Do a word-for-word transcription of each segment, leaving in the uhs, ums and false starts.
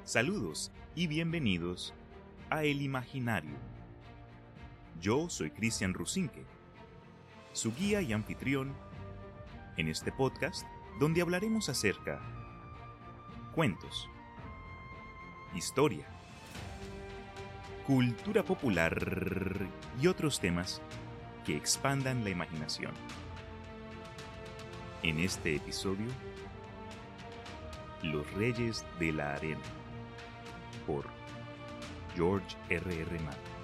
Saludos y bienvenidos a El Imaginario. Yo soy Cristian Rusinque, su guía y anfitrión en este podcast donde hablaremos acerca cuentos, historia, cultura popular y otros temas que expandan la imaginación. En este episodio, Los Reyes de la Arena, por George R R. Martin.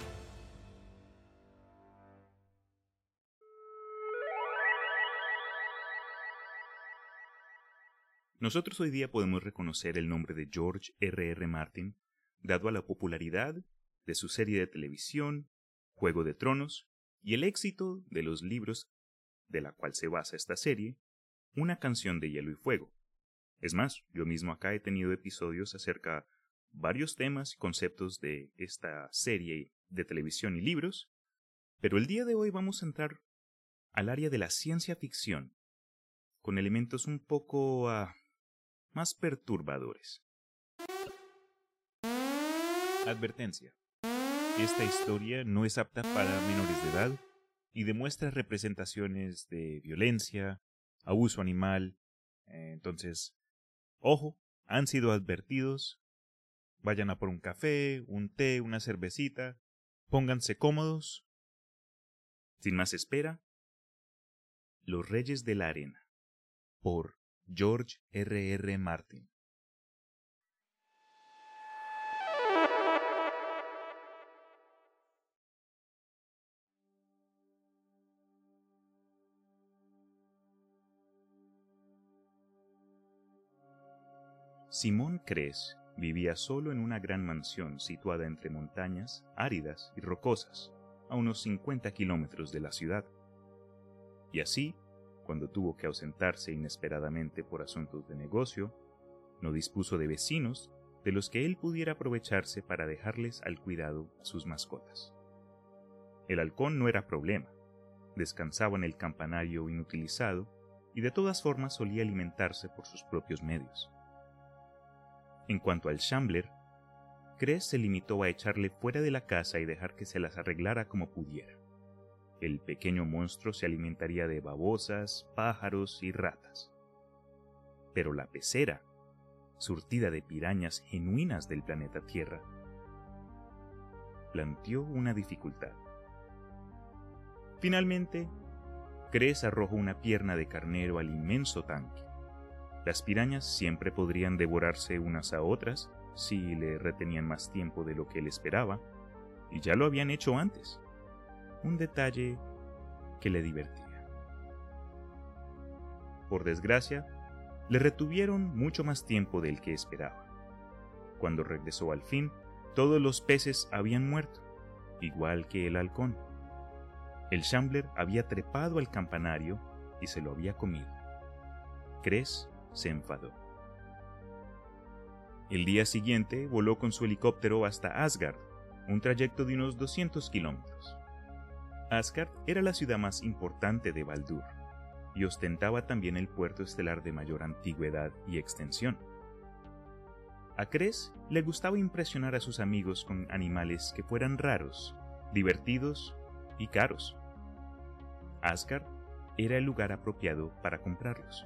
Nosotros hoy día podemos reconocer el nombre de George R R. Martin, dado a la popularidad de su serie de televisión, Juego de Tronos, y el éxito de los libros de la cual se basa esta serie, Una canción de hielo y fuego. Es más, yo mismo acá he tenido episodios acerca de varios temas y conceptos de esta serie de televisión y libros, pero el día de hoy vamos a entrar al área de la ciencia ficción, con elementos un poco uh, más perturbadores. Advertencia: esta historia no es apta para menores de edad y demuestra representaciones de violencia, abuso animal, eh, entonces, ojo, han sido advertidos. Vayan a por un café, un té, una cervecita, pónganse cómodos. Sin más espera, Los Reyes de la Arena, por George R R. Martin. Simón Cres vivía solo en una gran mansión situada entre montañas áridas y rocosas, a unos cincuenta kilómetros de la ciudad. Y así, cuando tuvo que ausentarse inesperadamente por asuntos de negocio, no dispuso de vecinos de los que él pudiera aprovecharse para dejarles al cuidado a sus mascotas. El halcón no era problema, descansaba en el campanario inutilizado y de todas formas solía alimentarse por sus propios medios. En cuanto al Shambler, Cres se limitó a echarle fuera de la casa y dejar que se las arreglara como pudiera. El pequeño monstruo se alimentaría de babosas, pájaros y ratas. Pero la pecera, surtida de pirañas genuinas del planeta Tierra, planteó una dificultad. Finalmente, Cres arrojó una pierna de carnero al inmenso tanque. Las pirañas siempre podrían devorarse unas a otras si le retenían más tiempo de lo que él esperaba, y ya lo habían hecho antes. Un detalle que le divertía. Por desgracia, le retuvieron mucho más tiempo del que esperaba. Cuando regresó al fin, todos los peces habían muerto, igual que el halcón. El Shambler había trepado al campanario y se lo había comido. Cres se enfadó. El día siguiente voló con su helicóptero hasta Asgard, un trayecto de unos doscientos kilómetros. Asgard era la ciudad más importante de Baldur y ostentaba también el puerto estelar de mayor antigüedad y extensión. A Cres le gustaba impresionar a sus amigos con animales que fueran raros, divertidos y caros. Asgard era el lugar apropiado para comprarlos.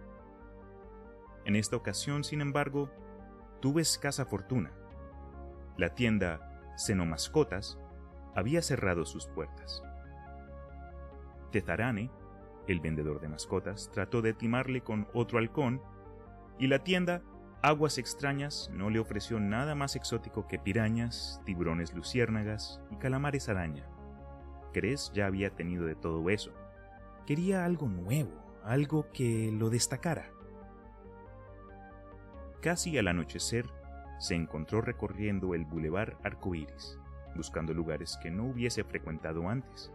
En esta ocasión, sin embargo, tuve escasa fortuna. La tienda Xenomascotas había cerrado sus puertas. Tezarane, el vendedor de mascotas, trató de timarle con otro halcón, y la tienda Aguas Extrañas no le ofreció nada más exótico que pirañas, tiburones luciérnagas y calamares araña. Cres ya había tenido de todo eso. Quería algo nuevo, algo que lo destacara. Casi al anochecer, se encontró recorriendo el Boulevard Arcoíris, buscando lugares que no hubiese frecuentado antes.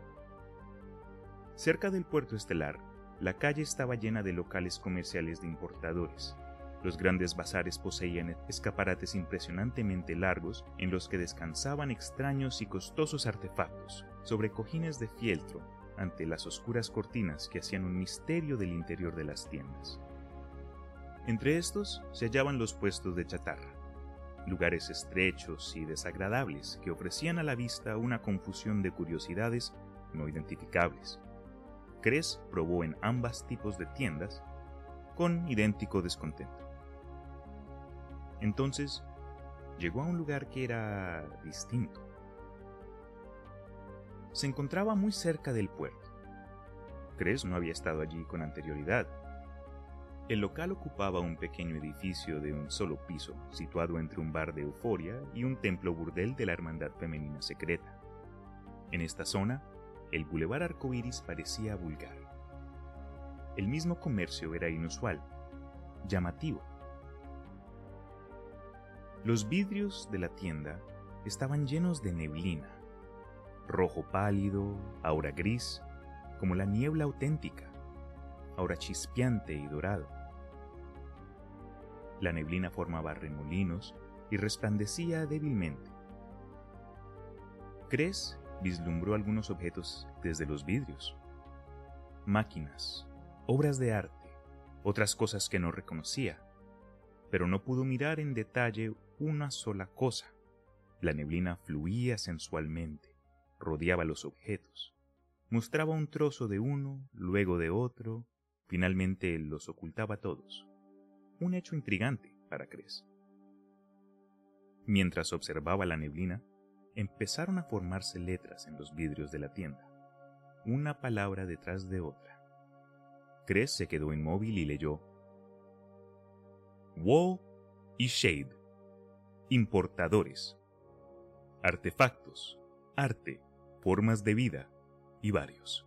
Cerca del puerto estelar, la calle estaba llena de locales comerciales de importadores. Los grandes bazares poseían escaparates impresionantemente largos en los que descansaban extraños y costosos artefactos sobre cojines de fieltro ante las oscuras cortinas que hacían un misterio del interior de las tiendas. Entre estos se hallaban los puestos de chatarra, lugares estrechos y desagradables que ofrecían a la vista una confusión de curiosidades no identificables. Cres probó en ambos tipos de tiendas con idéntico descontento. Entonces llegó a un lugar que era distinto. Se encontraba muy cerca del puerto. Cres no había estado allí con anterioridad. El local ocupaba un pequeño edificio de un solo piso, situado entre un bar de euforia y un templo burdel de la hermandad femenina secreta. En esta zona, el bulevar Arcoíris parecía vulgar. El mismo comercio era inusual, llamativo. Los vidrios de la tienda estaban llenos de neblina, rojo pálido, ahora gris, como la niebla auténtica, ahora chispeante y dorado. La neblina formaba remolinos y resplandecía débilmente. Cres vislumbró algunos objetos desde los vidrios. Máquinas, obras de arte, otras cosas que no reconocía, pero no pudo mirar en detalle una sola cosa. La neblina fluía sensualmente, rodeaba los objetos, mostraba un trozo de uno, luego de otro, finalmente los ocultaba todos. Un hecho intrigante para Cres. Mientras observaba la neblina, empezaron a formarse letras en los vidrios de la tienda, una palabra detrás de otra. Cres se quedó inmóvil y leyó: Wo y Shade, importadores, artefactos, arte, formas de vida y varios.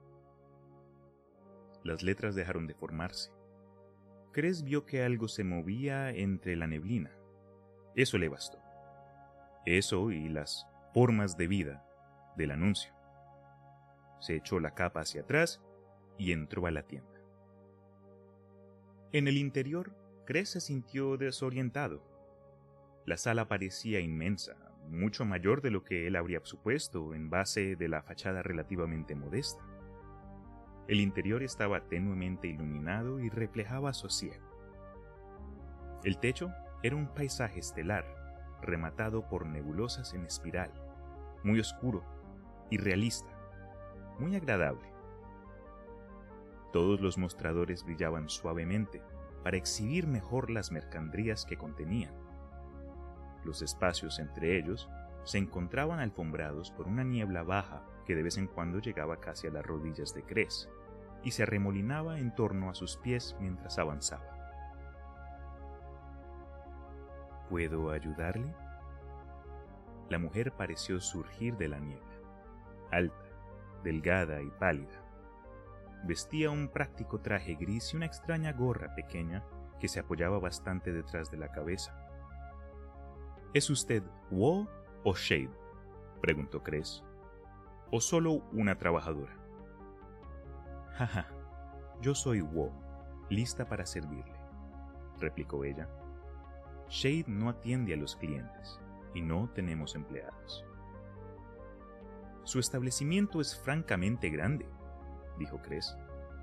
Las letras dejaron de formarse. Cres vio que algo se movía entre la neblina. Eso le bastó. Eso y las formas de vida del anuncio. Se echó la capa hacia atrás y entró a la tienda. En el interior, Cres se sintió desorientado. La sala parecía inmensa, mucho mayor de lo que él habría supuesto en base de la fachada relativamente modesta. El interior estaba tenuemente iluminado y reflejaba sosiego. El techo era un paisaje estelar, rematado por nebulosas en espiral, muy oscuro y realista, muy agradable. Todos los mostradores brillaban suavemente para exhibir mejor las mercaderías que contenían. Los espacios entre ellos se encontraban alfombrados por una niebla baja que de vez en cuando llegaba casi a las rodillas de Cres y se arremolinaba en torno a sus pies mientras avanzaba. ¿Puedo ayudarle? La mujer pareció surgir de la niebla, alta, delgada y pálida. Vestía un práctico traje gris y una extraña gorra pequeña que se apoyaba bastante detrás de la cabeza. ¿Es usted Wo o Shade?, preguntó Cres. ¿O solo una trabajadora? Jaja, yo soy Wo, lista para servirle, replicó ella. Shade no atiende a los clientes y no tenemos empleados. Su establecimiento es francamente grande, dijo Cres.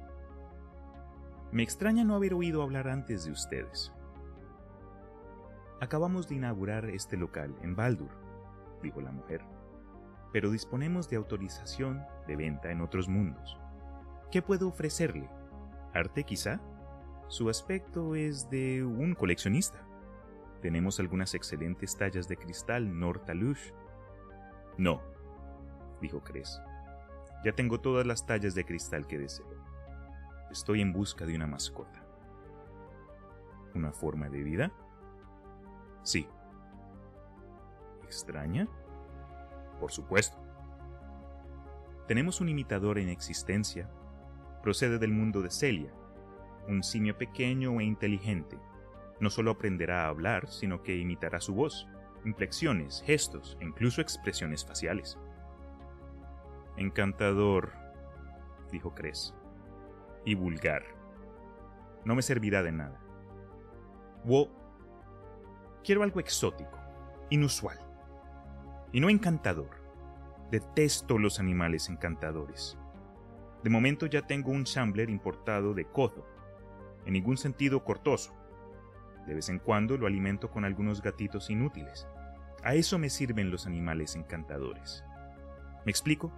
Me extraña no haber oído hablar antes de ustedes. Acabamos de inaugurar este local en Baldur, dijo la mujer, pero disponemos de autorización de venta en otros mundos. ¿Qué puedo ofrecerle? ¿Arte quizá? Su aspecto es de un coleccionista. Tenemos algunas excelentes tallas de cristal Nortalush. No, dijo Cres. Ya tengo todas las tallas de cristal que deseo. Estoy en busca de una mascota. ¿Una forma de vida? Sí. ¿Extraña? Por supuesto. Tenemos un imitador en existencia. Procede del mundo de Celia, un simio pequeño e inteligente. No solo aprenderá a hablar, sino que imitará su voz, inflexiones, gestos e incluso expresiones faciales. Encantador, dijo Cres, y vulgar. No me servirá de nada. Wo, quiero algo exótico, inusual, y no encantador. Detesto los animales encantadores. De momento ya tengo un Shambler importado de Kodo. en ningún sentido cortoso. De vez en cuando lo alimento con algunos gatitos inútiles. A eso me sirven los animales encantadores. ¿Me explico?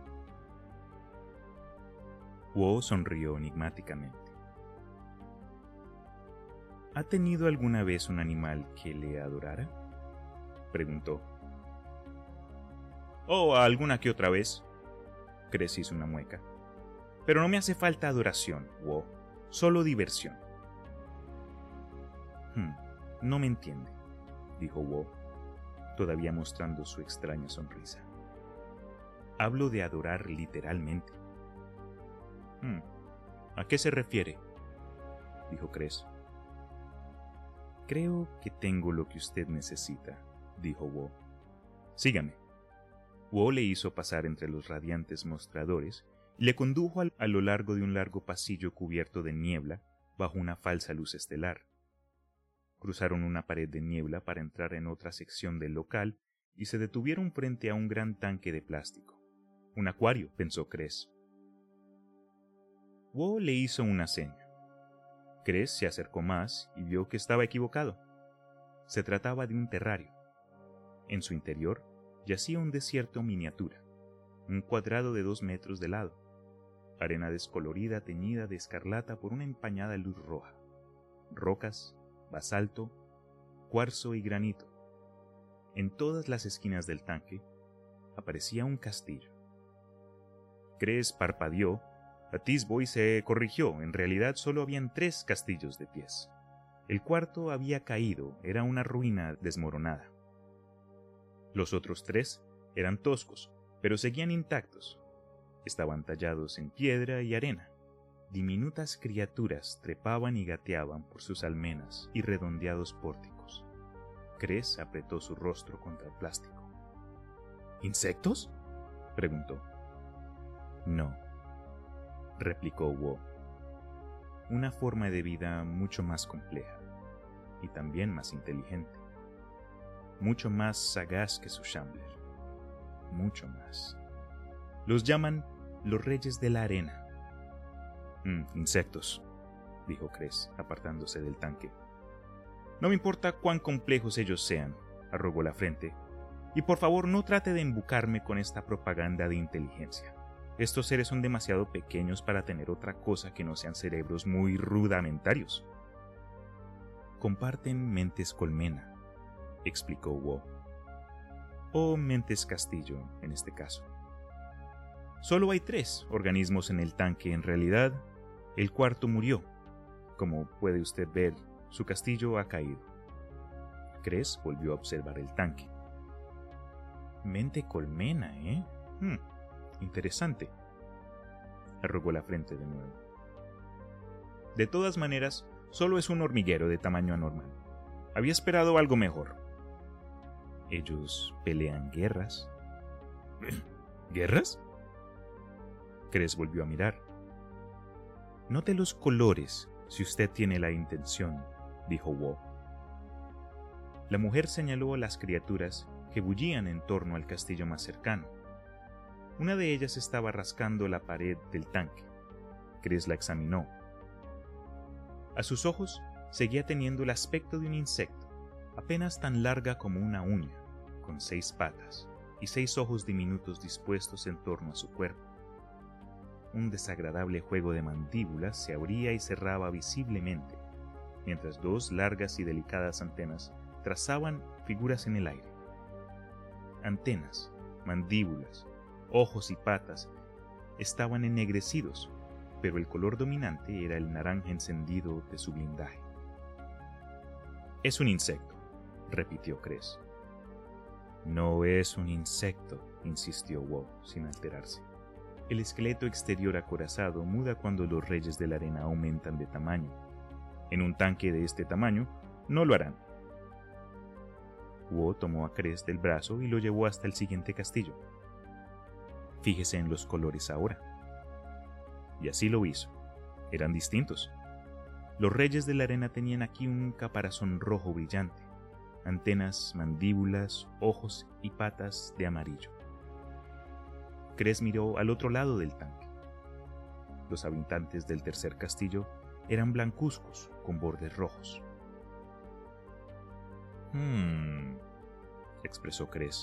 Wo sonrió enigmáticamente. ¿Ha tenido alguna vez un animal que le adorara?, preguntó. Oh, alguna que otra vez. Cres hizo una mueca. Pero no me hace falta adoración, Wo. Solo diversión. Hmm, no me entiende, dijo Wo, todavía mostrando su extraña sonrisa. Hablo de adorar literalmente. Hmm, ¿a qué se refiere?, dijo Cres. Creo que tengo lo que usted necesita, dijo Wo. Sígame. Wo le hizo pasar entre los radiantes mostradores y le condujo a lo largo de un largo pasillo cubierto de niebla bajo una falsa luz estelar. Cruzaron una pared de niebla para entrar en otra sección del local y se detuvieron frente a un gran tanque de plástico. Un acuario, pensó Cres. Wo le hizo una seña. Cres se acercó más y vio que estaba equivocado. Se trataba de un terrario. En su interior yacía un desierto miniatura, un cuadrado de dos metros de lado, arena descolorida teñida de escarlata por una empañada luz roja, rocas, basalto, cuarzo y granito. En todas las esquinas del tanque aparecía un castillo. Cres parpadeó, atisbó y se corrigió. En realidad solo habían tres castillos de pies. El cuarto había caído, era una ruina desmoronada. Los otros tres eran toscos, pero seguían intactos. Estaban tallados en piedra y arena. Diminutas criaturas trepaban y gateaban por sus almenas y redondeados pórticos. Cres apretó su rostro contra el plástico. ¿Insectos?, preguntó. No, replicó Wo. Una forma de vida mucho más compleja y también más inteligente. Mucho más sagaz que su Shambler. Mucho más. Los llaman los reyes de la arena. Mm, insectos, dijo Cres, apartándose del tanque. No me importa cuán complejos ellos sean, arrugó la frente, y por favor no trate de embucarme con esta propaganda de inteligencia. Estos seres son demasiado pequeños para tener otra cosa que no sean cerebros muy rudimentarios. Comparten mentes colmena, explicó Wo. O mentes castillo, en este caso. Solo hay tres organismos en el tanque en realidad. El cuarto murió. Como puede usted ver, su castillo ha caído. Cres volvió a observar el tanque. Mente colmena, ¿eh? Hmm, interesante. Arrugó la frente de nuevo. De todas maneras, solo es un hormiguero de tamaño anormal. Había esperado algo mejor. ¿Ellos pelean guerras? ¿Guerras? Cres volvió a mirar. Note los colores, si usted tiene la intención, dijo Wo. La mujer señaló a las criaturas que bullían en torno al castillo más cercano. Una de ellas estaba rascando la pared del tanque. Cres la examinó. A sus ojos seguía teniendo el aspecto de un insecto, apenas tan larga como una uña, con seis patas y seis ojos diminutos dispuestos en torno a su cuerpo. Un desagradable juego de mandíbulas se abría y cerraba visiblemente, mientras dos largas y delicadas antenas trazaban figuras en el aire. Antenas, mandíbulas, ojos y patas estaban ennegrecidos, pero el color dominante era el naranja encendido de su blindaje. Es un insecto, repitió Cres. No es un insecto, insistió Wo, sin alterarse. El esqueleto exterior acorazado muda cuando los reyes de la arena aumentan de tamaño. En un tanque de este tamaño, no lo harán. Wo tomó a Cres del brazo y lo llevó hasta el siguiente castillo. Fíjese en los colores ahora. Y así lo hizo. Eran distintos. Los reyes de la arena tenían aquí un caparazón rojo brillante, antenas, mandíbulas, ojos y patas de amarillo. Cres miró al otro lado del tanque. Los habitantes del tercer castillo eran blancuzcos con bordes rojos. Hmm, expresó Cres.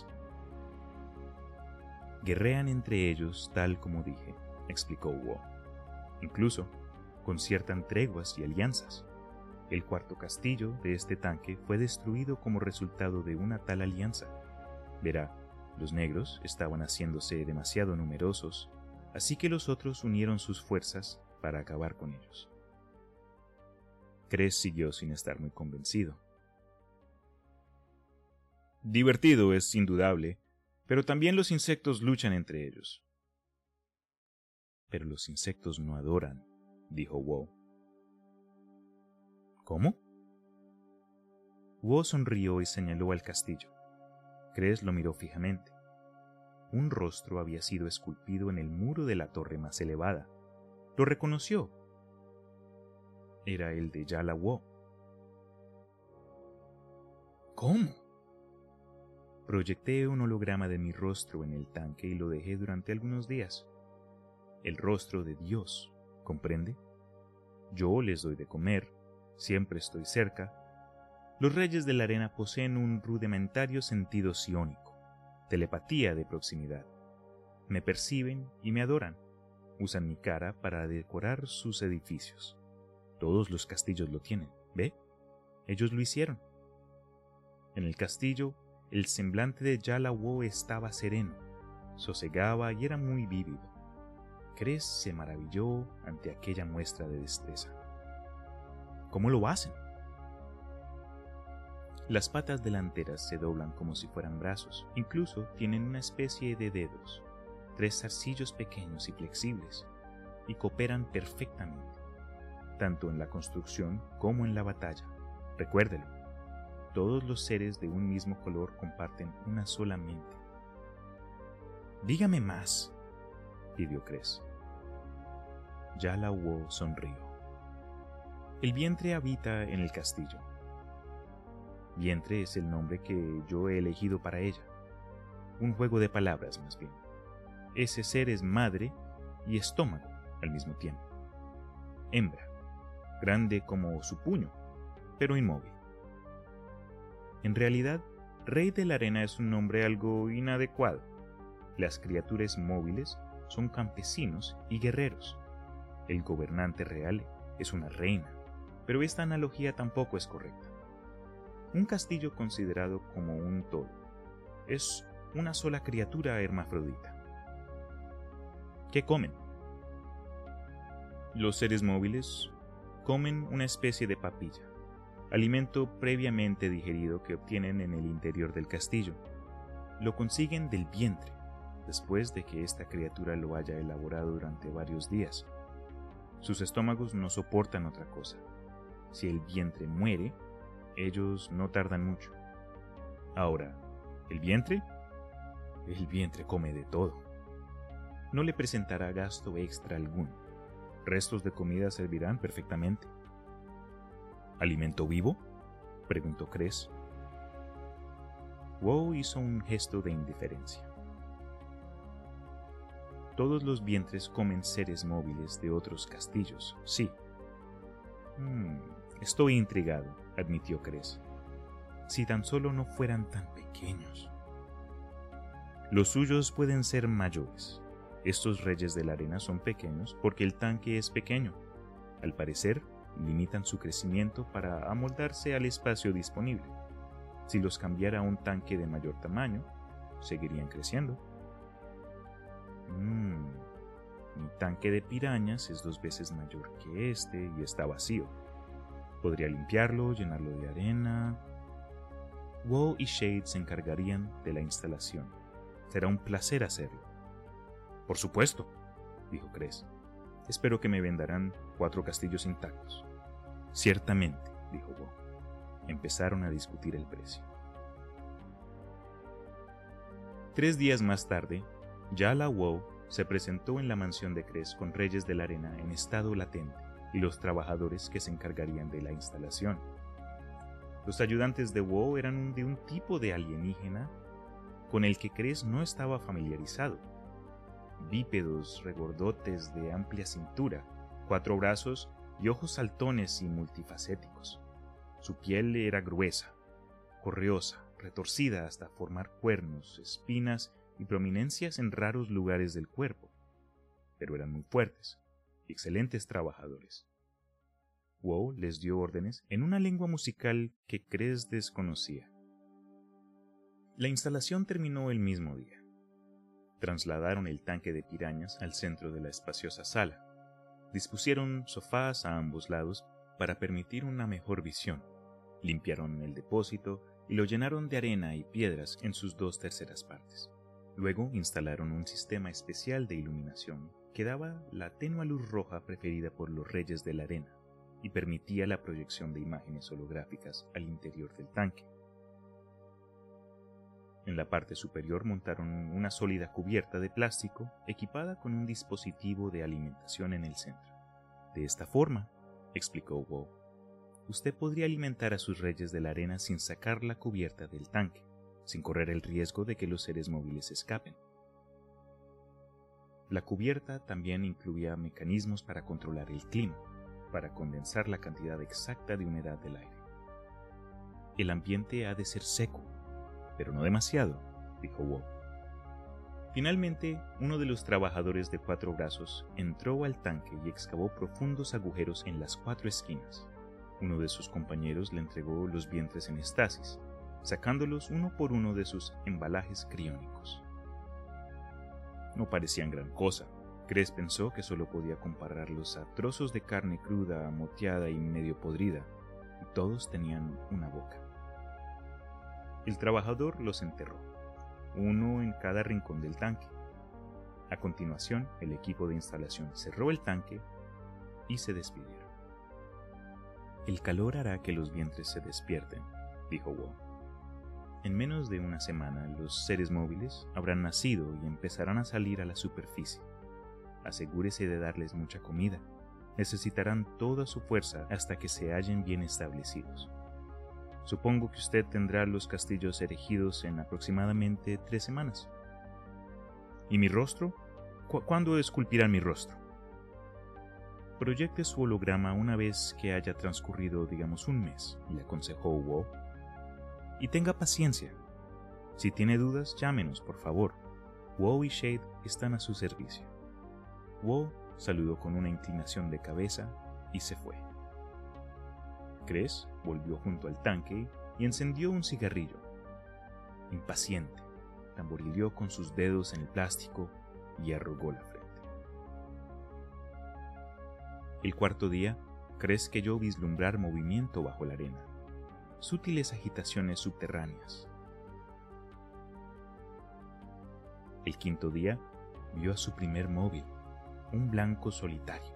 Guerrean entre ellos tal como dije, explicó Wo. Incluso conciertan treguas y alianzas. El cuarto castillo de este tanque fue destruido como resultado de una tal alianza. Verá, los negros estaban haciéndose demasiado numerosos, así que los otros unieron sus fuerzas para acabar con ellos. Cres siguió sin estar muy convencido. Divertido es indudable, pero también los insectos luchan entre ellos. Pero los insectos no adoran, dijo Wo. ¿Cómo? Wo sonrió y señaló al castillo. Cres lo miró fijamente. Un rostro había sido esculpido en el muro de la torre más elevada. Lo reconoció. Era el de Yala Wo. ¿Cómo? Proyecté un holograma de mi rostro en el tanque y lo dejé durante algunos días. El rostro de Dios, ¿comprende? Yo les doy de comer, siempre estoy cerca. Los reyes de la arena poseen un rudimentario sentido psiónico, telepatía de proximidad. Me perciben y me adoran. Usan mi cara para decorar sus edificios. Todos los castillos lo tienen, ¿ve? Ellos lo hicieron. En el castillo, el semblante de Yala Wo estaba sereno, sosegaba y era muy vívido. Cres se maravilló ante aquella muestra de destreza. ¿Cómo lo hacen? Las patas delanteras se doblan como si fueran brazos, incluso tienen una especie de dedos, tres zarcillos pequeños y flexibles, y cooperan perfectamente, tanto en la construcción como en la batalla. Recuérdelo. Todos los seres de un mismo color comparten una sola mente. Dígame más, pidió Cres. Yala Wo sonrió. El vientre habita en el castillo. Vientre es el nombre que yo he elegido para ella. Un juego de palabras, más bien. Ese ser es madre y estómago al mismo tiempo. Hembra, grande como su puño, pero inmóvil. En realidad, Rey de la Arena es un nombre algo inadecuado. Las criaturas móviles son campesinos y guerreros. El gobernante real es una reina, pero esta analogía tampoco es correcta. Un castillo considerado como un todo es una sola criatura hermafrodita. ¿Qué comen? Los seres móviles comen una especie de papilla, alimento previamente digerido que obtienen en el interior del castillo. Lo consiguen del vientre, después de que esta criatura lo haya elaborado durante varios días. Sus estómagos no soportan otra cosa. Si el vientre muere, ellos no tardan mucho. Ahora, ¿el vientre? El vientre come de todo. No le presentará gasto extra alguno. Restos de comida servirán perfectamente. ¿Alimento vivo?, preguntó Cres. Wo hizo un gesto de indiferencia. Todos los vientres comen seres móviles de otros castillos, sí. Hmm, estoy intrigado, admitió Cres. Si tan solo no fueran tan pequeños. Los suyos pueden ser mayores. Estos reyes de la arena son pequeños porque el tanque es pequeño. Al parecer, limitan su crecimiento para amoldarse al espacio disponible. Si los cambiara a un tanque de mayor tamaño, seguirían creciendo. Mmm, mi tanque de pirañas es dos veces mayor que este y está vacío. Podría limpiarlo, llenarlo de arena. Wo y Shade se encargarían de la instalación. Será un placer hacerlo. Por supuesto, dijo Cres. Espero que me vendarán cuatro castillos intactos. Ciertamente, dijo Wo. Empezaron a discutir el precio. Tres días más tarde, Yala Wo se presentó en la mansión de Cres con reyes de la arena en estado latente y los trabajadores que se encargarían de la instalación. Los ayudantes de Wo eran de un tipo de alienígena con el que Cres no estaba familiarizado. Bípedos regordotes de amplia cintura, cuatro brazos y ojos saltones y multifacéticos. Su piel era gruesa, correosa, retorcida hasta formar cuernos, espinas y prominencias en raros lugares del cuerpo, pero eran muy fuertes y excelentes trabajadores. Wow les dio órdenes en una lengua musical que Cres desconocía. La instalación terminó el mismo día. Trasladaron el tanque de pirañas al centro de la espaciosa sala. Dispusieron sofás a ambos lados para permitir una mejor visión. Limpiaron el depósito y lo llenaron de arena y piedras en sus dos terceras partes. Luego instalaron un sistema especial de iluminación que daba la tenue luz roja preferida por los reyes de la arena y permitía la proyección de imágenes holográficas al interior del tanque. En la parte superior montaron una sólida cubierta de plástico equipada con un dispositivo de alimentación en el centro. De esta forma, explicó Wow, usted podría alimentar a sus reyes de la arena sin sacar la cubierta del tanque, sin correr el riesgo de que los seres móviles escapen. La cubierta también incluía mecanismos para controlar el clima, para condensar la cantidad exacta de humedad del aire. El ambiente ha de ser seco, pero no demasiado, dijo Wow. Finalmente, uno de los trabajadores de cuatro brazos entró al tanque y excavó profundos agujeros en las cuatro esquinas. Uno de sus compañeros le entregó los vientres en estasis, sacándolos uno por uno de sus embalajes criónicos. No parecían gran cosa. Cres pensó que solo podía compararlos a trozos de carne cruda, moteada y medio podrida, y todos tenían una boca. El trabajador los enterró, uno en cada rincón del tanque. A continuación, el equipo de instalación cerró el tanque y se despidieron. El calor hará que los vientres se despierten, dijo Wow. En menos de una semana, los seres móviles habrán nacido y empezarán a salir a la superficie. Asegúrese de darles mucha comida. Necesitarán toda su fuerza hasta que se hallen bien establecidos. Supongo que usted tendrá los castillos erigidos en aproximadamente tres semanas. ¿Y mi rostro? ¿Cu- ¿Cuándo esculpirán mi rostro? Proyecte su holograma una vez que haya transcurrido, digamos, un mes, le aconsejó Wow. Y tenga paciencia. Si tiene dudas, llámenos, por favor. Wow y Shade están a su servicio. Wow saludó con una inclinación de cabeza y se fue. Cres volvió junto al tanque y encendió un cigarrillo. Impaciente, tamborileó con sus dedos en el plástico y arrugó la frente. El cuarto día, Cres creyó vislumbrar movimiento bajo la arena, sutiles agitaciones subterráneas. El quinto día, vio a su primer móvil, un blanco solitario.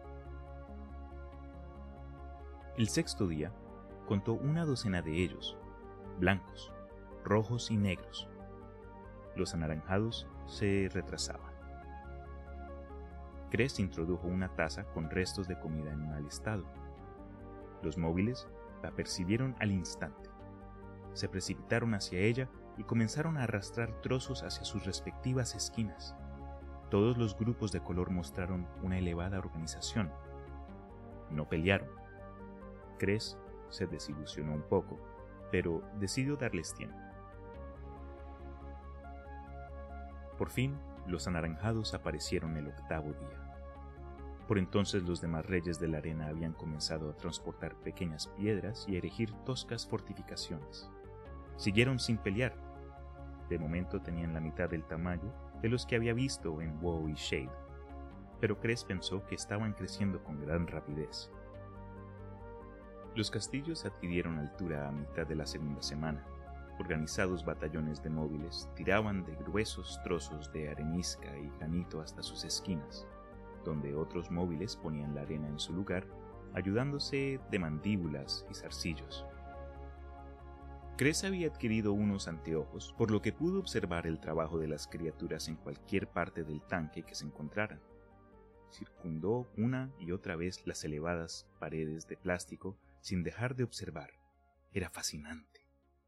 El sexto día, contó una docena de ellos, blancos, rojos y negros. Los anaranjados se retrasaban. Cres introdujo una taza con restos de comida en mal estado. Los móviles la percibieron al instante. Se precipitaron hacia ella y comenzaron a arrastrar trozos hacia sus respectivas esquinas. Todos los grupos de color mostraron una elevada organización. No pelearon. Cres se desilusionó un poco, pero decidió darles tiempo. Por fin, los anaranjados aparecieron el octavo día. Por entonces los demás reyes de la arena habían comenzado a transportar pequeñas piedras y a erigir toscas fortificaciones. Siguieron sin pelear. De momento tenían la mitad del tamaño de los que había visto en Wow y Shade, pero Cres pensó que estaban creciendo con gran rapidez. Los castillos adquirieron altura a mitad de la segunda semana. Organizados batallones de móviles tiraban de gruesos trozos de arenisca y granito hasta sus esquinas, donde otros móviles ponían la arena en su lugar, ayudándose de mandíbulas y zarcillos. Cres había adquirido unos anteojos, por lo que pudo observar el trabajo de las criaturas en cualquier parte del tanque que se encontraran. Circundó una y otra vez las elevadas paredes de plástico sin dejar de observar. Era fascinante.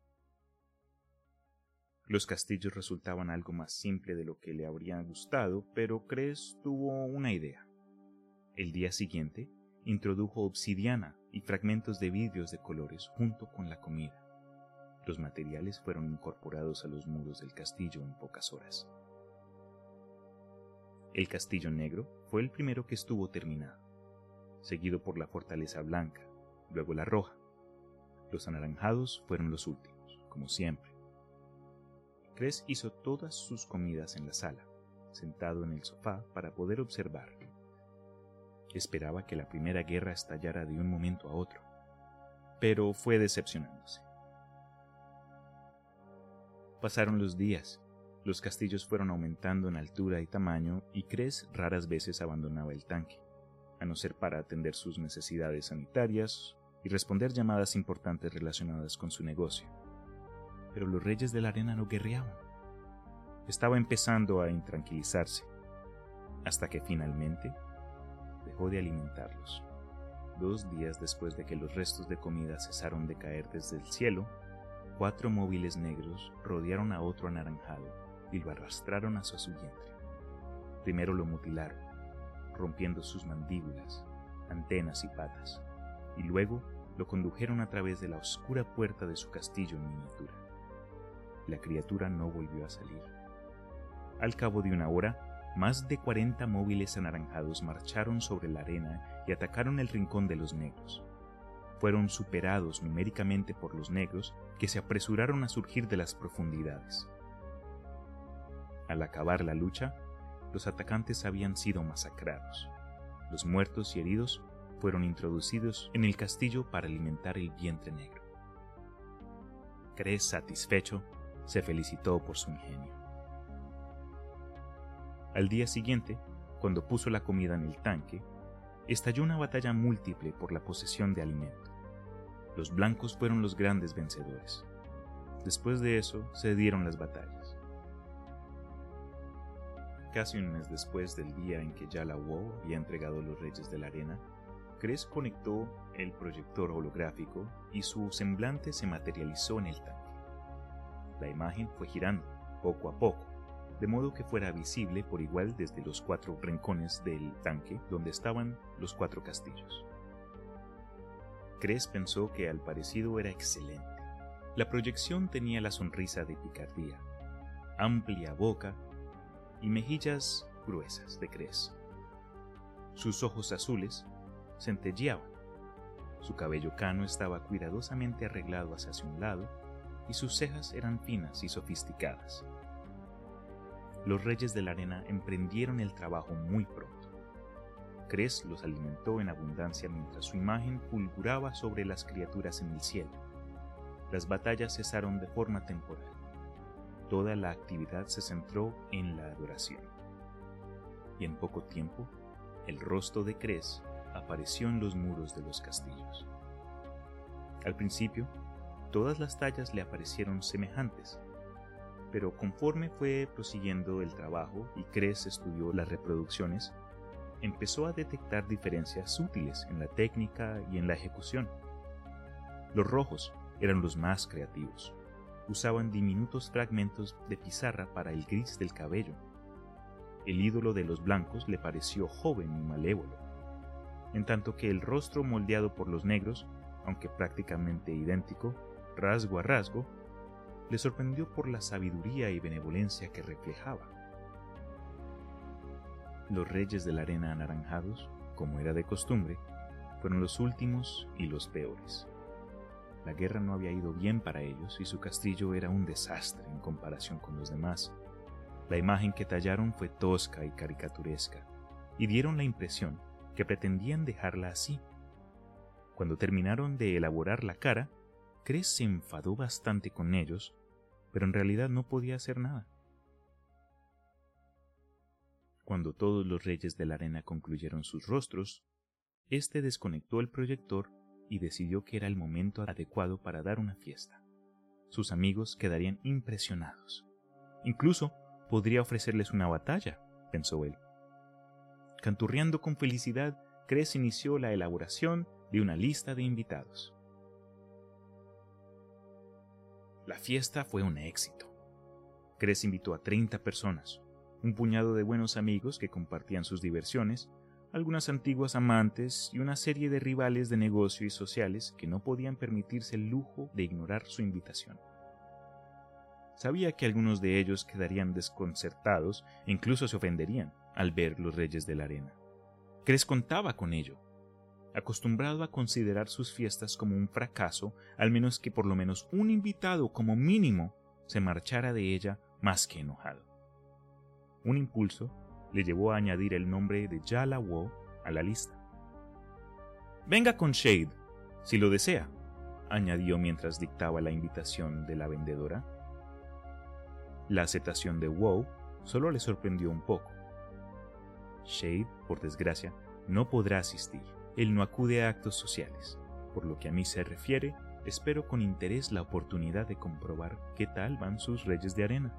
Los castillos resultaban algo más simple de lo que le habría gustado, pero Cres tuvo una idea. El día siguiente, introdujo obsidiana y fragmentos de vidrios de colores junto con la comida. Los materiales fueron incorporados a los muros del castillo en pocas horas. El castillo negro fue el primero que estuvo terminado, seguido por la fortaleza blanca, luego la roja. Los anaranjados fueron los últimos, como siempre. Cres hizo todas sus comidas en la sala, sentado en el sofá para poder observar. Esperaba que la primera guerra estallara de un momento a otro, pero fue decepcionándose. Pasaron los días, los castillos fueron aumentando en altura y tamaño y Cres raras veces abandonaba el tanque, a no ser para atender sus necesidades sanitarias y responder llamadas importantes relacionadas con su negocio. Pero los reyes de la arena no guerreaban. Estaba empezando a intranquilizarse, hasta que finalmente dejó de alimentarlos. Dos días después de que los restos de comida cesaron de caer desde el cielo, cuatro móviles negros rodearon a otro anaranjado y lo arrastraron hacia su vientre. Primero lo mutilaron, rompiendo sus mandíbulas, antenas y patas, y luego lo condujeron a través de la oscura puerta de su castillo en miniatura. La criatura no volvió a salir. Al cabo de una hora, más de cuarenta móviles anaranjados marcharon sobre la arena y atacaron el rincón de los negros. Fueron superados numéricamente por los negros, que se apresuraron a surgir de las profundidades. Al acabar la lucha, los atacantes habían sido masacrados. Los muertos y heridos fueron introducidos en el castillo para alimentar el vientre negro. Cres, satisfecho, se felicitó por su ingenio. Al día siguiente, cuando puso la comida en el tanque, estalló una batalla múltiple por la posesión de alimento. Los blancos fueron los grandes vencedores. Después de eso, se dieron las batallas. Casi un mes después del día en que Yala Wo había entregado los reyes de la arena, Cres conectó el proyector holográfico y su semblante se materializó en el tanque. La imagen fue girando, poco a poco, de modo que fuera visible por igual desde los cuatro rincones del tanque donde estaban los cuatro castillos. Cres pensó que al parecido era excelente. La proyección tenía la sonrisa de picardía, amplia boca y mejillas gruesas de Cres. Sus ojos azules centelleaban, su cabello cano estaba cuidadosamente arreglado hacia un lado y sus cejas eran finas y sofisticadas. Los reyes de la arena emprendieron el trabajo muy pronto. Cres los alimentó en abundancia mientras su imagen fulguraba sobre las criaturas en el cielo. Las batallas cesaron de forma temporal. Toda la actividad se centró en la adoración. Y en poco tiempo, el rostro de Cres apareció en los muros de los castillos. Al principio, todas las tallas le aparecieron semejantes, pero conforme fue prosiguiendo el trabajo y Cres estudió las reproducciones, empezó a detectar diferencias sutiles en la técnica y en la ejecución. Los rojos eran los más creativos. Usaban diminutos fragmentos de pizarra para el gris del cabello. El ídolo de los blancos le pareció joven y malévolo, en tanto que el rostro moldeado por los negros, aunque prácticamente idéntico, rasgo a rasgo, le sorprendió por la sabiduría y benevolencia que reflejaba. Los reyes de la arena anaranjados, como era de costumbre, fueron los últimos y los peores. La guerra no había ido bien para ellos y su castillo era un desastre en comparación con los demás. La imagen que tallaron fue tosca y caricaturesca, y dieron la impresión que pretendían dejarla así. Cuando terminaron de elaborar la cara, Cres se enfadó bastante con ellos, pero en realidad no podía hacer nada. Cuando todos los reyes de la arena concluyeron sus rostros, este desconectó el proyector y decidió que era el momento adecuado para dar una fiesta. Sus amigos quedarían impresionados. Incluso podría ofrecerles una batalla, pensó él. Canturreando con felicidad, Cres inició la elaboración de una lista de invitados. La fiesta fue un éxito. Cres invitó a treinta personas, un puñado de buenos amigos que compartían sus diversiones, algunas antiguas amantes y una serie de rivales de negocio y sociales que no podían permitirse el lujo de ignorar su invitación. Sabía que algunos de ellos quedarían desconcertados e incluso se ofenderían al ver los Reyes de la Arena. Cres contaba con ello, acostumbrado a considerar sus fiestas como un fracaso, al menos que por lo menos un invitado como mínimo se marchara de ella más que enojado. Un impulso le llevó a añadir el nombre de Yala Wo a la lista. «Venga con Shade, si lo desea», añadió mientras dictaba la invitación de la vendedora. La aceptación de Wo solo le sorprendió un poco. Shade, por desgracia, no podrá asistir. Él no acude a actos sociales. Por lo que a mí se refiere, espero con interés la oportunidad de comprobar qué tal van sus Reyes de Arena.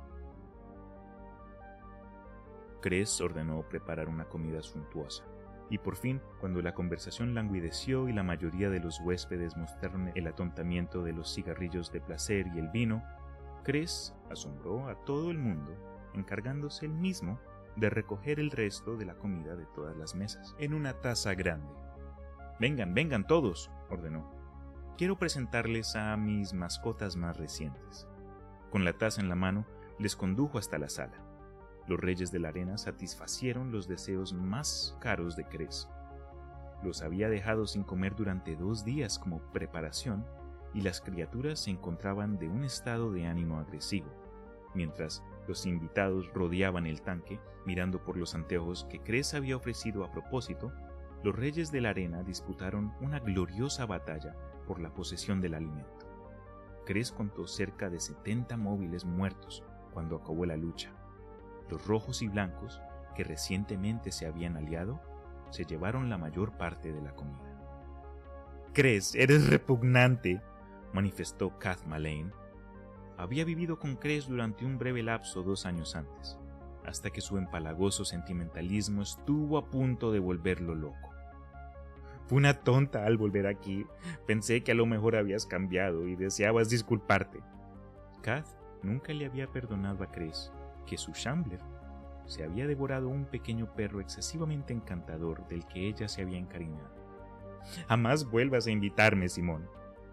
Cres ordenó preparar una comida suntuosa, y por fin, cuando la conversación languideció y la mayoría de los huéspedes mostraron el atontamiento de los cigarrillos de placer y el vino, Cres asombró a todo el mundo, encargándose él mismo de recoger el resto de la comida de todas las mesas, en una taza grande. «Vengan, vengan todos», ordenó. «Quiero presentarles a mis mascotas más recientes». Con la taza en la mano, les condujo hasta la sala. Los Reyes de la Arena satisfacieron los deseos más caros de Cres. Los había dejado sin comer durante dos días como preparación, y las criaturas se encontraban de un estado de ánimo agresivo, mientras los invitados rodeaban el tanque, mirando por los anteojos que Cres había ofrecido a propósito. Los Reyes de la Arena disputaron una gloriosa batalla por la posesión del alimento. Cres contó cerca de setenta móviles muertos cuando acabó la lucha. Los rojos y blancos, que recientemente se habían aliado, se llevaron la mayor parte de la comida. «Cres, eres repugnante», manifestó Cath Malaine. Había vivido con Cres durante un breve lapso dos años antes, hasta que su empalagoso sentimentalismo estuvo a punto de volverlo loco. «Fue una tonta al volver aquí. Pensé que a lo mejor habías cambiado y deseabas disculparte». Cath nunca le había perdonado a Cres que su Shambler se había devorado un pequeño perro excesivamente encantador del que ella se había encariñado. «Jamás vuelvas a invitarme, Simón».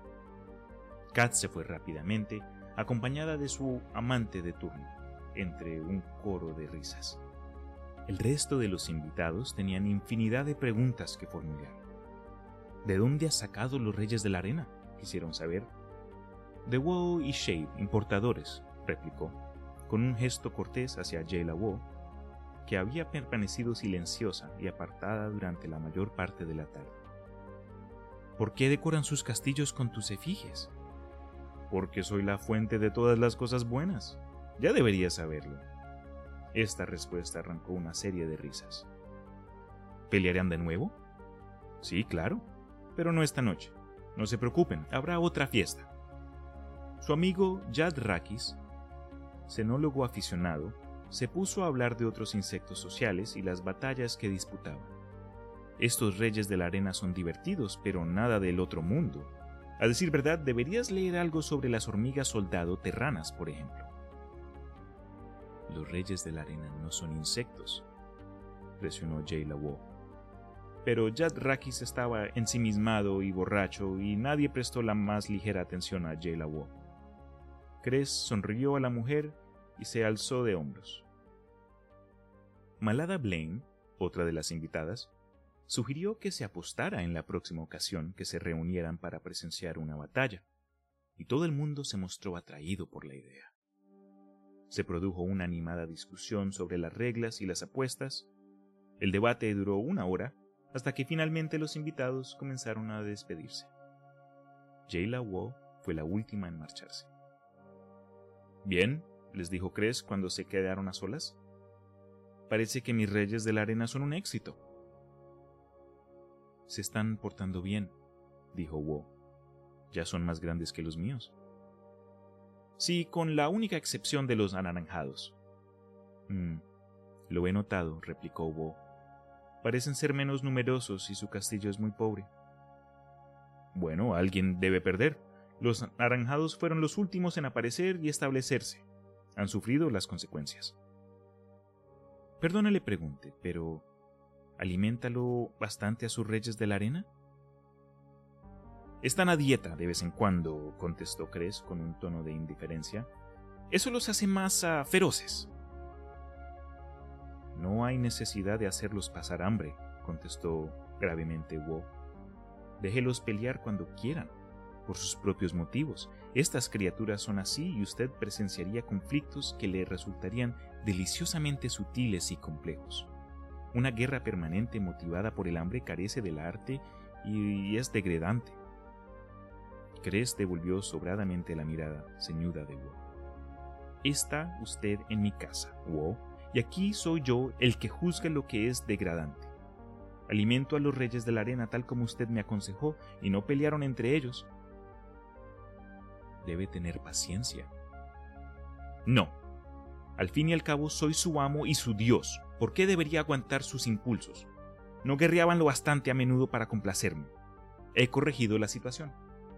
Cath se fue rápidamente, acompañada de su amante de turno, entre un coro de risas. El resto de los invitados tenían infinidad de preguntas que formular. «¿De dónde has sacado los Reyes de la Arena?», quisieron saber. «De Wo y Shade, importadores», replicó, con un gesto cortés hacia Yala Wo, que había permanecido silenciosa y apartada durante la mayor parte de la tarde. «¿Por qué decoran sus castillos con tus efigies?». «Porque soy la fuente de todas las cosas buenas. Ya deberías saberlo». Esta respuesta arrancó una serie de risas. «¿Pelearán de nuevo?». «Sí, claro, pero no esta noche. No se preocupen, habrá otra fiesta». Su amigo Jad Rakis, cenólogo aficionado, se puso a hablar de otros insectos sociales y las batallas que disputaban. «Estos Reyes de la Arena son divertidos, pero nada del otro mundo. A decir verdad, deberías leer algo sobre las hormigas soldado terranas, por ejemplo». «Los Reyes de la Arena no son insectos», presionó Yala Wo. Pero Jad Rakis estaba ensimismado y borracho, y nadie prestó la más ligera atención a Yala Wo. Cres sonrió a la mujer y se alzó de hombros. Malada Blaine, otra de las invitadas, sugirió que se apostara en la próxima ocasión que se reunieran para presenciar una batalla, y todo el mundo se mostró atraído por la idea. Se produjo una animada discusión sobre las reglas y las apuestas. El debate duró una hora, hasta que finalmente los invitados comenzaron a despedirse. Yala Wo fue la última en marcharse. «Bien», les dijo Cres cuando se quedaron a solas. «Parece que mis Reyes de la Arena son un éxito». «Se están portando bien», dijo Wo. «Ya son más grandes que los míos». «Sí, con la única excepción de los anaranjados». Mm, «Lo he notado», replicó Wo. «Parecen ser menos numerosos y su castillo es muy pobre». «Bueno, alguien debe perder. Los anaranjados fueron los últimos en aparecer y establecerse. Han sufrido las consecuencias». «Perdone le pregunte, pero ¿Aliméntalo bastante a sus reyes de la arena? Están a dieta de vez en cuando, contestó Cres con un tono de indiferencia. Eso los hace más uh, feroces. No hay necesidad de hacerlos pasar hambre, contestó gravemente Wo. Déjelos pelear cuando quieran, por sus propios motivos. Estas criaturas son así y usted presenciaría conflictos que le resultarían deliciosamente sutiles y complejos. Una guerra permanente motivada por el hambre carece del arte y es degradante. Cres devolvió sobradamente la mirada ceñuda de Wo. Está usted en mi casa, Wo, y aquí soy yo el que juzga lo que es degradante. Alimento a los reyes de la arena tal como usted me aconsejó y no pelearon entre ellos. Debe tener paciencia. No. Al fin y al cabo soy su amo y su dios. ¿Por qué debería aguantar sus impulsos? No guerreaban lo bastante a menudo para complacerme. He corregido la situación.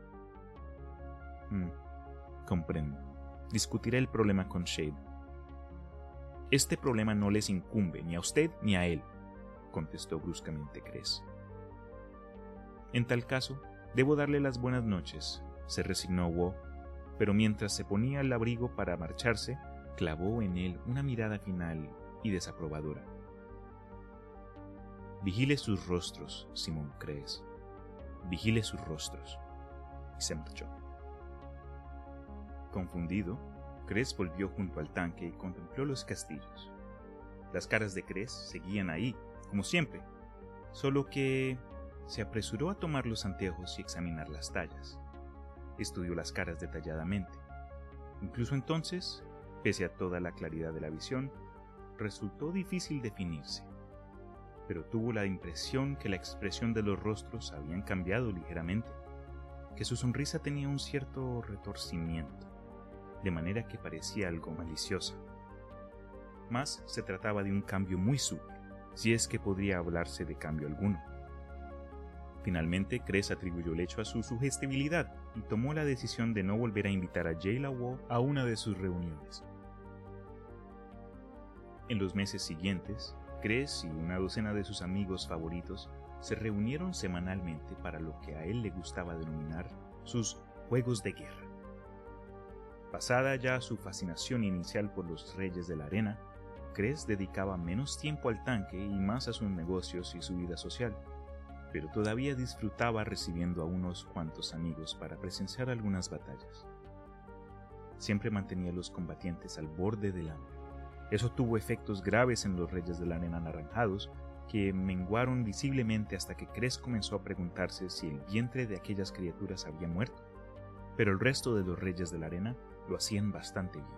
Hmm, comprendo. Discutiré el problema con Shade. Este problema no les incumbe ni a usted ni a él, contestó bruscamente Cres. En tal caso, debo darle las buenas noches, se resignó Wo, pero mientras se ponía el abrigo para marcharse, clavó en él una mirada final y desaprobadora. Vigile sus rostros, Simón Cres. Vigile sus rostros. Y se marchó. Confundido, Cres volvió junto al tanque y contempló los castillos. Las caras de Cres seguían ahí, como siempre, solo que se apresuró a tomar los anteojos y examinar las tallas. Estudió las caras detalladamente. Incluso entonces, pese a toda la claridad de la visión, resultó difícil definirse. Pero tuvo la impresión que la expresión de los rostros habían cambiado ligeramente, que su sonrisa tenía un cierto retorcimiento, de manera que parecía algo maliciosa. Mas se trataba de un cambio muy sutil, si es que podría hablarse de cambio alguno. Finalmente, Cres atribuyó el hecho a su sugestibilidad y tomó la decisión de no volver a invitar a Jayla Wo a una de sus reuniones. En los meses siguientes, Cres y una docena de sus amigos favoritos se reunieron semanalmente para lo que a él le gustaba denominar sus juegos de guerra. Pasada ya su fascinación inicial por los reyes de la arena, Cres dedicaba menos tiempo al tanque y más a sus negocios y su vida social, pero todavía disfrutaba recibiendo a unos cuantos amigos para presenciar algunas batallas. Siempre mantenía a los combatientes al borde del hambre. Eso tuvo efectos graves en los reyes de la arena anaranjados, que menguaron visiblemente hasta que Cres comenzó a preguntarse si el vientre de aquellas criaturas había muerto, pero el resto de los reyes de la arena lo hacían bastante bien.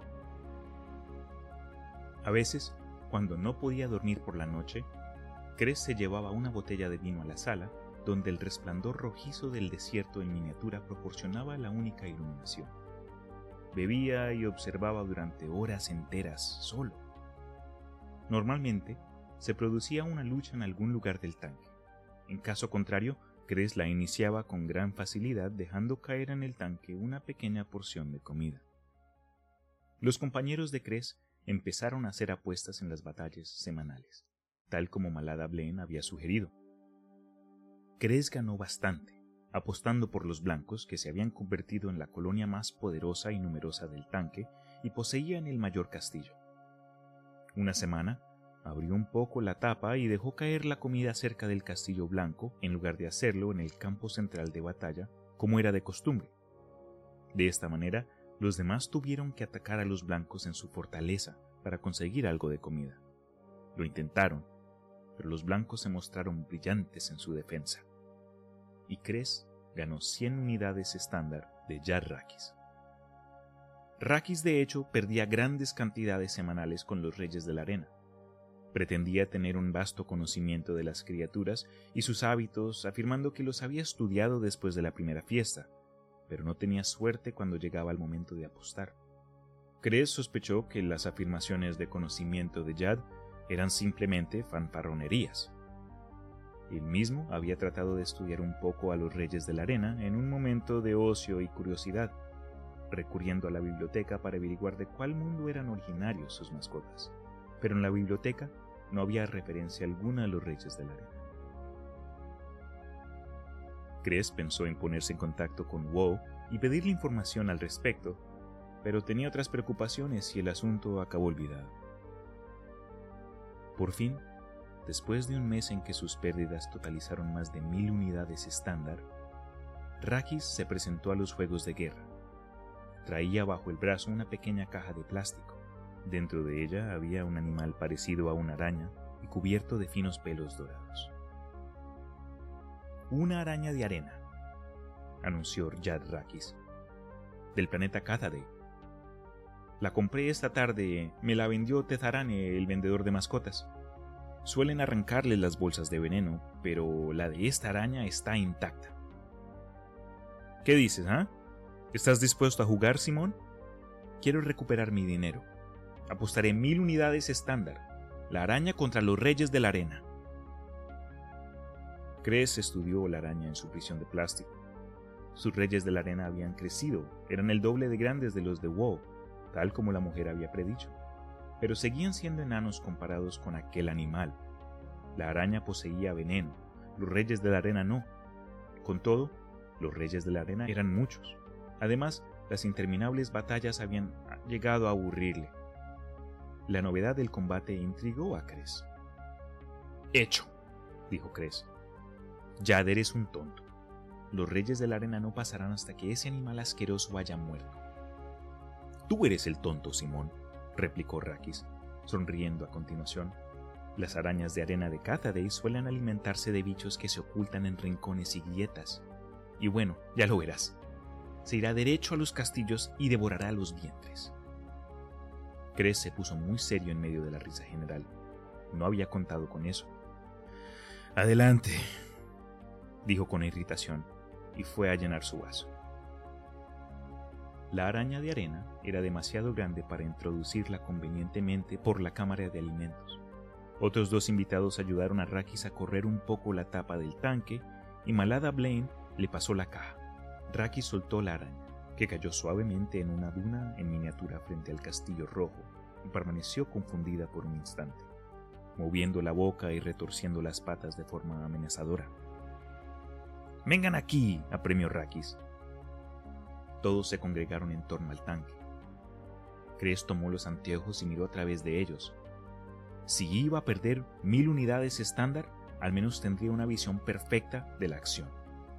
A veces, cuando no podía dormir por la noche, Cres se llevaba una botella de vino a la sala, donde el resplandor rojizo del desierto en miniatura proporcionaba la única iluminación. Bebía y observaba durante horas enteras solo. Normalmente, se producía una lucha en algún lugar del tanque. En caso contrario, Cres la iniciaba con gran facilidad, dejando caer en el tanque una pequeña porción de comida. Los compañeros de Cres empezaron a hacer apuestas en las batallas semanales, tal como Malada Blaine había sugerido. Cres ganó bastante, apostando por los blancos, que se habían convertido en la colonia más poderosa y numerosa del tanque y poseían el mayor castillo. Una semana, abrió un poco la tapa y dejó caer la comida cerca del castillo blanco en lugar de hacerlo en el campo central de batalla, como era de costumbre. De esta manera, los demás tuvieron que atacar a los blancos en su fortaleza para conseguir algo de comida. Lo intentaron, pero los blancos se mostraron brillantes en su defensa, y Cres ganó cien unidades estándar de Yad Rakis. Rakis, de hecho, perdía grandes cantidades semanales con los reyes de la arena. Pretendía tener un vasto conocimiento de las criaturas y sus hábitos, afirmando que los había estudiado después de la primera fiesta, pero no tenía suerte cuando llegaba el momento de apostar. Cres sospechó que las afirmaciones de conocimiento de Yad eran simplemente fanfarronerías. Él mismo había tratado de estudiar un poco a los reyes de la arena en un momento de ocio y curiosidad, recurriendo a la biblioteca para averiguar de cuál mundo eran originarios sus mascotas. Pero en la biblioteca no había referencia alguna a los Reyes de la Arena. Cress pensó en ponerse en contacto con Wow y pedirle información al respecto, pero tenía otras preocupaciones y el asunto acabó olvidado. Por fin, después de un mes en que sus pérdidas totalizaron más de mil unidades estándar, Rakis se presentó a los juegos de guerra. Traía bajo el brazo una pequeña caja de plástico. Dentro de ella había un animal parecido a una araña y cubierto de finos pelos dorados. «Una araña de arena», anunció Jad Rakis, «del planeta Cathay. La compré esta tarde, me la vendió Tezarane, el vendedor de mascotas. Suelen arrancarle las bolsas de veneno, pero la de esta araña está intacta». «¿Qué dices, ah? ¿Estás dispuesto a jugar, Simón? Quiero recuperar mi dinero. Apostaré mil unidades estándar. La araña contra los Reyes de la Arena». Cress estudió la araña en su prisión de plástico. Sus Reyes de la Arena habían crecido, eran el doble de grandes de los de WoW, tal como la mujer había predicho, pero seguían siendo enanos comparados con aquel animal. La araña poseía veneno, los Reyes de la Arena no. Con todo, los Reyes de la Arena eran muchos. Además, las interminables batallas habían llegado a aburrirle. La novedad del combate intrigó a Cress. «Hecho», dijo Cress. «Jad, eres un tonto. Los Reyes de la Arena no pasarán hasta que ese animal asqueroso haya muerto». «Tú eres el tonto, Simón», replicó Rakis, sonriendo a continuación. «Las arañas de arena de Cathay suelen alimentarse de bichos que se ocultan en rincones y grietas. Y bueno, ya lo verás. Se irá derecho a los castillos y devorará los vientres». Cress se puso muy serio en medio de la risa general. No había contado con eso. «Adelante», dijo con irritación, y fue a llenar su vaso. La araña de arena era demasiado grande para introducirla convenientemente por la cámara de alimentos. Otros dos invitados ayudaron a Rakis a correr un poco la tapa del tanque y Malada Blaine le pasó la caja. Rakis soltó la araña, que cayó suavemente en una duna en miniatura frente al castillo rojo y permaneció confundida por un instante, moviendo la boca y retorciendo las patas de forma amenazadora. «Vengan aquí», apremió Rakis. Todos se congregaron en torno al tanque. Cress tomó los anteojos y miró a través de ellos. Si iba a perder mil unidades estándar, al menos tendría una visión perfecta de la acción.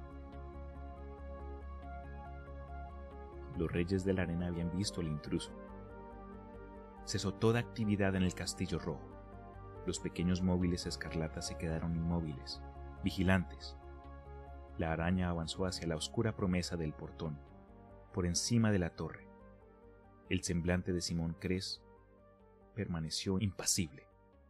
Los Reyes de la Arena habían visto al intruso. Cesó toda actividad en el Castillo Rojo. Los pequeños móviles escarlatas se quedaron inmóviles, vigilantes. La araña avanzó hacia la oscura promesa del portón, por encima de la torre. El semblante de Simón Cress permaneció impasible.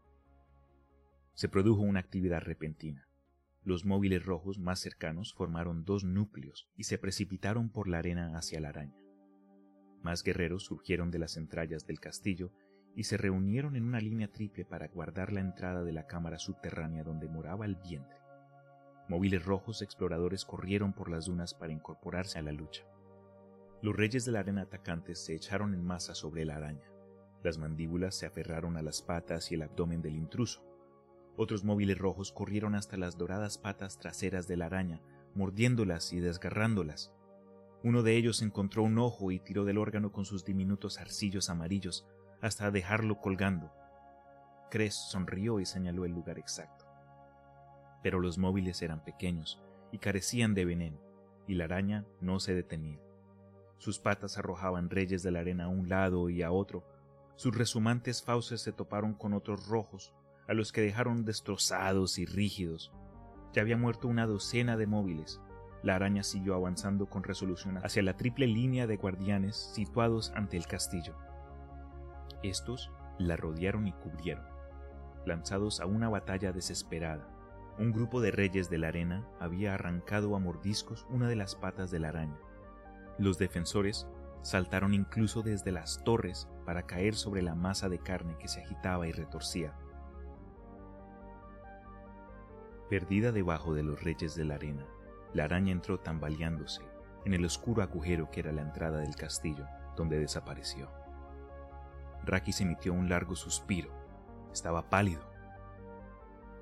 Se produjo una actividad repentina. Los móviles rojos más cercanos formaron dos núcleos y se precipitaron por la arena hacia la araña. Más guerreros surgieron de las entrañas del castillo y se reunieron en una línea triple para guardar la entrada de la cámara subterránea donde moraba el vientre. Móviles rojos exploradores corrieron por las dunas para incorporarse a la lucha. Los Reyes de la Arena atacantes se echaron en masa sobre la araña. Las mandíbulas se aferraron a las patas y el abdomen del intruso. Otros móviles rojos corrieron hasta las doradas patas traseras de la araña, mordiéndolas y desgarrándolas. Uno de ellos encontró un ojo y tiró del órgano con sus diminutos arcillos amarillos hasta dejarlo colgando. Cress sonrió y señaló el lugar exacto. Pero los móviles eran pequeños y carecían de veneno, y la araña no se detenía. Sus patas arrojaban Reyes de la Arena a un lado y a otro. Sus resumantes fauces se toparon con otros rojos, a los que dejaron destrozados y rígidos. Ya había muerto una docena de móviles. La araña siguió avanzando con resolución hacia la triple línea de guardianes situados ante el castillo. Estos la rodearon y cubrieron, lanzados a una batalla desesperada. Un grupo de Reyes de la Arena había arrancado a mordiscos una de las patas de la araña. Los defensores saltaron incluso desde las torres para caer sobre la masa de carne que se agitaba y retorcía. Perdida debajo de los Reyes de la Arena, la araña entró tambaleándose en el oscuro agujero que era la entrada del castillo, donde desapareció. Rakis emitió un largo suspiro. Estaba pálido,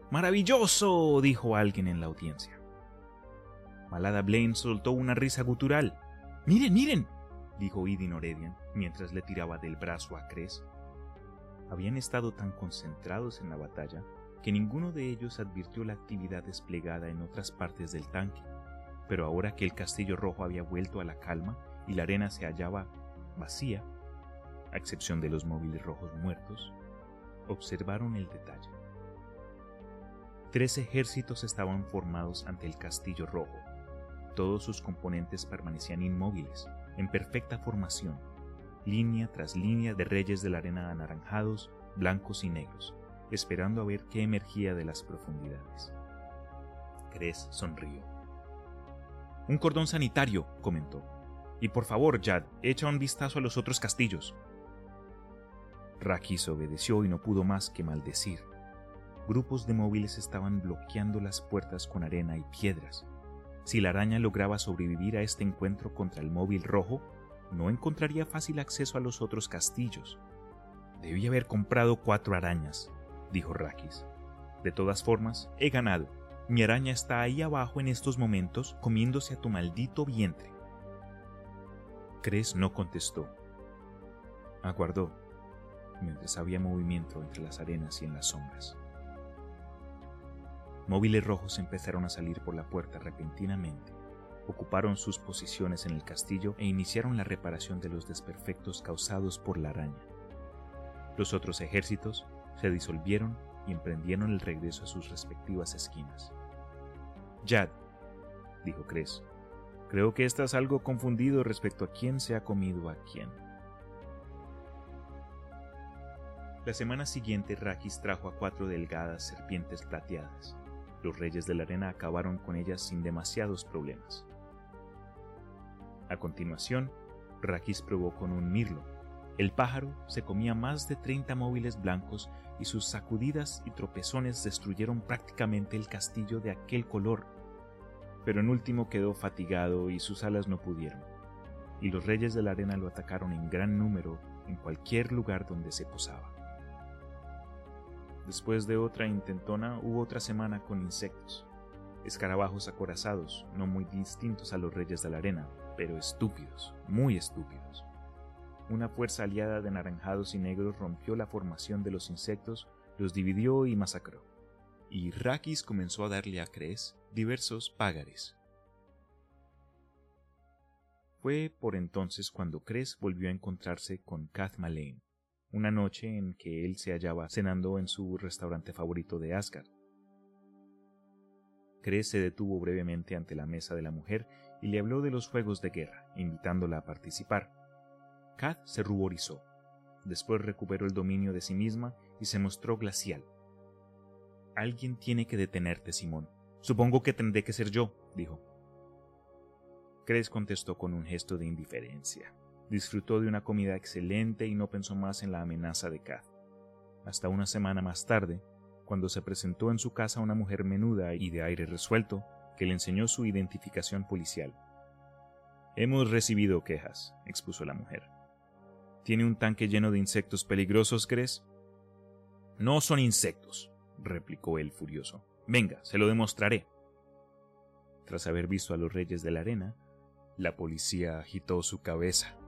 ¡Maravilloso!, dijo alguien en la audiencia. Malada Blaine soltó una risa gutural. ¡Miren, miren!, dijo Idin Oredian mientras le tiraba del brazo a Cress. Habían estado tan concentrados en la batalla que ninguno de ellos advirtió la actividad desplegada en otras partes del tanque, pero ahora que el Castillo Rojo había vuelto a la calma y la arena se hallaba vacía, a excepción de los móviles rojos muertos, observaron el detalle. Tres ejércitos estaban formados ante el Castillo Rojo. Todos sus componentes permanecían inmóviles, en perfecta formación, línea tras línea de reyes de la arena anaranjados, blancos y negros, esperando a ver qué emergía de las profundidades. Cress sonrió. «Un cordón sanitario», comentó. «Y por favor, Jad, echa un vistazo a los otros castillos». Rakis obedeció y no pudo más que maldecir. Grupos de móviles estaban bloqueando las puertas con arena y piedras. Si la araña lograba sobrevivir a este encuentro contra el móvil rojo, no encontraría fácil acceso a los otros castillos. «Debí haber comprado cuatro arañas», dijo Rakis. «De todas formas, he ganado. Mi araña está ahí abajo en estos momentos, comiéndose a tu maldito vientre». Cress no contestó. Aguardó, mientras había movimiento entre las arenas y en las sombras. Móviles rojos empezaron a salir por la puerta repentinamente. Ocuparon sus posiciones en el castillo e iniciaron la reparación de los desperfectos causados por la araña. Los otros ejércitos se disolvieron y emprendieron el regreso a sus respectivas esquinas. «Jad», dijo Cress, «creo que estás algo confundido respecto a quién se ha comido a quién». La semana siguiente Rakis trajo a cuatro delgadas serpientes plateadas. Los reyes de la arena acabaron con ellas sin demasiados problemas. A continuación, Rakis probó con un mirlo. El pájaro se comía más de treinta móviles blancos y sus sacudidas y tropezones destruyeron prácticamente el castillo de aquel color. Pero en último quedó fatigado y sus alas no pudieron, y los reyes de la arena lo atacaron en gran número en cualquier lugar donde se posaba. Después de otra intentona hubo otra semana con insectos, escarabajos acorazados, no muy distintos a los reyes de la arena, pero estúpidos, muy estúpidos. Una fuerza aliada de naranjados y negros rompió la formación de los insectos, los dividió y masacró. Y Rakis comenzó a darle a Cress diversos págares. Fue por entonces cuando Cress volvió a encontrarse con Cath Malain, una noche en que él se hallaba cenando en su restaurante favorito de Asgard. Cress se detuvo brevemente ante la mesa de la mujer y le habló de los juegos de guerra, invitándola a participar. Cath se ruborizó. Después recuperó el dominio de sí misma y se mostró glacial. «Alguien tiene que detenerte, Simón. Supongo que tendré que ser yo», dijo. Cress contestó con un gesto de indiferencia. Disfrutó de una comida excelente y no pensó más en la amenaza de Cath. Hasta una semana más tarde, cuando se presentó en su casa una mujer menuda y de aire resuelto, que le enseñó su identificación policial. «Hemos recibido quejas», expuso la mujer. «¿Tiene un tanque lleno de insectos peligrosos, Cress?» «No son insectos», replicó él furioso. «Venga, se lo demostraré». Tras haber visto a los reyes de la arena, la policía agitó su cabeza.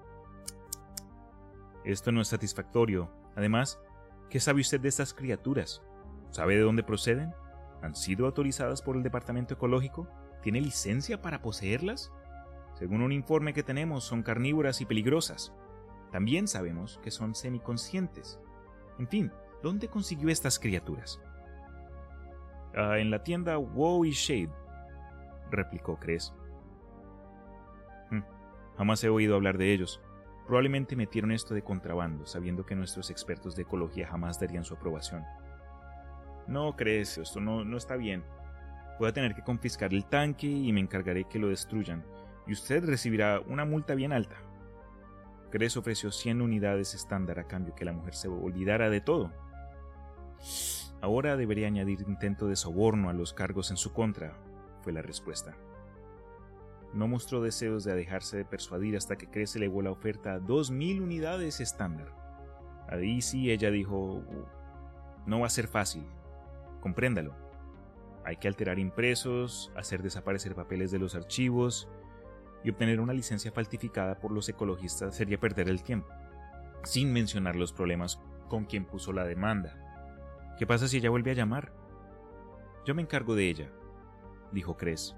«Esto no es satisfactorio. Además, ¿qué sabe usted de estas criaturas? ¿Sabe de dónde proceden? ¿Han sido autorizadas por el Departamento Ecológico? ¿Tiene licencia para poseerlas? Según un informe que tenemos, son carnívoras y peligrosas. También sabemos que son semiconscientes. En fin, ¿dónde consiguió estas criaturas?» Ah, en la tienda Wow y Shade», replicó Cress. Hm, «Jamás he oído hablar de ellos. Probablemente metieron esto de contrabando, sabiendo que nuestros expertos de ecología jamás darían su aprobación». «No, Cress, esto no, no está bien. Voy a tener que confiscar el tanque y me encargaré que lo destruyan, y usted recibirá una multa bien alta». Cress ofreció cien unidades estándar a cambio que la mujer se olvidara de todo. «Ahora debería añadir intento de soborno a los cargos en su contra», fue la respuesta. No mostró deseos de dejarse de persuadir hasta que Cress elevó la oferta a dos mil unidades estándar. Ahí sí ella dijo: «No va a ser fácil. compréndalo. Hay que alterar impresos, hacer desaparecer papeles de los archivos, y obtener una licencia falsificada por los ecologistas sería perder el tiempo, sin mencionar los problemas con quien puso la demanda. ¿Qué pasa si ella vuelve a llamar? Yo me encargo de ella, dijo Cres.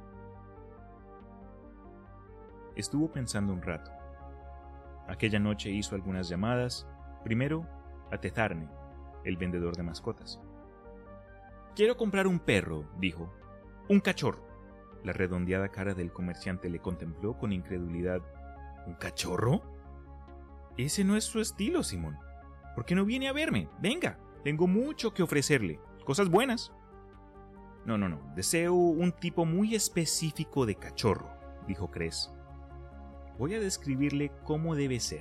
Estuvo pensando un rato. Aquella noche hizo algunas llamadas, primero a Tetharne, el vendedor de mascotas. Quiero comprar un perro, dijo. Un cachorro. La redondeada cara del comerciante le contempló con incredulidad. ¿Un cachorro? Ese no es su estilo, Simón. ¿Por qué no viene a verme? Venga, tengo mucho que ofrecerle. Cosas buenas. No, no, no. Deseo un tipo muy específico de cachorro, dijo Cres. Voy a describirle cómo debe ser.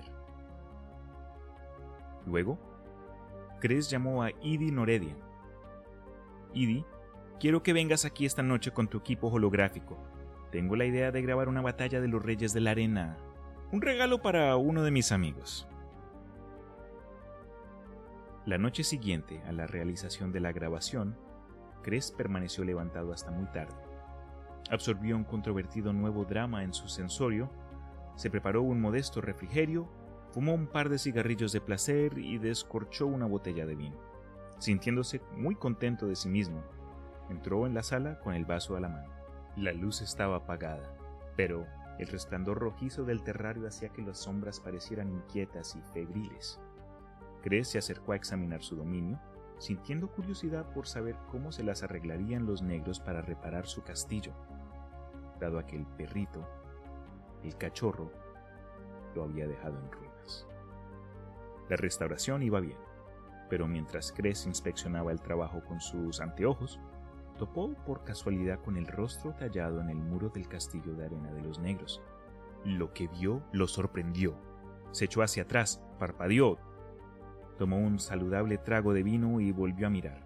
Luego, Cres llamó a Idi Noredian. Idi, quiero que vengas aquí esta noche con tu equipo holográfico. Tengo la idea de grabar una batalla de los Reyes de la Arena. Un regalo para uno de mis amigos. La noche siguiente a la realización de la grabación, Cres permaneció levantado hasta muy tarde. Absorbió un controvertido nuevo drama en su sensorio, se preparó un modesto refrigerio, fumó un par de cigarrillos de placer y descorchó una botella de vino. Sintiéndose muy contento de sí mismo, entró en la sala con el vaso a la mano. La luz estaba apagada, pero el resplandor rojizo del terrario hacía que las sombras parecieran inquietas y febriles. Cres se acercó a examinar su dominio, sintiendo curiosidad por saber cómo se las arreglarían los negros para reparar su castillo, dado a que el perrito, el cachorro, lo había dejado en ruinas. La restauración iba bien, pero mientras Cres inspeccionaba el trabajo con sus anteojos, topó por casualidad con el rostro tallado en el muro del castillo de arena de los negros. Lo que vio lo sorprendió. Se echó hacia atrás, parpadeó, tomó un saludable trago de vino y volvió a mirar.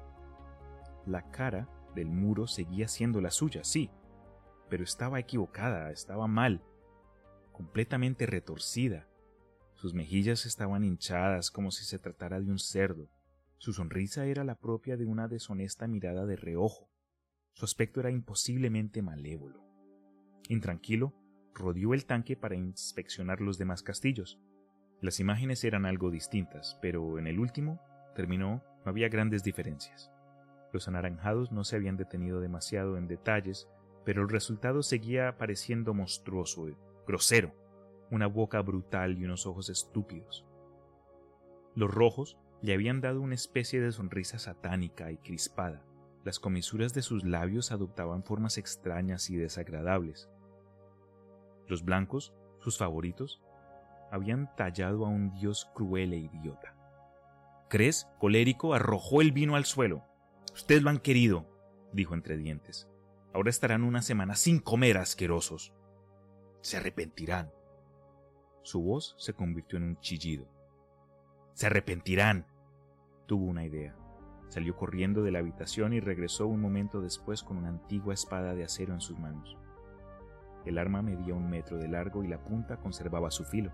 La cara del muro seguía siendo la suya, sí, pero estaba equivocada, estaba mal, completamente retorcida. Sus mejillas estaban hinchadas como si se tratara de un cerdo. Su sonrisa era la propia de una deshonesta mirada de reojo. Su aspecto era imposiblemente malévolo. Intranquilo, rodeó el tanque para inspeccionar los demás castillos. Las imágenes eran algo distintas, pero en el último, terminó, no había grandes diferencias. Los anaranjados no se habían detenido demasiado en detalles, pero el resultado seguía pareciendo monstruoso, grosero, una boca brutal y unos ojos estúpidos. Los rojos le habían dado una especie de sonrisa satánica y crispada. Las comisuras de sus labios adoptaban formas extrañas y desagradables. Los blancos, sus favoritos, habían tallado a un dios cruel e idiota. Cres, colérico, arrojó el vino al suelo. «Ustedes lo han querido», dijo entre dientes. «Ahora estarán una semana sin comer, asquerosos. Se arrepentirán». Su voz se convirtió en un chillido. «Se arrepentirán». Tuvo una idea. Salió corriendo de la habitación y regresó un momento después con una antigua espada de acero en sus manos. El arma medía un metro de largo y la punta conservaba su filo.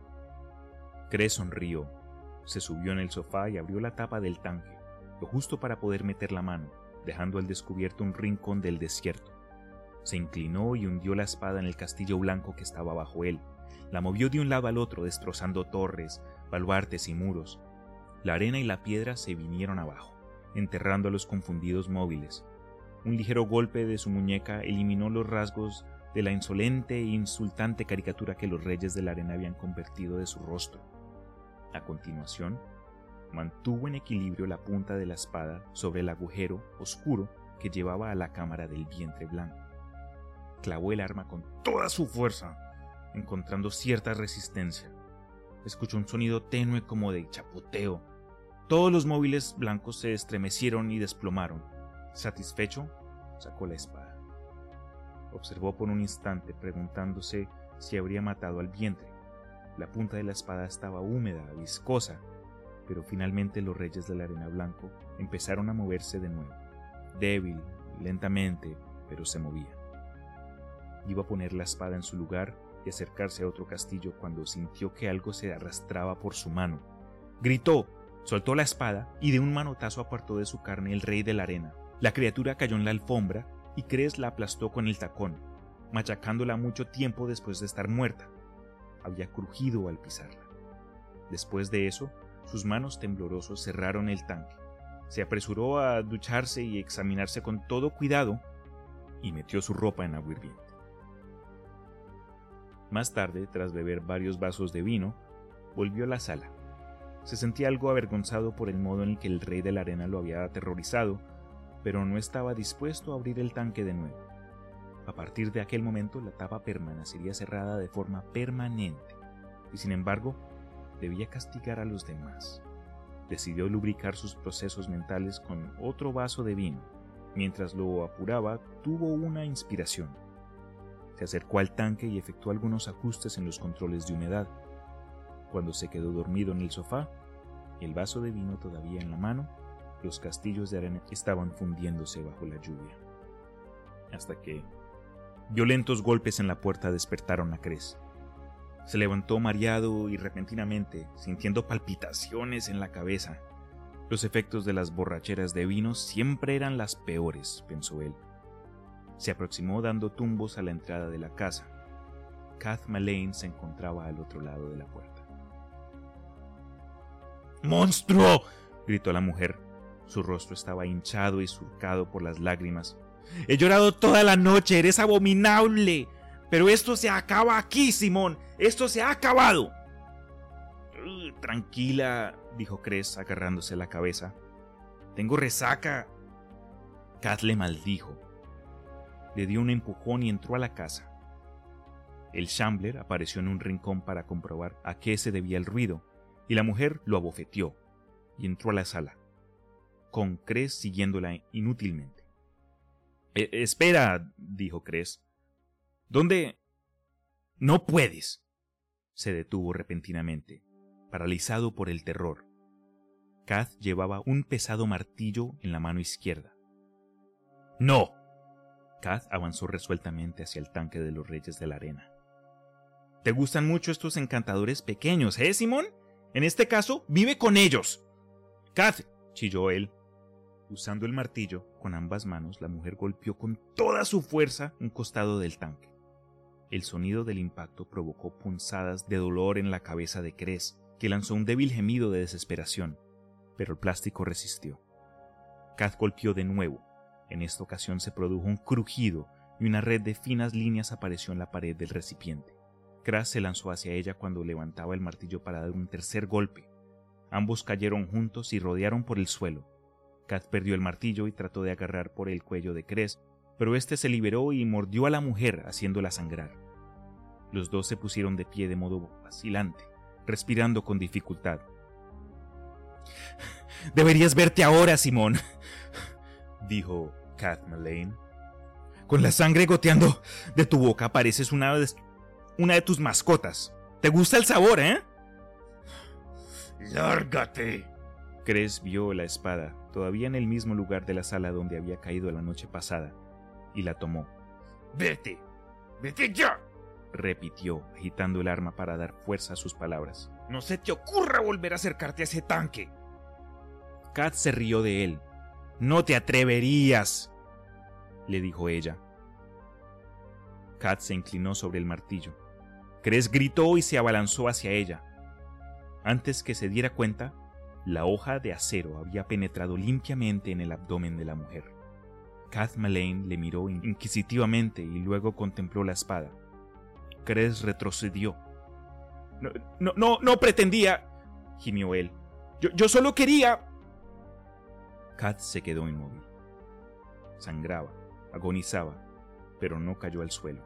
Cres sonrió, se subió en el sofá y abrió la tapa del tanque, lo justo para poder meter la mano, dejando al descubierto un rincón del desierto. Se inclinó y hundió la espada en el castillo blanco que estaba bajo él. La movió de un lado al otro, destrozando torres, baluartes y muros. La arena y la piedra se vinieron abajo, enterrando a los confundidos móviles. Un ligero golpe de su muñeca eliminó los rasgos de la insolente e insultante caricatura que los reyes de la arena habían convertido de su rostro. A continuación, mantuvo en equilibrio la punta de la espada sobre el agujero oscuro que llevaba a la cámara del vientre blanco. Clavó el arma con toda su fuerza, encontrando cierta resistencia. Escuchó un sonido tenue como de chapoteo. Todos los móviles blancos se estremecieron y desplomaron. Satisfecho, sacó la espada. Observó por un instante, preguntándose si habría matado al vientre. La punta de la espada estaba húmeda, viscosa, pero finalmente los reyes de la arena blanco empezaron a moverse de nuevo, débil, lentamente, pero se movían. Iba a poner la espada en su lugar y acercarse a otro castillo cuando sintió que algo se arrastraba por su mano. Gritó, Soltó la espada y de un manotazo apartó de su carne el rey de la arena. La criatura cayó en la alfombra y Cres la aplastó con el tacón, machacándola mucho tiempo después de estar muerta. Había crujido al pisarla. Después de eso, sus manos temblorosos cerraron el tanque. Se apresuró a ducharse y examinarse con todo cuidado y metió su ropa en agua hirviente. Más tarde, tras beber varios vasos de vino, volvió a la sala. Se sentía algo avergonzado por el modo en el que el rey de la arena lo había aterrorizado, pero no estaba dispuesto a abrir el tanque de nuevo. A partir de aquel momento, la tapa permanecería cerrada de forma permanente, y sin embargo, debía castigar a los demás. Decidió lubricar sus procesos mentales con otro vaso de vino. Mientras lo apuraba, tuvo una inspiración. Se acercó al tanque y efectuó algunos ajustes en los controles de humedad. Cuando se quedó dormido en el sofá, el vaso de vino todavía en la mano, los castillos de arena estaban fundiéndose bajo la lluvia. Hasta que violentos golpes en la puerta despertaron a Cres. Se levantó mareado y repentinamente, sintiendo palpitaciones en la cabeza. Los efectos de las borracheras de vino siempre eran las peores, pensó él. Se aproximó dando tumbos a la entrada de la casa. Cath Malain se encontraba al otro lado de la puerta. ¡Monstruo!, gritó la mujer. Su rostro estaba hinchado y surcado por las lágrimas. ¡He llorado toda la noche! ¡Eres abominable! Pero esto se acaba aquí, Simón. ¡Esto se ha acabado! Uh, tranquila, dijo Cres agarrándose la cabeza. Tengo resaca. Cath le maldijo. Le dio un empujón y entró a la casa. El Shambler apareció en un rincón para comprobar a qué se debía el ruido, y la mujer lo abofeteó y entró a la sala, con Cres siguiéndola inútilmente. E- «Espera», dijo Cres. «¿Dónde?» «No puedes». Se detuvo repentinamente, paralizado por el terror. Cath llevaba un pesado martillo en la mano izquierda. «¡No!». Cath avanzó resueltamente hacia el tanque de los Reyes de la Arena. «Te gustan mucho estos encantadores pequeños, ¿eh, Simón? En este caso, vive con ellos». «Cath», chilló él. Usando el martillo con ambas manos, la mujer golpeó con toda su fuerza un costado del tanque. El sonido del impacto provocó punzadas de dolor en la cabeza de Cres, que lanzó un débil gemido de desesperación, pero el plástico resistió. Cath golpeó de nuevo. En esta ocasión se produjo un crujido y una red de finas líneas apareció en la pared del recipiente. Cres se lanzó hacia ella cuando levantaba el martillo para dar un tercer golpe. Ambos cayeron juntos y rodearon por el suelo. Cath perdió el martillo y trató de agarrar por el cuello de Cres, pero este se liberó y mordió a la mujer, haciéndola sangrar. Los dos se pusieron de pie de modo vacilante, respirando con dificultad. «Deberías verte ahora, Simón», dijo Cath Malain. «Con la sangre goteando de tu boca pareces una de, una de tus mascotas. ¿Te gusta el sabor, eh?» «¡Lárgate!». Cres vio la espada, todavía en el mismo lugar de la sala donde había caído la noche pasada, y la tomó. «¡Vete! ¡Vete ya!», repitió, agitando el arma para dar fuerza a sus palabras. «¡No se te ocurra volver a acercarte a ese tanque!». Cath se rió de él. «¡No te atreverías!», le dijo ella. Cath se inclinó sobre el martillo. Cres gritó y se abalanzó hacia ella. Antes que se diera cuenta, la hoja de acero había penetrado limpiamente en el abdomen de la mujer. Cath Malain le miró inquisitivamente y luego contempló la espada. Cres retrocedió. «No, no, no, no pretendía», gimió él. Yo, yo solo quería... Cath se quedó inmóvil. Sangraba, agonizaba, pero no cayó al suelo.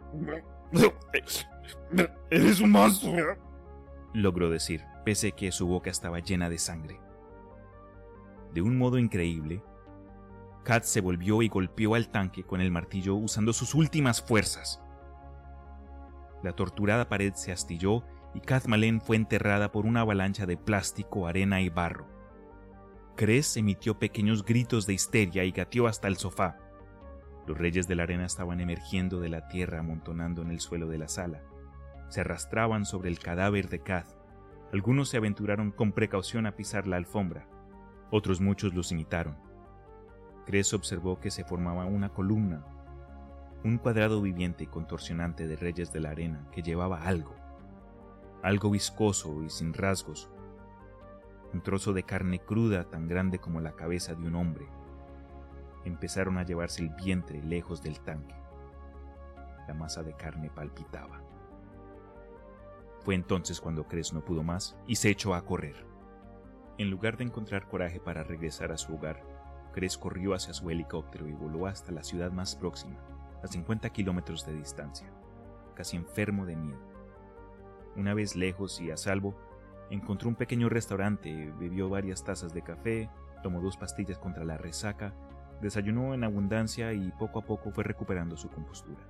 «Eres un monstruo», logró decir, pese a que su boca estaba llena de sangre. De un modo increíble, Cath se volvió y golpeó al tanque con el martillo usando sus últimas fuerzas. La torturada pared se astilló y Cath Malain fue enterrada por una avalancha de plástico, arena y barro. Cres emitió pequeños gritos de histeria y gateó hasta el sofá. Los Reyes de la Arena estaban emergiendo de la tierra amontonando en el suelo de la sala. Se arrastraban sobre el cadáver de Cath, Algunos se aventuraron con precaución a pisar la alfombra, otros muchos los imitaron. Cres observó que se formaba una columna, un cuadrado viviente y contorsionante de reyes de la arena que llevaba algo, algo viscoso y sin rasgos, un trozo de carne cruda tan grande como la cabeza de un hombre. Empezaron a llevarse el vientre lejos del tanque. La masa de carne palpitaba. Fue entonces cuando Cres no pudo más y se echó a correr. En lugar de encontrar coraje para regresar a su hogar, Cres corrió hacia su helicóptero y voló hasta la ciudad más próxima, a cincuenta kilómetros de distancia, casi enfermo de miedo. Una vez lejos y a salvo, encontró un pequeño restaurante, bebió varias tazas de café, tomó dos pastillas contra la resaca, desayunó en abundancia y poco a poco fue recuperando su compostura.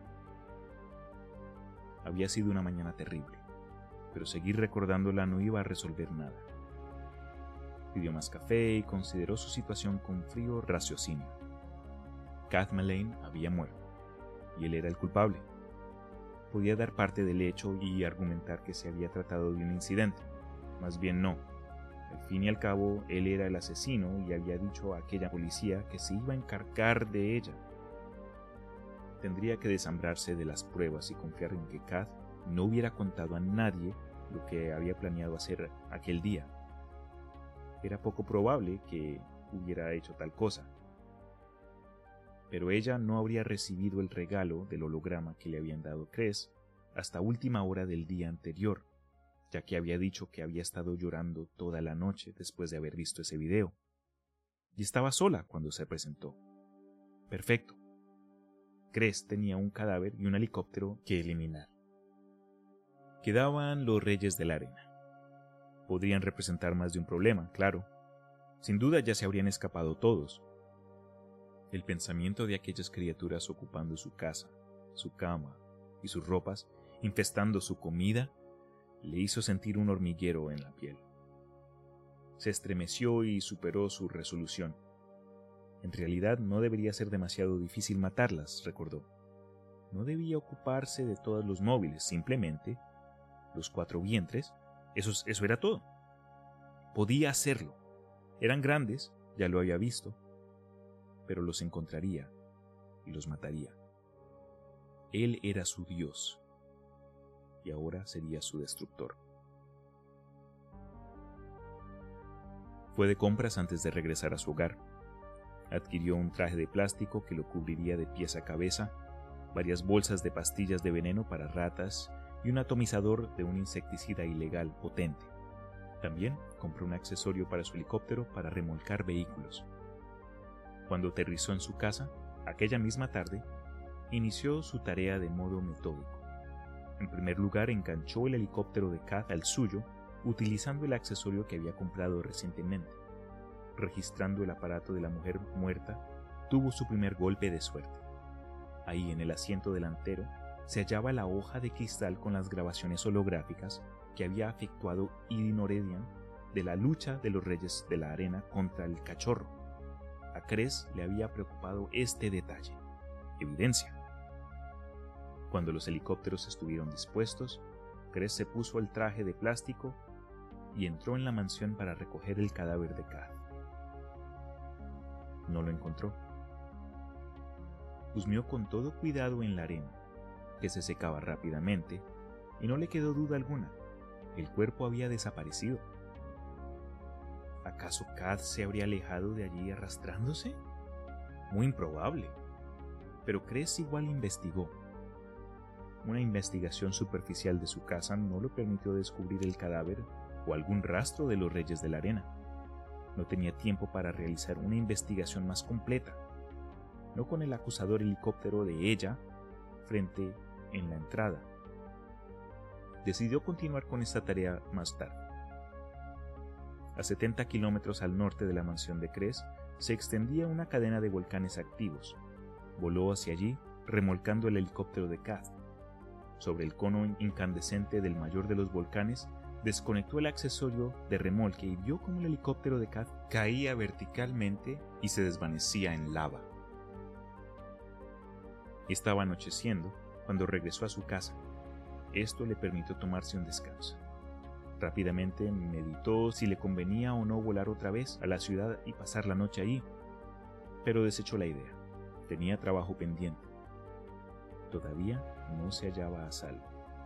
Había sido una mañana terrible, pero seguir recordándola no iba a resolver nada. Pidió más café y consideró su situación con frío raciocinio. Kath Mullane había muerto, y él era el culpable. Podía dar parte del hecho y argumentar que se había tratado de un incidente. Más bien no. Al fin y al cabo, él era el asesino y había dicho a aquella policía que se iba a encargar de ella. Tendría que desambrarse de las pruebas y confiar en que Kath no hubiera contado a nadie lo que había planeado hacer aquel día. Era poco probable que hubiera hecho tal cosa. Pero ella no habría recibido el regalo del holograma que le habían dado Cres hasta última hora del día anterior, ya que había dicho que había estado llorando toda la noche después de haber visto ese video. Y estaba sola cuando se presentó. Perfecto. Cres tenía un cadáver y un helicóptero que eliminar. Quedaban los reyes de la arena. Podrían representar más de un problema, claro. Sin duda ya se habrían escapado todos. El pensamiento de aquellas criaturas ocupando su casa, su cama y sus ropas, infestando su comida, le hizo sentir un hormiguero en la piel. Se estremeció y superó su resolución. En realidad no debería ser demasiado difícil matarlas, recordó. No debía ocuparse de todos los móviles, simplemente los cuatro vientres, eso, eso era todo. Podía hacerlo. Eran grandes, ya lo había visto, pero los encontraría y los mataría. Él era su Dios, y ahora sería su destructor. Fue de compras antes de regresar a su hogar. Adquirió un traje de plástico que lo cubriría de pies a cabeza, varias bolsas de pastillas de veneno para ratas y un atomizador de un insecticida ilegal potente. También compró un accesorio para su helicóptero para remolcar vehículos. Cuando aterrizó en su casa, aquella misma tarde, inició su tarea de modo metódico. En primer lugar, enganchó el helicóptero de Kath al suyo, utilizando el accesorio que había comprado recientemente. Registrando el aparato de la mujer muerta, tuvo su primer golpe de suerte. Ahí, en el asiento delantero, se hallaba la hoja de cristal con las grabaciones holográficas que había efectuado Idin Oredian de la lucha de los reyes de la arena contra el cachorro. A Cres le había preocupado este detalle. Evidencia. Cuando los helicópteros estuvieron dispuestos, Cres se puso el traje de plástico y entró en la mansión para recoger el cadáver de Kath. No lo encontró. Husmeó con todo cuidado en la arena, que se secaba rápidamente, y no le quedó duda alguna. El cuerpo había desaparecido. ¿Acaso Kath se habría alejado de allí arrastrándose? Muy improbable. Pero Cres igual investigó. Una investigación superficial de su casa no le permitió descubrir el cadáver o algún rastro de los reyes de la arena. No tenía tiempo para realizar una investigación más completa, no con el acusador helicóptero de ella frente en la entrada. Decidió continuar con esta tarea más tarde. A setenta kilómetros al norte de la mansión de Cres se extendía una cadena de volcanes activos. Voló hacia allí, remolcando el helicóptero de Kath. Sobre el cono incandescente del mayor de los volcanes, desconectó el accesorio de remolque y vio cómo el helicóptero de Kath caía verticalmente y se desvanecía en lava. Estaba anocheciendo cuando regresó a su casa. Esto le permitió tomarse un descanso. Rápidamente meditó si le convenía o no volar otra vez a la ciudad y pasar la noche allí, pero desechó la idea. Tenía trabajo pendiente. Todavía no se hallaba a salvo.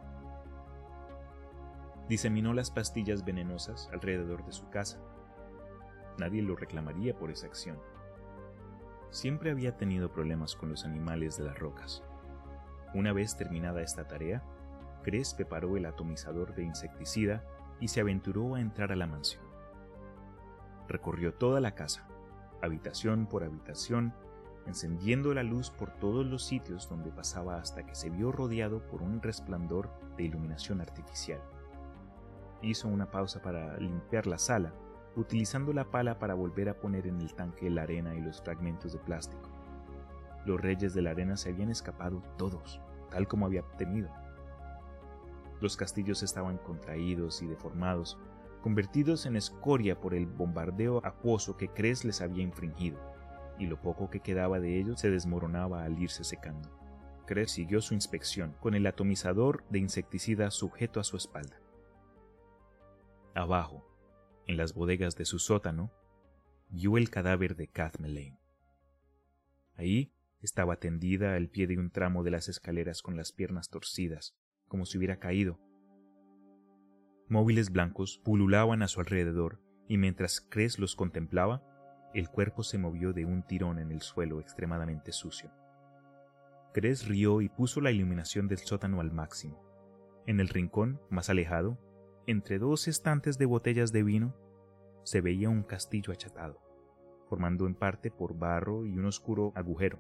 Diseminó las pastillas venenosas alrededor de su casa. Nadie lo reclamaría por esa acción. Siempre había tenido problemas con los animales de las rocas. Una vez terminada esta tarea, Cres preparó el atomizador de insecticida y se aventuró a entrar a la mansión. Recorrió toda la casa, habitación por habitación, encendiendo la luz por todos los sitios donde pasaba hasta que se vio rodeado por un resplandor de iluminación artificial. Hizo una pausa para limpiar la sala, utilizando la pala para volver a poner en el tanque la arena y los fragmentos de plástico. Los reyes de la arena se habían escapado todos, tal como había temido. Los castillos estaban contraídos y deformados, convertidos en escoria por el bombardeo acuoso que Cres les había infringido, y lo poco que quedaba de ellos se desmoronaba al irse secando. Cres siguió su inspección, con el atomizador de insecticida sujeto a su espalda. Abajo, en las bodegas de su sótano, vio el cadáver de Cath Mellane. Ahí estaba tendida al pie de un tramo de las escaleras con las piernas torcidas, como si hubiera caído. Móviles blancos pululaban a su alrededor, y mientras Cres los contemplaba, el cuerpo se movió de un tirón en el suelo extremadamente sucio. Cres rió y puso la iluminación del sótano al máximo. En el rincón, más alejado, entre dos estantes de botellas de vino, se veía un castillo achatado, formando en parte por barro y un oscuro agujero.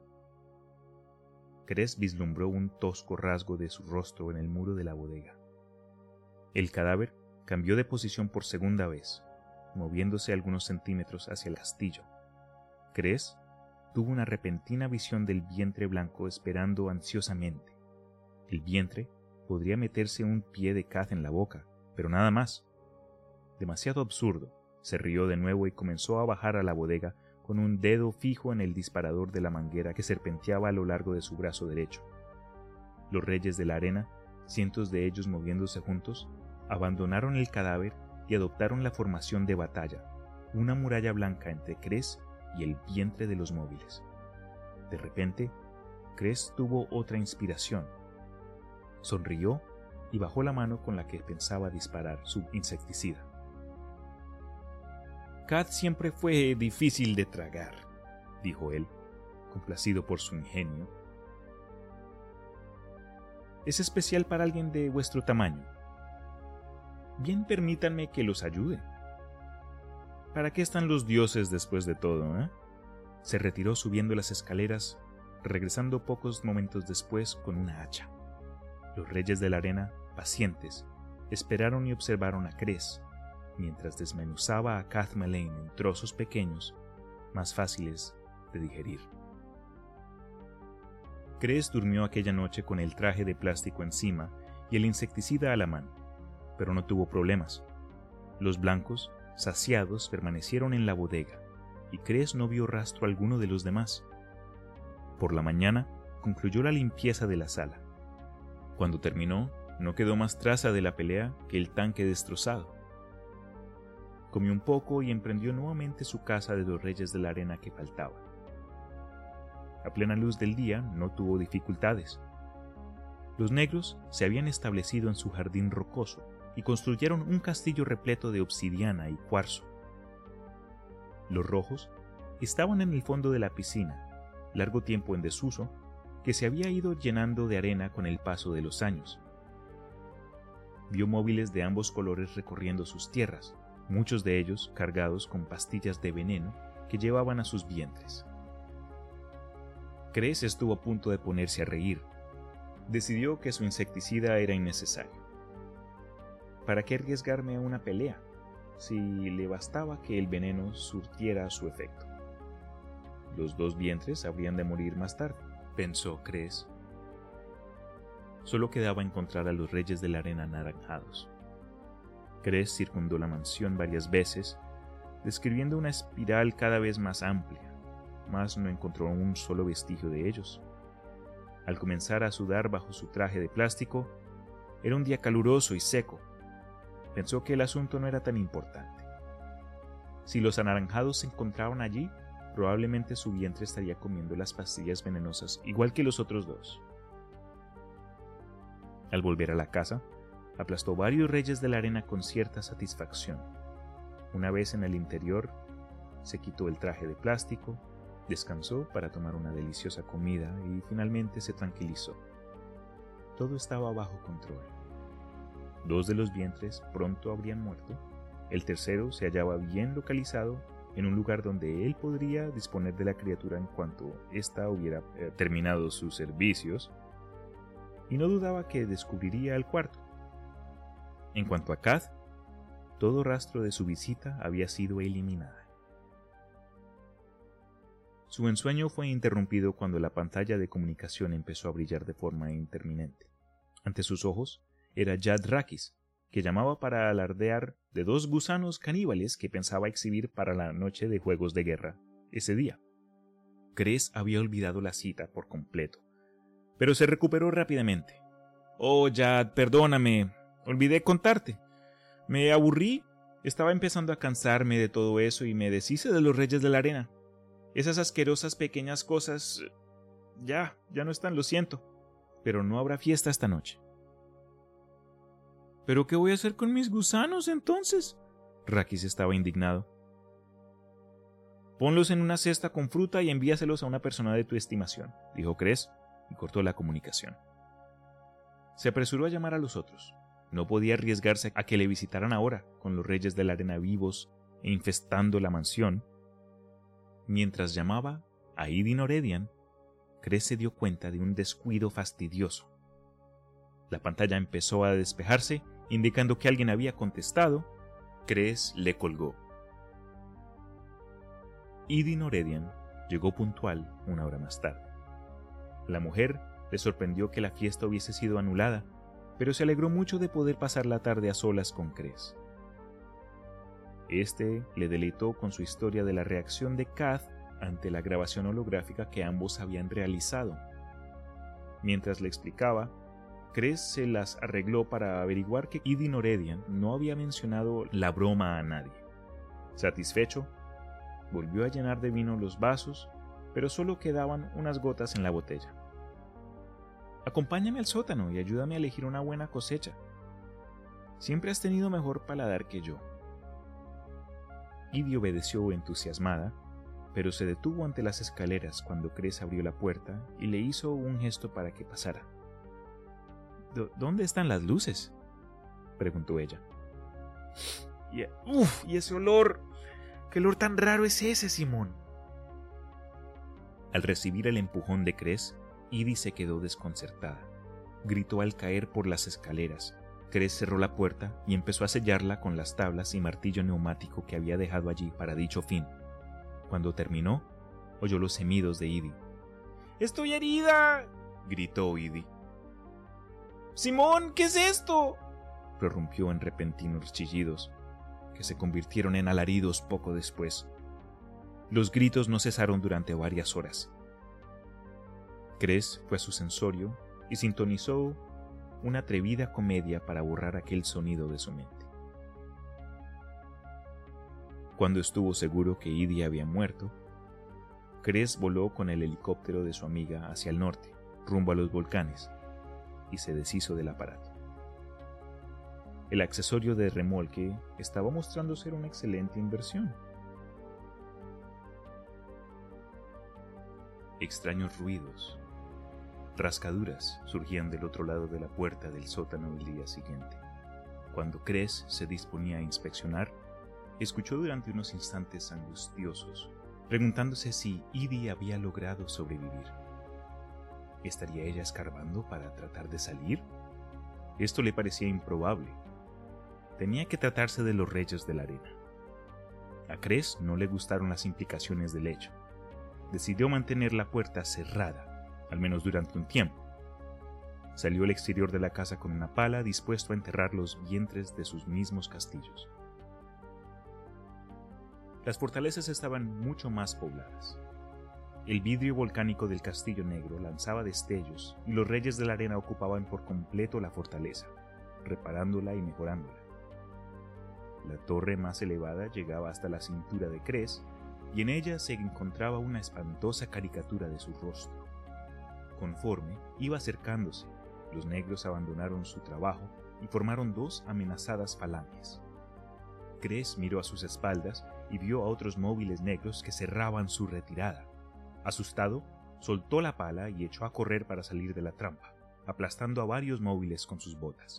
Cres vislumbró un tosco rasgo de su rostro en el muro de la bodega. El cadáver cambió de posición por segunda vez, moviéndose algunos centímetros hacia el castillo. Cres tuvo una repentina visión del vientre blanco esperando ansiosamente. El vientre podría meterse un pie de Cath en la boca, pero nada más. Demasiado absurdo. Se rió de nuevo y comenzó a bajar a la bodega con un dedo fijo en el disparador de la manguera que serpenteaba a lo largo de su brazo derecho. Los reyes de la arena, cientos de ellos moviéndose juntos, abandonaron el cadáver y adoptaron la formación de batalla, una muralla blanca entre Cres y el vientre de los móviles. De repente, Cres tuvo otra inspiración. Sonrió y bajó la mano con la que pensaba disparar su insecticida. Cath siempre fue difícil de tragar, dijo él, complacido por su ingenio. Es especial para alguien de vuestro tamaño. Bien, permítanme que los ayude. ¿Para qué están los dioses después de todo, eh? Se retiró subiendo las escaleras, regresando pocos momentos después con una hacha. Los reyes de la arena, pacientes, esperaron y observaron a Cres, mientras desmenuzaba a Cath Mellane en trozos pequeños, más fáciles de digerir. Cres durmió aquella noche con el traje de plástico encima y el insecticida a la mano, pero no tuvo problemas. Los blancos, saciados, permanecieron en la bodega, y Cres no vio rastro alguno de los demás. Por la mañana, concluyó la limpieza de la sala. Cuando terminó, no quedó más traza de la pelea que el tanque destrozado. Comió un poco y emprendió nuevamente su caza de los reyes de la arena que faltaba. A plena luz del día no tuvo dificultades. Los negros se habían establecido en su jardín rocoso y construyeron un castillo repleto de obsidiana y cuarzo. Los rojos estaban en el fondo de la piscina, largo tiempo en desuso, que se había ido llenando de arena con el paso de los años. Vio móviles de ambos colores recorriendo sus tierras, muchos de ellos cargados con pastillas de veneno que llevaban a sus vientres. Cres estuvo a punto de ponerse a reír. Decidió que su insecticida era innecesario. ¿Para qué arriesgarme a una pelea, si le bastaba que el veneno surtiera su efecto? Los dos vientres habrían de morir más tarde, pensó Cres. Solo quedaba encontrar a los reyes de la arena anaranjados. Cres circundó la mansión varias veces, describiendo una espiral cada vez más amplia, mas no encontró un solo vestigio de ellos. Al comenzar a sudar bajo su traje de plástico, era un día caluroso y seco. pensó que el asunto no era tan importante. Si los anaranjados se encontraban allí, probablemente su vientre estaría comiendo las pastillas venenosas igual que los otros dos. Al volver a la casa, aplastó varios reyes de la arena con cierta satisfacción. Una vez en el interior, se quitó el traje de plástico, descansó para tomar una deliciosa comida y finalmente se tranquilizó. Todo estaba bajo control. Dos de los vientres pronto habrían muerto. El tercero se hallaba bien localizado en un lugar donde él podría disponer de la criatura en cuanto ésta hubiera eh, terminado sus servicios, y no dudaba que descubriría el cuarto. En cuanto a Kath, todo rastro de su visita había sido eliminada. Su ensueño fue interrumpido cuando la pantalla de comunicación empezó a brillar de forma interminente. Ante sus ojos era Jad Rakis, que llamaba para alardear de dos gusanos caníbales que pensaba exhibir para la noche de juegos de guerra ese día. Cres había olvidado la cita por completo, pero se recuperó rápidamente. «Oh, Jad, perdóname, olvidé contarte. Me aburrí, estaba empezando a cansarme de todo eso y me deshice de los reyes de la arena. Esas asquerosas pequeñas cosas... Ya, ya no están, lo siento. Pero no habrá fiesta esta noche». «¿Pero qué voy a hacer con mis gusanos entonces?», Rakis estaba indignado. «Ponlos en una cesta con fruta y envíaselos a una persona de tu estimación», dijo Cres, y cortó la comunicación. Se apresuró a llamar a los otros. No podía arriesgarse a que le visitaran ahora, con los reyes de la arena vivos e infestando la mansión. Mientras llamaba a Idin Oredian, Cres se dio cuenta de un descuido fastidioso. La pantalla empezó a despejarse, indicando que alguien había contestado. Cres le colgó. Idin Oredian llegó puntual una hora más tarde. La mujer le sorprendió que la fiesta hubiese sido anulada, pero se alegró mucho de poder pasar la tarde a solas con Cres. Este le deleitó con su historia de la reacción de Kath ante la grabación holográfica que ambos habían realizado. Mientras le explicaba, Cres se las arregló para averiguar que Idin Oredian no había mencionado la broma a nadie. Satisfecho, volvió a llenar de vino los vasos, pero solo quedaban unas gotas en la botella. «Acompáñame al sótano y ayúdame a elegir una buena cosecha. Siempre has tenido mejor paladar que yo». Idi obedeció entusiasmada, pero se detuvo ante las escaleras cuando Cres abrió la puerta y le hizo un gesto para que pasara. «¿Dónde están las luces?», preguntó ella. Y, ¡Uf! ¿Y ese olor? ¿Qué olor tan raro es ese, Simón?». Al recibir el empujón de Cres, Idi se quedó desconcertada. Gritó al caer por las escaleras. Cres cerró la puerta y empezó a sellarla con las tablas y martillo neumático que había dejado allí para dicho fin. Cuando terminó, oyó los gemidos de Idi. «¡Estoy herida!», gritó Idi. «Simón, ¿qué es esto?», prorrumpió en repentinos chillidos, que se convirtieron en alaridos poco después. Los gritos no cesaron durante varias horas. Cres fue a su sensorio y sintonizó una atrevida comedia para borrar aquel sonido de su mente. Cuando estuvo seguro que Idi había muerto, Cres voló con el helicóptero de su amiga hacia el norte, rumbo a los volcanes, y se deshizo del aparato. El accesorio de remolque estaba mostrando ser una excelente inversión. Extraños ruidos, rascaduras surgían del otro lado de la puerta del sótano el día siguiente. Cuando Cres se disponía a inspeccionar, escuchó durante unos instantes angustiosos, preguntándose si Idi había logrado sobrevivir. ¿Estaría ella escarbando para tratar de salir? Esto le parecía improbable. Tenía que tratarse de los reyes de la arena. A Cres no le gustaron las implicaciones del hecho. Decidió mantener la puerta cerrada, al menos durante un tiempo. Salió al exterior de la casa con una pala, dispuesto a enterrar los vientres de sus mismos castillos. Las fortalezas estaban mucho más pobladas. El vidrio volcánico del Castillo Negro lanzaba destellos y los reyes de la arena ocupaban por completo la fortaleza, reparándola y mejorándola. La torre más elevada llegaba hasta la cintura de Cres, y en ella se encontraba una espantosa caricatura de su rostro. Conforme iba acercándose, los negros abandonaron su trabajo y formaron dos amenazadas falanges. Cres miró a sus espaldas y vio a otros móviles negros que cerraban su retirada. Asustado, soltó la pala y echó a correr para salir de la trampa, aplastando a varios móviles con sus botas.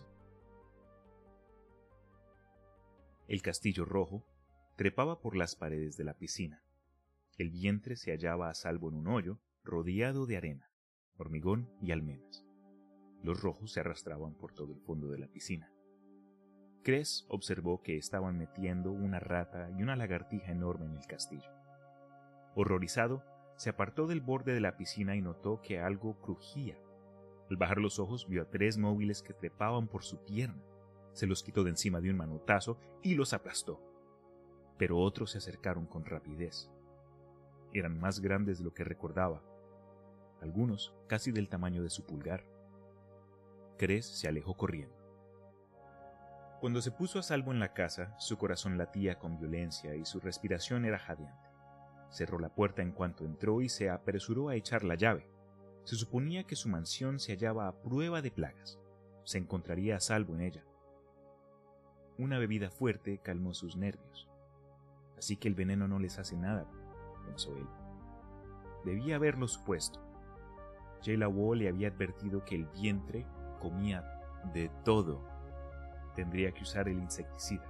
El castillo rojo trepaba por las paredes de la piscina. El vientre se hallaba a salvo en un hoyo rodeado de arena, hormigón y almenas. Los rojos se arrastraban por todo el fondo de la piscina. Cres observó que estaban metiendo una rata y una lagartija enorme en el castillo. Horrorizado, se apartó del borde de la piscina y notó que algo crujía. Al bajar los ojos vio a tres móviles que trepaban por su pierna. Se los quitó de encima de un manotazo y los aplastó. Pero otros se acercaron con rapidez. Eran más grandes de lo que recordaba, algunos casi del tamaño de su pulgar. Cres se alejó corriendo. Cuando se puso a salvo en la casa, su corazón latía con violencia y su respiración era jadeante. Cerró la puerta en cuanto entró y se apresuró a echar la llave. Se suponía que su mansión se hallaba a prueba de plagas. Se encontraría a salvo en ella. Una bebida fuerte calmó sus nervios. Así que el veneno no les hace nada, pensó él. Debía haberlo supuesto. Jayla Wall le había advertido que el vientre comía de todo. Tendría que usar el insecticida.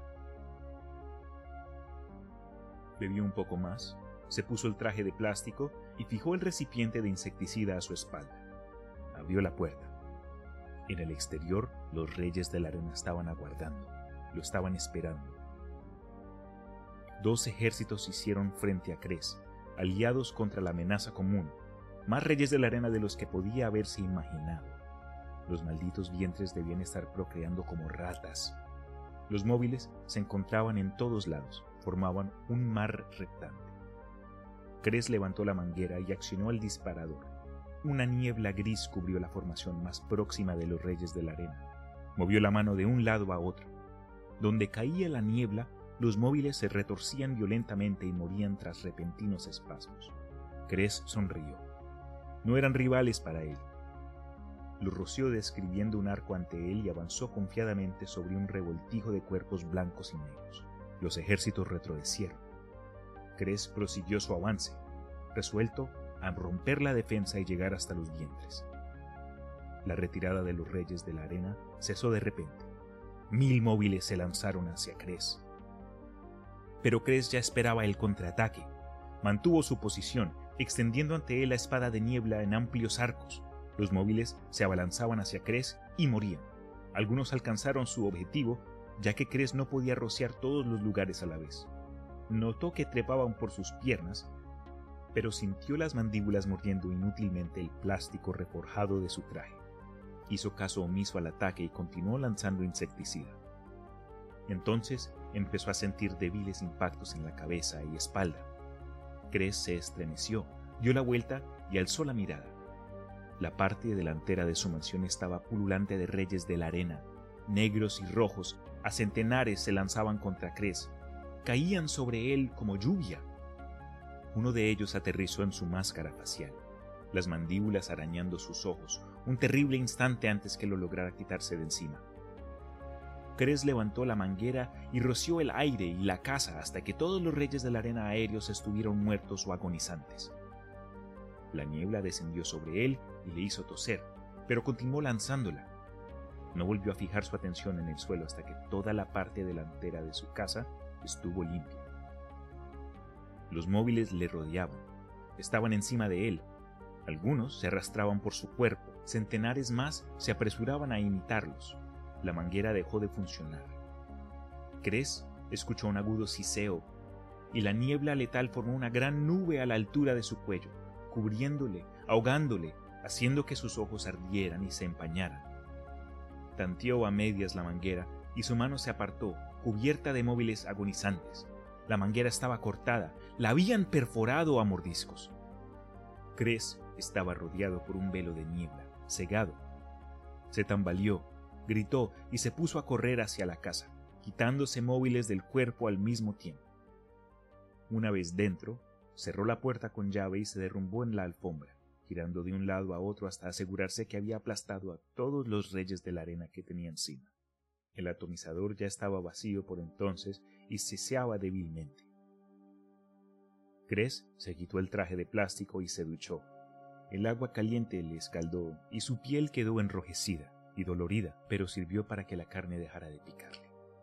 Bebió un poco más, se puso el traje de plástico y fijó el recipiente de insecticida a su espalda. Abrió la puerta. En el exterior, los reyes de la arena estaban aguardando, lo estaban esperando. Dos ejércitos hicieron frente a Cres, aliados contra la amenaza común, más reyes de la arena de los que podía haberse imaginado. Los malditos vientres debían estar procreando como ratas. Los móviles se encontraban en todos lados, formaban un mar reptante. Cres levantó la manguera y accionó el disparador. Una niebla gris cubrió la formación más próxima de los reyes de la arena. Movió la mano de un lado a otro. Donde caía la niebla, los móviles se retorcían violentamente y morían tras repentinos espasmos. Cres sonrió. No eran rivales para él. Lo roció describiendo un arco ante él y avanzó confiadamente sobre un revoltijo de cuerpos blancos y negros. Los ejércitos retrocedieron. Cres prosiguió su avance, resuelto a romper la defensa y llegar hasta los vientres. La retirada de los reyes de la arena cesó de repente. Mil móviles se lanzaron hacia Cres. Pero Cres ya esperaba el contraataque. Mantuvo su posición, extendiendo ante él la espada de niebla en amplios arcos. Los móviles se abalanzaban hacia Cres y morían. Algunos alcanzaron su objetivo, ya que Cres no podía rociar todos los lugares a la vez. Notó que trepaban por sus piernas, pero sintió las mandíbulas mordiendo inútilmente el plástico reforjado de su traje. Hizo caso omiso al ataque y continuó lanzando insecticida. Entonces empezó a sentir débiles impactos en la cabeza y espalda. Cres se estremeció, dio la vuelta y alzó la mirada. La parte delantera de su mansión estaba pululante de reyes de la arena. Negros y rojos, a centenares se lanzaban contra Cres. Caían sobre él como lluvia. Uno de ellos aterrizó en su máscara facial, las mandíbulas arañando sus ojos, un terrible instante antes que lo lograra quitarse de encima. Cres levantó la manguera y roció el aire y la casa hasta que todos los reyes de la arena aéreos estuvieron muertos o agonizantes. La niebla descendió sobre él y le hizo toser, pero continuó lanzándola. No volvió a fijar su atención en el suelo hasta que toda la parte delantera de su casa estuvo limpia. Los móviles le rodeaban, estaban encima de él. Algunos se arrastraban por su cuerpo, centenares más se apresuraban a imitarlos. La manguera dejó de funcionar. Cres escuchó un agudo siseo, y la niebla letal formó una gran nube a la altura de su cuello, cubriéndole, ahogándole, haciendo que sus ojos ardieran y se empañaran. Tanteó a medias la manguera y su mano se apartó, cubierta de móviles agonizantes. La manguera estaba cortada, la habían perforado a mordiscos. Cres estaba rodeado por un velo de niebla, cegado. Se tambaleó, gritó y se puso a correr hacia la casa. quitándose móviles del cuerpo al mismo tiempo. Una vez dentro, cerró la puerta con llave y se derrumbó en la alfombra, girando de un lado a otro hasta asegurarse que había aplastado a todos los reyes de la arena que tenía encima. El atomizador ya estaba vacío por entonces y siseaba débilmente. Cres se quitó el traje de plástico y se duchó. El agua caliente le escaldó y su piel quedó enrojecida y dolorida, pero sirvió para que la carne dejara de picarle.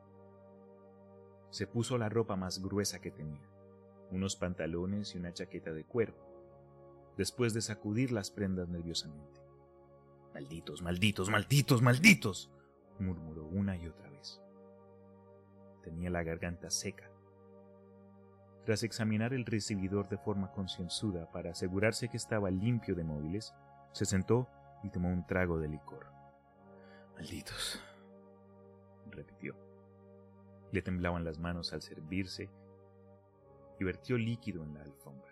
Se puso la ropa más gruesa que tenía, unos pantalones y una chaqueta de cuero, después de sacudir las prendas nerviosamente. «Malditos, malditos, malditos, malditos», murmuró una y otra vez. Tenía la garganta seca. Tras examinar el recibidor de forma concienzuda para asegurarse que estaba limpio de móviles, se sentó y tomó un trago de licor. «Malditos», repitió. Le temblaban las manos al servirse y vertió líquido en la alfombra.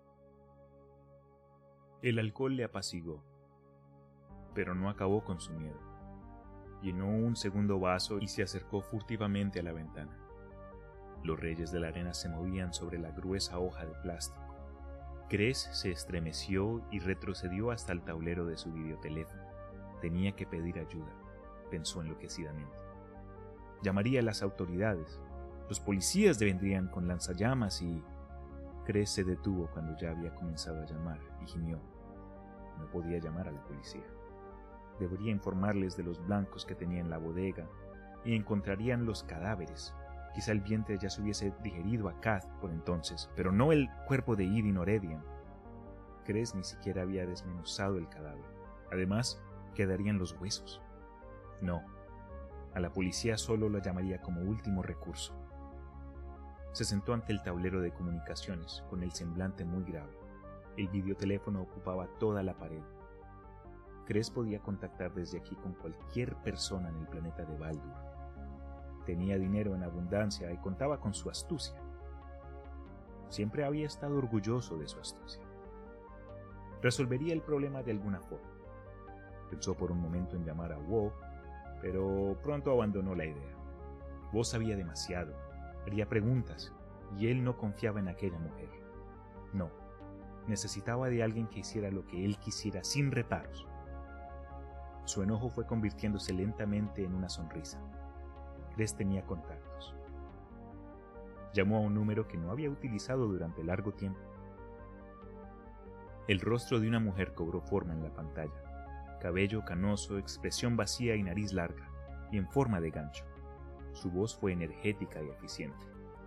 El alcohol le apaciguó, pero no acabó con su miedo. Llenó un segundo vaso y se acercó furtivamente a la ventana. Los reyes de la arena se movían sobre la gruesa hoja de plástico. Cres se estremeció y retrocedió hasta el tablero de su videoteléfono. Tenía que pedir ayuda, pensó enloquecidamente. Llamaría a las autoridades. Los policías vendrían con lanzallamas y... Cres se detuvo cuando ya había comenzado a llamar y gimió. No podía llamar a la policía. Debería informarles de los blancos que tenía en la bodega y encontrarían los cadáveres. Quizá el vientre ya se hubiese digerido a Kath por entonces, pero no el cuerpo de Idin Oredian. Cres ni siquiera había desmenuzado el cadáver. Además, quedarían los huesos. No, a la policía solo lo llamaría como último recurso. Se sentó ante el tablero de comunicaciones, con el semblante muy grave. El videoteléfono ocupaba toda la pared. Cres podía contactar desde aquí con cualquier persona en el planeta de Baldur. Tenía dinero en abundancia y contaba con su astucia. Siempre había estado orgulloso de su astucia. Resolvería el problema de alguna forma. Pensó por un momento en llamar a Wo, pero pronto abandonó la idea. Wo sabía demasiado, haría preguntas, y él no confiaba en aquella mujer. No, necesitaba de alguien que hiciera lo que él quisiera sin reparos. Su enojo fue convirtiéndose lentamente en una sonrisa. Cres tenía contactos. Llamó a un número que no había utilizado durante largo tiempo. El rostro de una mujer cobró forma en la pantalla. Cabello canoso, expresión vacía y nariz larga, y en forma de gancho. Su voz fue energética y eficiente.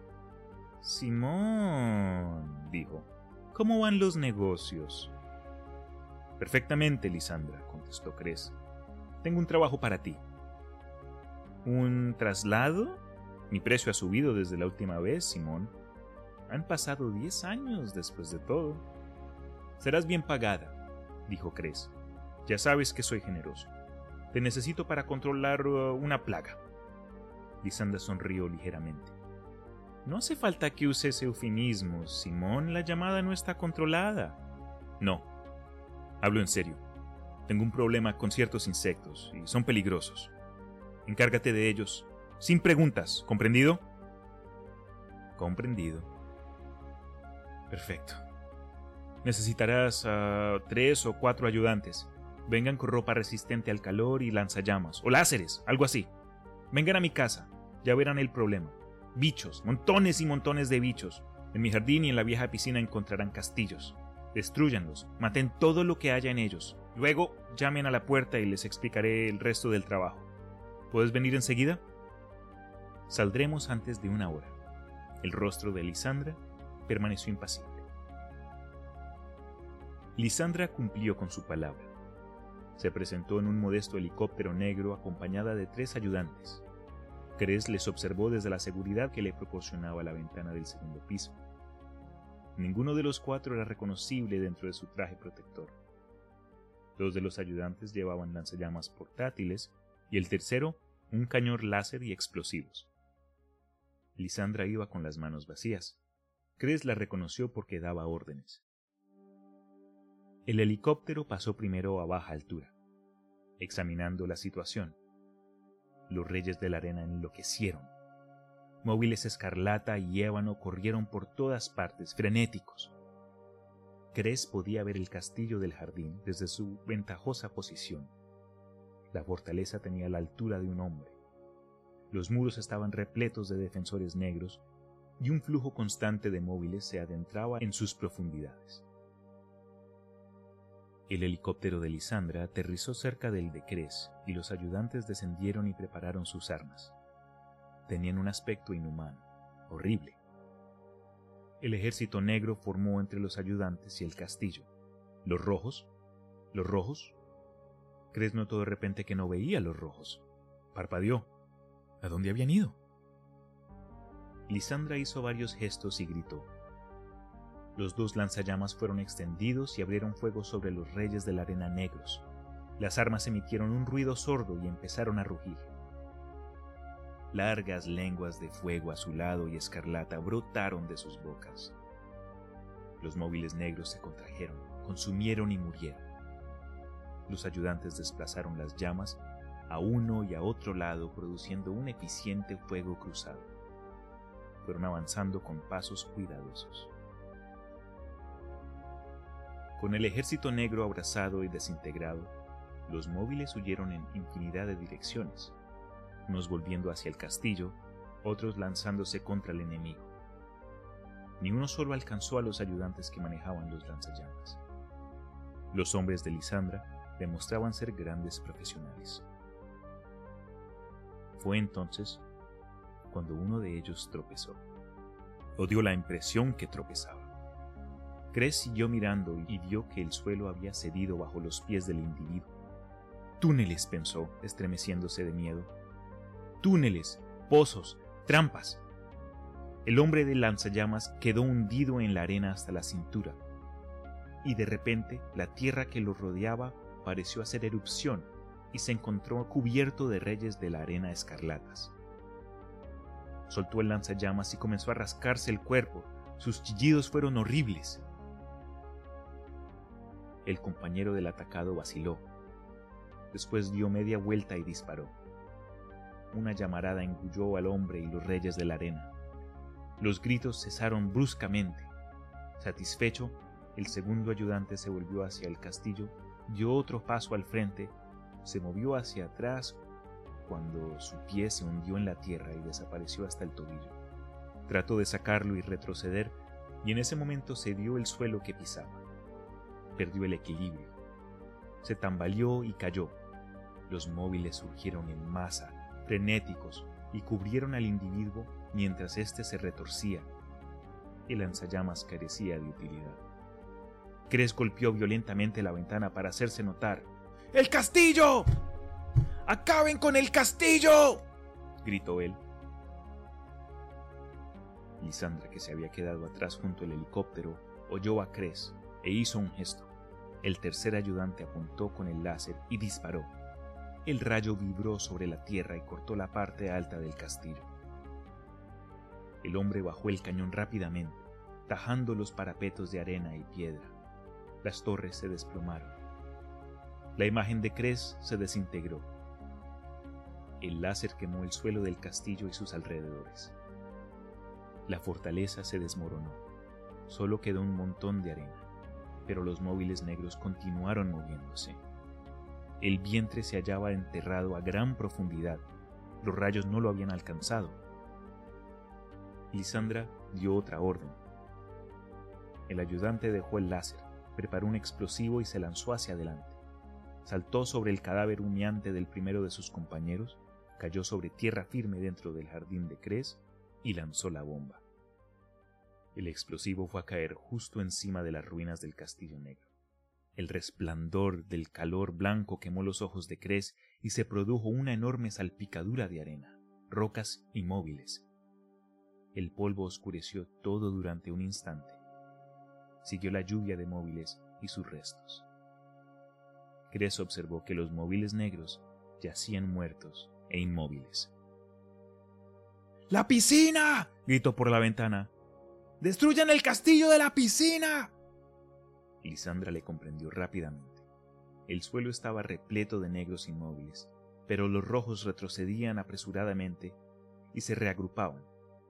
«Simón», dijo, «¿cómo van los negocios?» «Perfectamente, Lisandra», contestó Cres. «Tengo un trabajo para ti». «¿Un traslado? Mi precio ha subido desde la última vez, Simón. Han pasado diez años después de todo». «Serás bien pagada», dijo Cres. «Ya sabes que soy generoso. Te necesito para controlar uh, una plaga». Lisandra sonrió ligeramente. «No hace falta que uses eufemismos, Simón. La llamada no está controlada». «No. Hablo en serio. Tengo un problema con ciertos insectos y son peligrosos. Encárgate de ellos, sin preguntas, ¿comprendido?» «Comprendido». «Perfecto. Necesitarás uh, tres o cuatro ayudantes. Vengan con ropa resistente al calor y lanzallamas, o láseres, algo así. Vengan a mi casa, ya verán el problema. Bichos, montones y montones de bichos. En mi jardín y en la vieja piscina encontrarán castillos. Destrúyanlos, maten todo lo que haya en ellos. Luego llamen a la puerta y les explicaré el resto del trabajo. ¿Puedes venir enseguida?» «Saldremos antes de una hora». El rostro de Lisandra permaneció impasible. Lisandra cumplió con su palabra. Se presentó en un modesto helicóptero negro acompañada de tres ayudantes. Cres les observó desde la seguridad que le proporcionaba la ventana del segundo piso. Ninguno de los cuatro era reconocible dentro de su traje protector. Dos de los ayudantes llevaban lanzallamas portátiles y el tercero un cañón láser y explosivos. Lisandra iba con las manos vacías. Cres la reconoció porque daba órdenes. El helicóptero pasó primero a baja altura, examinando la situación. Los reyes de la arena enloquecieron. Móviles escarlata y ébano corrieron por todas partes, frenéticos. Cres podía ver el castillo del jardín desde su ventajosa posición. La fortaleza tenía la altura de un hombre. Los muros estaban repletos de defensores negros y un flujo constante de móviles se adentraba en sus profundidades. El helicóptero de Lisandra aterrizó cerca del de Cres y los ayudantes descendieron y prepararon sus armas. Tenían un aspecto inhumano, horrible. El ejército negro formó entre los ayudantes y el castillo. ¿Los rojos? ¿Los rojos? Cres notó de repente que no veía a los rojos. Parpadeó. ¿A dónde habían ido? Lisandra hizo varios gestos y gritó. Los dos lanzallamas fueron extendidos y abrieron fuego sobre los reyes de la arena negros. Las armas emitieron un ruido sordo y empezaron a rugir. Largas lenguas de fuego azulado y escarlata brotaron de sus bocas. Los móviles negros se contrajeron, consumieron y murieron. Los ayudantes desplazaron las llamas a uno y a otro lado, produciendo un eficiente fuego cruzado. Fueron avanzando con pasos cuidadosos. Con el ejército negro abrazado y desintegrado, los móviles huyeron en infinidad de direcciones, unos volviendo hacia el castillo, otros lanzándose contra el enemigo. Ni uno solo alcanzó a los ayudantes que manejaban los lanzallamas. Los hombres de Lisandra demostraban ser grandes profesionales. Fue entonces cuando uno de ellos tropezó, o dio la impresión que tropezaba. Cres siguió mirando y vio que el suelo había cedido bajo los pies del individuo. Túneles, pensó, estremeciéndose de miedo. Túneles, pozos, trampas. El hombre de lanzallamas quedó hundido en la arena hasta la cintura, y de repente la tierra que lo rodeaba pareció hacer erupción y se encontró cubierto de reyes de la arena escarlatas. Soltó el lanzallamas y comenzó a rascarse el cuerpo. Sus chillidos fueron horribles. El compañero del atacado vaciló. Después dio media vuelta y disparó. Una llamarada engulló al hombre y los reyes de la arena. Los gritos cesaron bruscamente. Satisfecho, el segundo ayudante se volvió hacia el castillo, dio otro paso al frente, se movió hacia atrás cuando su pie se hundió en la tierra y desapareció hasta el tobillo. Trató de sacarlo y retroceder, y en ese momento se dio el suelo que pisaba. Perdió el equilibrio. Se tambaleó y cayó. Los móviles surgieron en masa, frenéticos, y cubrieron al individuo mientras éste se retorcía. El lanzallamas carecía de utilidad. Cres golpeó violentamente la ventana para hacerse notar. ¡El castillo! ¡Acaben con el castillo!, gritó él. Lisandra, que se había quedado atrás junto al helicóptero, oyó a Cres e hizo un gesto. El tercer ayudante apuntó con el láser y disparó. El rayo vibró sobre la tierra y cortó la parte alta del castillo. El hombre bajó el cañón rápidamente, tajando los parapetos de arena y piedra. Las torres se desplomaron. La imagen de Cres se desintegró. El láser quemó el suelo del castillo y sus alrededores. La fortaleza se desmoronó. Solo quedó un montón de arena, pero los móviles negros continuaron moviéndose. El vientre se hallaba enterrado a gran profundidad. Los rayos no lo habían alcanzado. Lisandra dio otra orden. El ayudante dejó el láser, preparó un explosivo y se lanzó hacia adelante. Saltó sobre el cadáver humeante del primero de sus compañeros, cayó sobre tierra firme dentro del jardín de Cres y lanzó la bomba. El explosivo fue a caer justo encima de las ruinas del Castillo Negro. El resplandor del calor blanco quemó los ojos de Cres y se produjo una enorme salpicadura de arena, rocas y móviles. El polvo oscureció todo durante un instante. Siguió la lluvia de móviles y sus restos. Cres observó que los móviles negros yacían muertos e inmóviles. ¡La piscina!, gritó por la ventana. ¡Destruyan el castillo de la piscina! Lisandra le comprendió rápidamente. El suelo estaba repleto de negros inmóviles, pero los rojos retrocedían apresuradamente y se reagrupaban,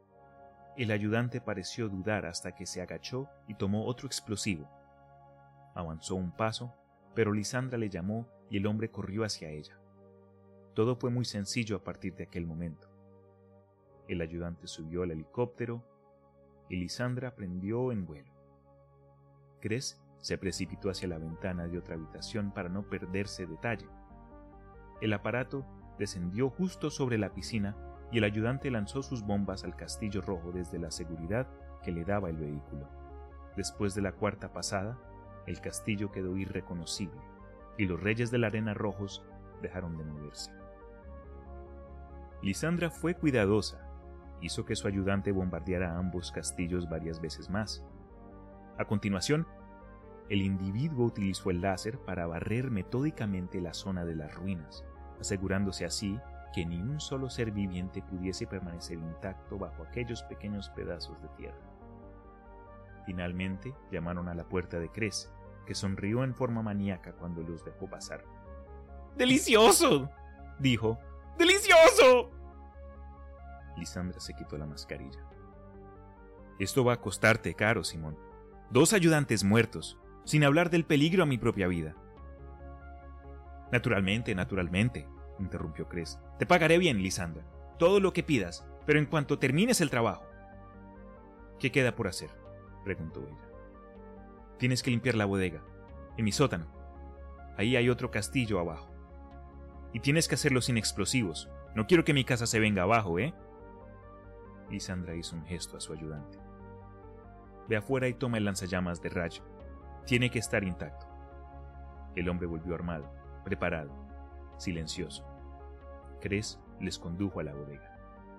El ayudante pareció dudar hasta que se agachó y tomó otro explosivo. Avanzó un paso, pero Lisandra le llamó y el hombre corrió hacia ella. Todo fue muy sencillo a partir de aquel momento. El ayudante subió al helicóptero y Lisandra prendió en vuelo. Cres se precipitó hacia la ventana de otra habitación para no perderse detalle. El aparato descendió justo sobre la piscina y el ayudante lanzó sus bombas al castillo rojo desde la seguridad que le daba el vehículo. Después de la cuarta pasada, el castillo quedó irreconocible y los reyes de la arena rojos dejaron de moverse. Lisandra fue cuidadosa. Hizo que su ayudante bombardeara ambos castillos varias veces más. A continuación, el individuo utilizó el láser para barrer metódicamente la zona de las ruinas, asegurándose así que ni un solo ser viviente pudiese permanecer intacto bajo aquellos pequeños pedazos de tierra. Finalmente llamaron a la puerta de Cres, que sonrió en forma maníaca cuando los dejó pasar. ¡Delicioso!, dijo. ¡Delicioso! Lisandra se quitó la mascarilla. Esto va a costarte caro, Simón. Dos ayudantes muertos, sin hablar del peligro a mi propia vida. Naturalmente, naturalmente, interrumpió Cres. Te pagaré bien, Lisandra. Todo lo que pidas, pero en cuanto termines el trabajo. ¿Qué queda por hacer?, preguntó ella. Tienes que limpiar la bodega, en mi sótano. Ahí hay otro castillo abajo. Y tienes que hacerlo sin explosivos. No quiero que mi casa se venga abajo, ¿eh? Lisandra hizo un gesto a su ayudante. Ve afuera y toma el lanzallamas de rayo. Tiene que estar intacto. El hombre volvió armado, preparado, silencioso. Cres les condujo a la bodega.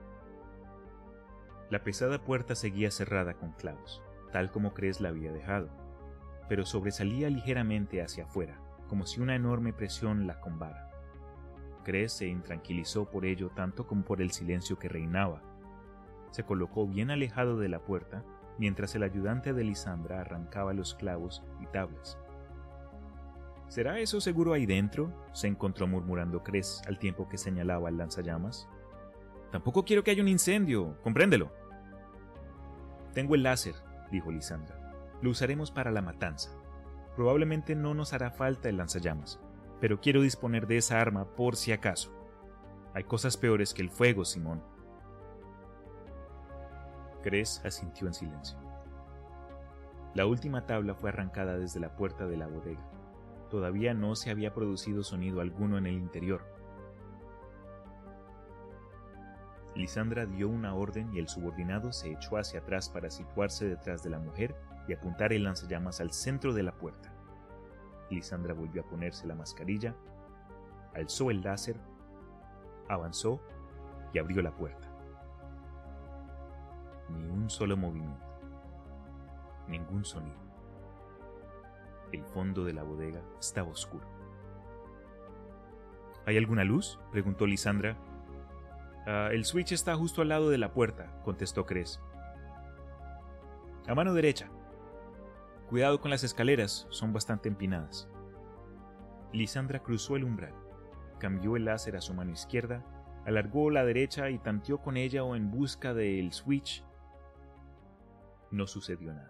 La pesada puerta seguía cerrada con clavos, tal como Cres la había dejado, pero sobresalía ligeramente hacia afuera, como si una enorme presión la combara. Cres se intranquilizó por ello tanto como por el silencio que reinaba. Se colocó bien alejado de la puerta, mientras el ayudante de Lisandra arrancaba los clavos y tablas. ¿Será eso seguro ahí dentro?, se encontró murmurando Cres al tiempo que señalaba el lanzallamas. Tampoco quiero que haya un incendio, compréndelo. Tengo el láser, dijo Lisandra. Lo usaremos para la matanza. Probablemente no nos hará falta el lanzallamas, pero quiero disponer de esa arma por si acaso. Hay cosas peores que el fuego, Simón. Cres asintió en silencio. La última tabla fue arrancada desde la puerta de la bodega. Todavía no se había producido sonido alguno en el interior. Lisandra dio una orden y el subordinado se echó hacia atrás para situarse detrás de la mujer y apuntar el lanzallamas al centro de la puerta. Lisandra volvió a ponerse la mascarilla, alzó el láser, avanzó y abrió la puerta. Ni un solo movimiento, ningún sonido. El fondo de la bodega estaba oscuro. ¿Hay alguna luz?, preguntó Lisandra. Ah, el switch está justo al lado de la puerta, contestó Cres. A mano derecha. Cuidado con las escaleras, son bastante empinadas. Lisandra cruzó el umbral, cambió el láser a su mano izquierda, alargó la derecha y tanteó con ella o en busca del switch. No sucedió nada.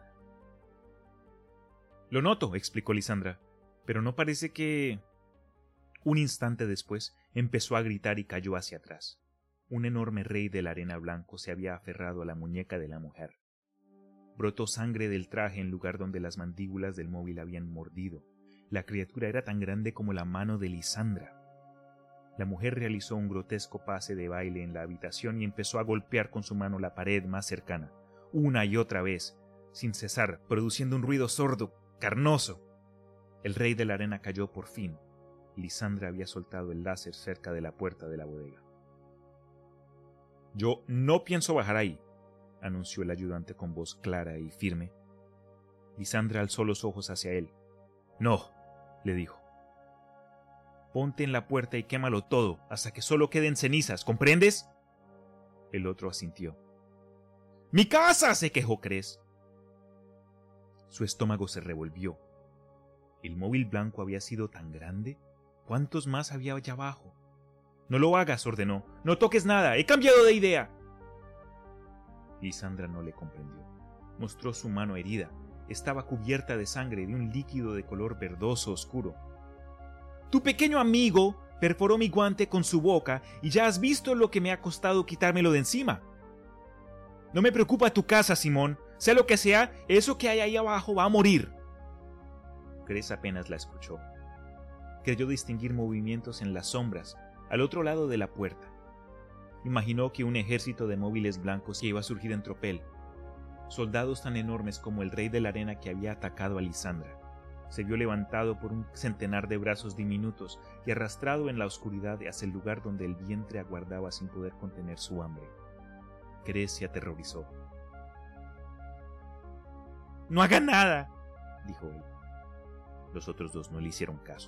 Lo noto, explicó Lisandra, pero no parece que... Un instante después empezó a gritar y cayó hacia atrás. Un enorme rey de la arena blanco se había aferrado a la muñeca de la mujer. Brotó sangre del traje en lugar donde las mandíbulas del móvil habían mordido. La criatura era tan grande como la mano de Lisandra. La mujer realizó un grotesco pase de baile en la habitación y empezó a golpear con su mano la pared más cercana, una y otra vez, sin cesar, produciendo un ruido sordo, carnoso. El rey de la arena cayó por fin. Lisandra había soltado el láser cerca de la puerta de la bodega. «Yo no pienso bajar ahí», anunció el ayudante con voz clara y firme. Lisandra alzó los ojos hacia él. «No», le dijo. «Ponte en la puerta y quémalo todo, hasta que solo queden cenizas, ¿comprendes?» El otro asintió. «¡Mi casa!», se quejó Cres. Su estómago se revolvió. ¿El móvil blanco había sido tan grande? ¿Cuántos más había allá abajo? «No lo hagas», ordenó. «No toques nada. He cambiado de idea». Lisandra no le comprendió. Mostró su mano herida. Estaba cubierta de sangre, de un líquido de color verdoso oscuro. Tu pequeño amigo perforó mi guante con su boca y ya has visto lo que me ha costado quitármelo de encima. No me preocupa tu casa, Simón. Sea lo que sea, eso que hay ahí abajo va a morir. Cres apenas la escuchó. Creyó distinguir movimientos en las sombras, al otro lado de la puerta. Imaginó que un ejército de móviles blancos iba a surgir en tropel. Soldados tan enormes como el rey de la arena que había atacado a Lisandra. Se vio levantado por un centenar de brazos diminutos y arrastrado en la oscuridad hacia el lugar donde el vientre aguardaba sin poder contener su hambre. Cres se aterrorizó. «¡No haga nada!», dijo él. Los otros dos no le hicieron caso.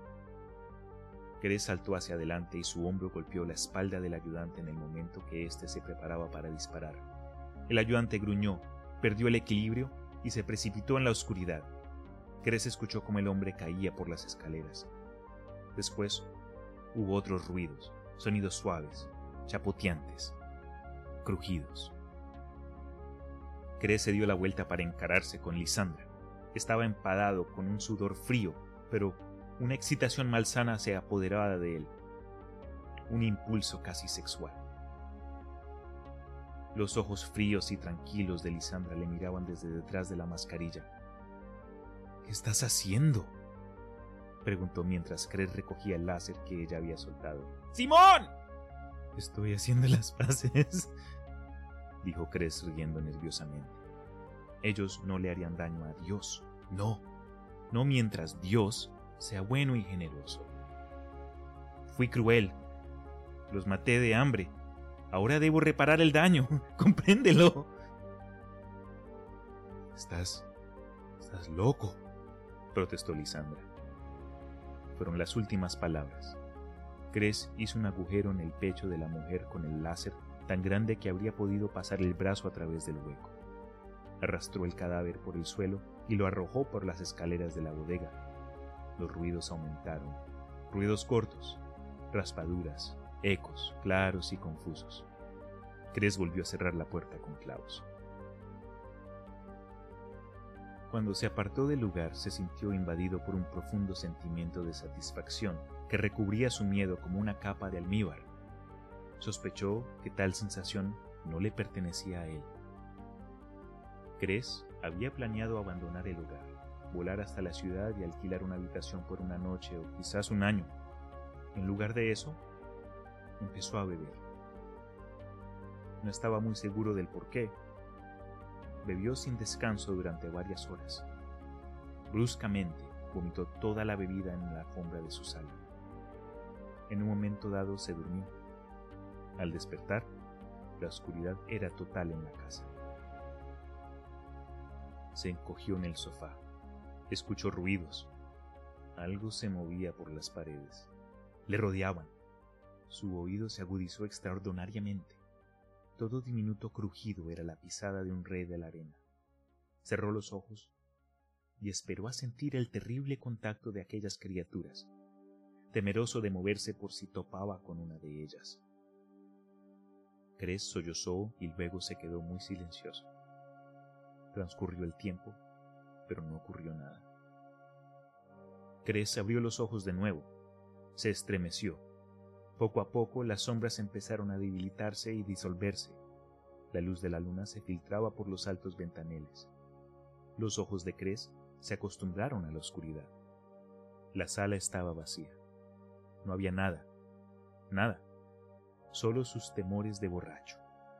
Cres saltó hacia adelante y su hombro golpeó la espalda del ayudante en el momento que éste se preparaba para disparar. El ayudante gruñó, perdió el equilibrio y se precipitó en la oscuridad. Cres escuchó como el hombre caía por las escaleras. Después hubo otros ruidos, sonidos suaves, chapoteantes, crujidos. Cres se dio la vuelta para encararse con Lisandra. Estaba empadado con un sudor frío, pero una excitación malsana se apoderaba de él. Un impulso casi sexual. Los ojos fríos y tranquilos de Lisandra le miraban desde detrás de la mascarilla. «¿Qué estás haciendo?», preguntó mientras Cres recogía el láser que ella había soltado. «¡Simón!». «Estoy haciendo las paces», dijo Cres riendo nerviosamente. Ellos no le harían daño a Dios. No, no mientras Dios sea bueno y generoso. Fui cruel. Los maté de hambre. Ahora debo reparar el daño. Compréndelo. Estás... estás loco, protestó Lisandra. Fueron las últimas palabras. Cres hizo un agujero en el pecho de la mujer con el láser tan grande que habría podido pasar el brazo a través del hueco. Arrastró el cadáver por el suelo y lo arrojó por las escaleras de la bodega. Los ruidos aumentaron. Ruidos cortos, raspaduras, ecos, claros y confusos. Cres volvió a cerrar la puerta con clavos. Cuando se apartó del lugar, se sintió invadido por un profundo sentimiento de satisfacción que recubría su miedo como una capa de almíbar. Sospechó que tal sensación no le pertenecía a él. Cres había planeado abandonar el lugar, volar hasta la ciudad y alquilar una habitación por una noche o quizás un año. En lugar de eso, empezó a beber. No estaba muy seguro del porqué. Bebió sin descanso durante varias horas. Bruscamente, vomitó toda la bebida en la alfombra de su sala. En un momento dado se durmió. Al despertar, la oscuridad era total en la casa. Se encogió en el sofá. Escuchó ruidos. Algo se movía por las paredes. Le rodeaban. Su oído se agudizó extraordinariamente. Todo diminuto crujido era la pisada de un rey de la arena. Cerró los ojos y esperó a sentir el terrible contacto de aquellas criaturas, temeroso de moverse por si topaba con una de ellas. Cres sollozó y luego se quedó muy silencioso. Transcurrió el tiempo, pero no ocurrió nada. Cres abrió los ojos de nuevo. Se estremeció. Poco a poco las sombras empezaron a debilitarse y disolverse. La luz de la luna se filtraba por los altos ventaneles. Los ojos de Cres se acostumbraron a la oscuridad. La sala estaba vacía. No había nada. Nada. Solo sus temores de borracho.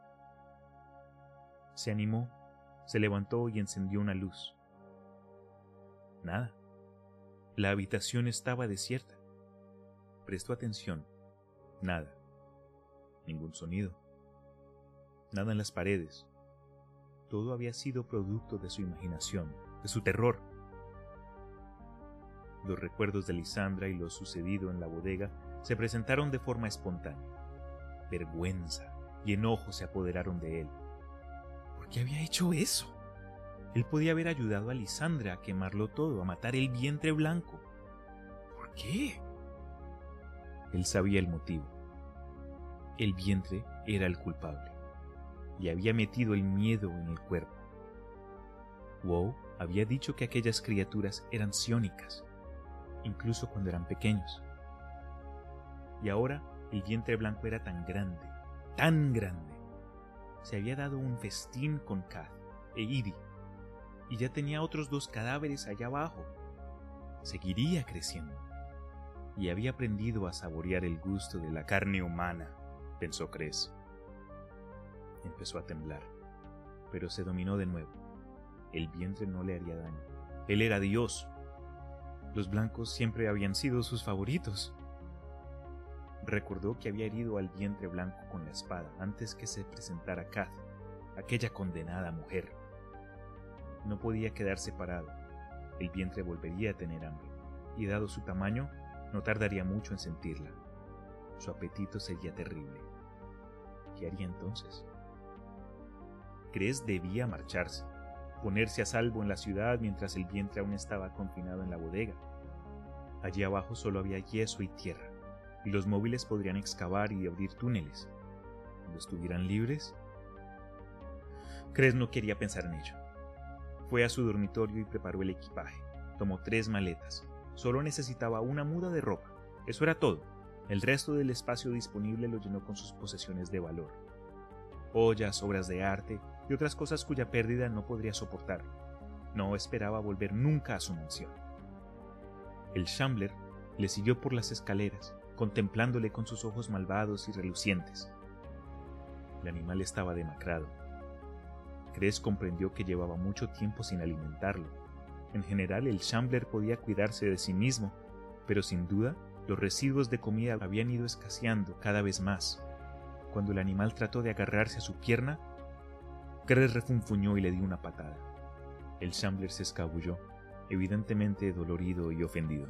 Se animó, se levantó y encendió una luz. Nada. La habitación estaba desierta. Prestó atención. Nada. Ningún sonido. Nada en las paredes. Todo había sido producto de su imaginación, de su terror. Los recuerdos de Lisandra y lo sucedido en la bodega se presentaron de forma espontánea. Vergüenza y enojo se apoderaron de él. ¿Por qué había hecho eso? Él podía haber ayudado a Lisandra a quemarlo todo, a matar el vientre blanco. ¿Por qué? Él sabía el motivo. El vientre era el culpable. y había metido el miedo en el cuerpo. Wow había dicho que aquellas criaturas eran psiónicas, incluso cuando eran pequeños. Y ahora el vientre blanco era tan grande, tan grande. Se había dado un festín con Kath e Edie, y ya tenía otros dos cadáveres allá abajo. Seguiría creciendo, y había aprendido a saborear el gusto de la carne humana, pensó Cres. Empezó a temblar, pero se dominó de nuevo. El vientre no le haría daño. Él era Dios. Los blancos siempre habían sido sus favoritos. Recordó que había herido al vientre blanco con la espada antes que se presentara Kath, aquella condenada mujer. No podía quedarse parado. El vientre volvería a tener hambre, y dado su tamaño, no tardaría mucho en sentirla. Su apetito sería terrible. ¿Qué haría entonces? Cres debía marcharse, ponerse a salvo en la ciudad mientras el vientre aún estaba confinado en la bodega. Allí abajo solo había yeso y tierra, y los móviles podrían excavar y abrir túneles. Cuando estuvieran libres... Cres no quería pensar en ello. Fue a su dormitorio y preparó el equipaje. Tomó tres maletas. Solo necesitaba una muda de ropa. Eso era todo. El resto del espacio disponible lo llenó con sus posesiones de valor. Ollas, obras de arte y otras cosas cuya pérdida no podría soportar. No esperaba volver nunca a su mansión. El Shambler le siguió por las escaleras, contemplándole con sus ojos malvados y relucientes. El animal estaba demacrado. Cres comprendió que llevaba mucho tiempo sin alimentarlo. En general, el Shambler podía cuidarse de sí mismo, pero sin duda, los residuos de comida habían ido escaseando cada vez más. Cuando el animal trató de agarrarse a su pierna, Cres refunfuñó y le dio una patada. El Shambler se escabulló, evidentemente dolorido y ofendido.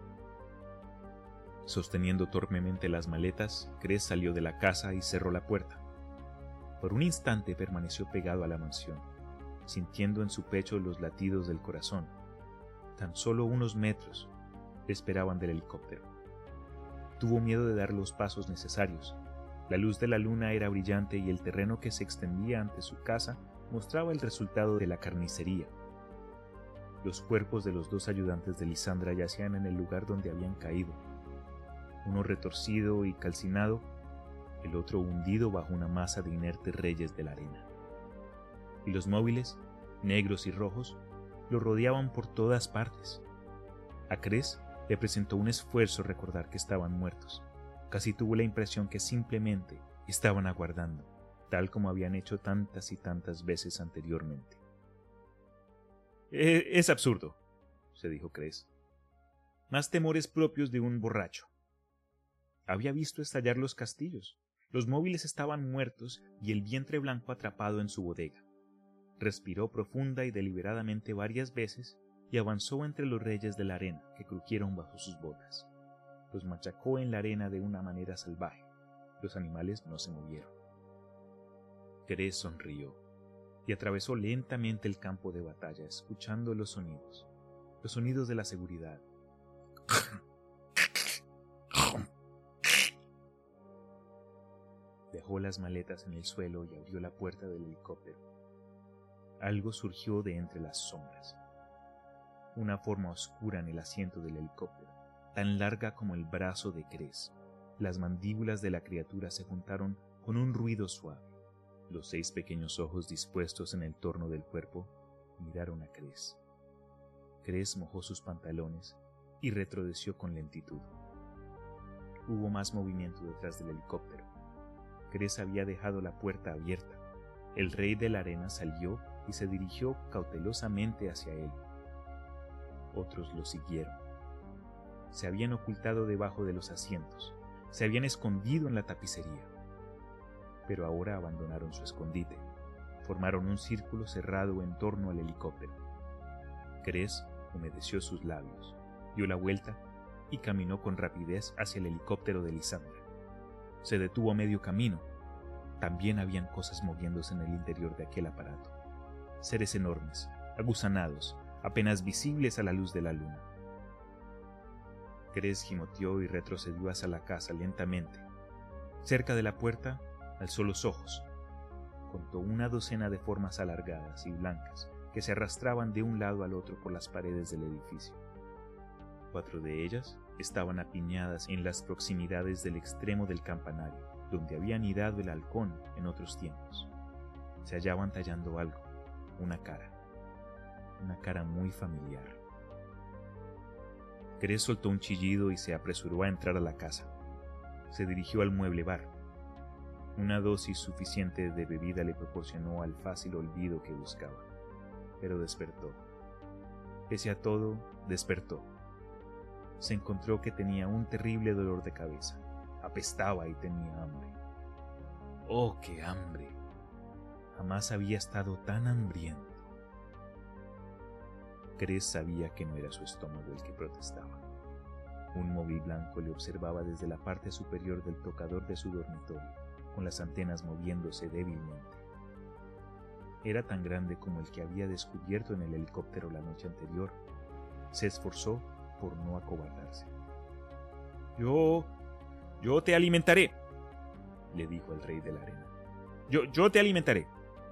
Sosteniendo torpemente las maletas, Cres salió de la casa y cerró la puerta. Por un instante permaneció pegado a la mansión, sintiendo en su pecho los latidos del corazón. Tan solo unos metros le esperaban del helicóptero. Tuvo miedo de dar los pasos necesarios. La luz de la luna era brillante y el terreno que se extendía ante su casa mostraba el resultado de la carnicería. Los cuerpos de los dos ayudantes de Lisandra yacían en el lugar donde habían caído. Uno retorcido y calcinado, el otro hundido bajo una masa de inertes reyes de la arena. Y los móviles, negros y rojos, lo rodeaban por todas partes. A Cres le presentó un esfuerzo recordar que estaban muertos. Casi tuvo la impresión que simplemente estaban aguardando, tal como habían hecho tantas y tantas veces anteriormente. «Es, es absurdo», se dijo Cres. «Más temores propios de un borracho». Había visto estallar los castillos. Los móviles estaban muertos y el vientre blanco atrapado en su bodega. Respiró profunda y deliberadamente varias veces y avanzó entre los reyes de la arena que crujieron bajo sus botas. Los machacó en la arena de una manera salvaje. Los animales no se movieron. Cres sonrió y atravesó lentamente el campo de batalla, escuchando los sonidos, los sonidos de la seguridad. Dejó las maletas en el suelo y abrió la puerta del helicóptero. Algo surgió de entre las sombras. Una forma oscura en el asiento del helicóptero, tan larga como el brazo de Cres. Las mandíbulas de la criatura se juntaron con un ruido suave. Los seis pequeños ojos dispuestos en el torno del cuerpo miraron a Cres. Cres mojó sus pantalones y retrodeció con lentitud. Hubo más movimiento detrás del helicóptero. Cres había dejado la puerta abierta. El rey de la arena salió y se dirigió cautelosamente hacia él. Otros lo siguieron. Se habían ocultado debajo de los asientos. Se habían escondido en la tapicería. Pero ahora abandonaron su escondite. Formaron un círculo cerrado en torno al helicóptero. Cres humedeció sus labios, dio la vuelta y caminó con rapidez hacia el helicóptero de Lisandra. Se detuvo a medio camino. También habían cosas moviéndose en el interior de aquel aparato. Seres enormes, aguzanados, apenas visibles a la luz de la luna. Cres gimoteó y retrocedió hacia la casa lentamente. Cerca de la puerta, alzó los ojos. contó una docena de formas alargadas y blancas que se arrastraban de un lado al otro por las paredes del edificio. Cuatro de ellas estaban apiñadas en las proximidades del extremo del campanario, donde había anidado el halcón en otros tiempos. Se hallaban tallando algo, una cara, una cara muy familiar. Cres soltó un chillido y se apresuró a entrar a la casa. Se dirigió al mueble bar. Una dosis suficiente de bebida le proporcionó al fácil olvido que buscaba, pero despertó. Pese a todo, despertó. Se encontró que tenía un terrible dolor de cabeza. Apestaba y tenía hambre. ¡Oh, qué hambre! Jamás había estado tan hambriento. Cres sabía que no era su estómago el que protestaba. Un móvil blanco le observaba desde la parte superior del tocador de su dormitorio, con las antenas moviéndose débilmente. Era tan grande como el que había descubierto en el helicóptero la noche anterior. Se esforzó por no acobardarse. Yo... yo te alimentaré, le dijo el rey de la arena. Yo, yo te alimentaré.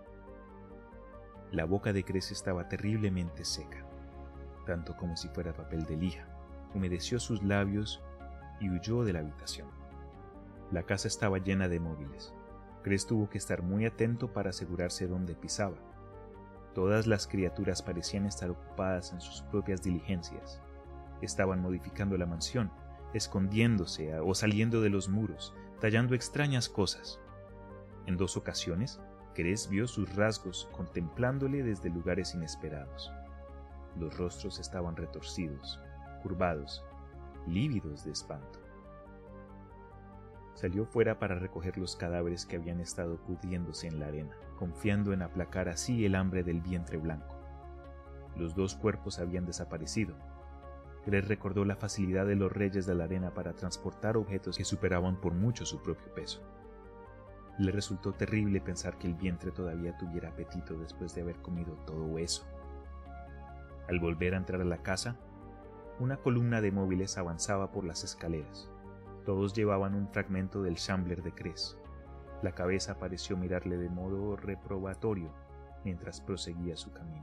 La boca de Cres estaba terriblemente seca, tanto como si fuera papel de lija. Humedeció sus labios y huyó de la habitación. La casa estaba llena de móviles. Cres tuvo que estar muy atento para asegurarse dónde pisaba. Todas las criaturas parecían estar ocupadas en sus propias diligencias. Estaban modificando la mansión, escondiéndose o saliendo de los muros, tallando extrañas cosas. En dos ocasiones, Cres vio sus rasgos contemplándole desde lugares inesperados. Los rostros estaban retorcidos, curvados, lívidos de espanto. Salió fuera para recoger los cadáveres que habían estado pudriéndose en la arena, confiando en aplacar así el hambre del vientre blanco. Los dos cuerpos habían desaparecido. Cres recordó la facilidad de los reyes de la arena para transportar objetos que superaban por mucho su propio peso. Le resultó terrible pensar que el vientre todavía tuviera apetito después de haber comido todo eso. Al volver a entrar a la casa, una columna de móviles avanzaba por las escaleras. Todos llevaban un fragmento del Shambler de Cres. La cabeza pareció mirarle de modo reprobatorio mientras proseguía su camino.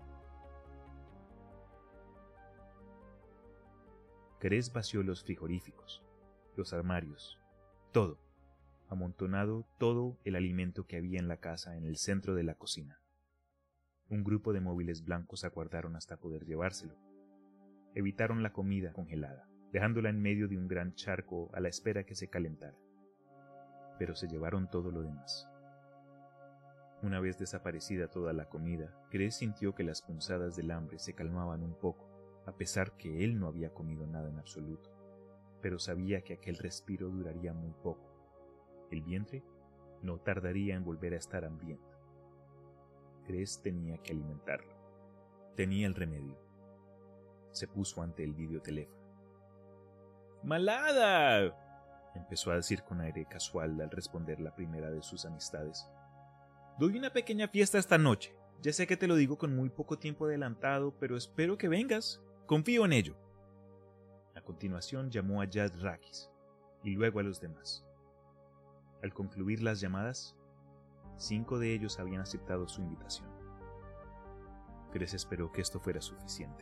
Cres vació los frigoríficos, los armarios, todo, amontonado todo el alimento que había en la casa en el centro de la cocina. Un grupo de móviles blancos aguardaron hasta poder llevárselo. Evitaron la comida congelada, dejándola en medio de un gran charco a la espera que se calentara. Pero se llevaron todo lo demás. Una vez desaparecida toda la comida, Cres sintió que las punzadas del hambre se calmaban un poco, a pesar que él no había comido nada en absoluto, pero sabía que aquel respiro duraría muy poco. El vientre no tardaría en volver a estar hambriento. Cres tenía que alimentarlo. Tenía el remedio. Se puso ante el videoteléfono. ¡Malada!, empezó a decir con aire casual al responder la primera de sus amistades. Doy una pequeña fiesta esta noche. Ya sé que te lo digo con muy poco tiempo adelantado, pero espero que vengas. Confío en ello. A continuación llamó a Jad Rakis y luego a los demás. Al concluir las llamadas, cinco de ellos habían aceptado su invitación. Cres esperó que esto fuera suficiente.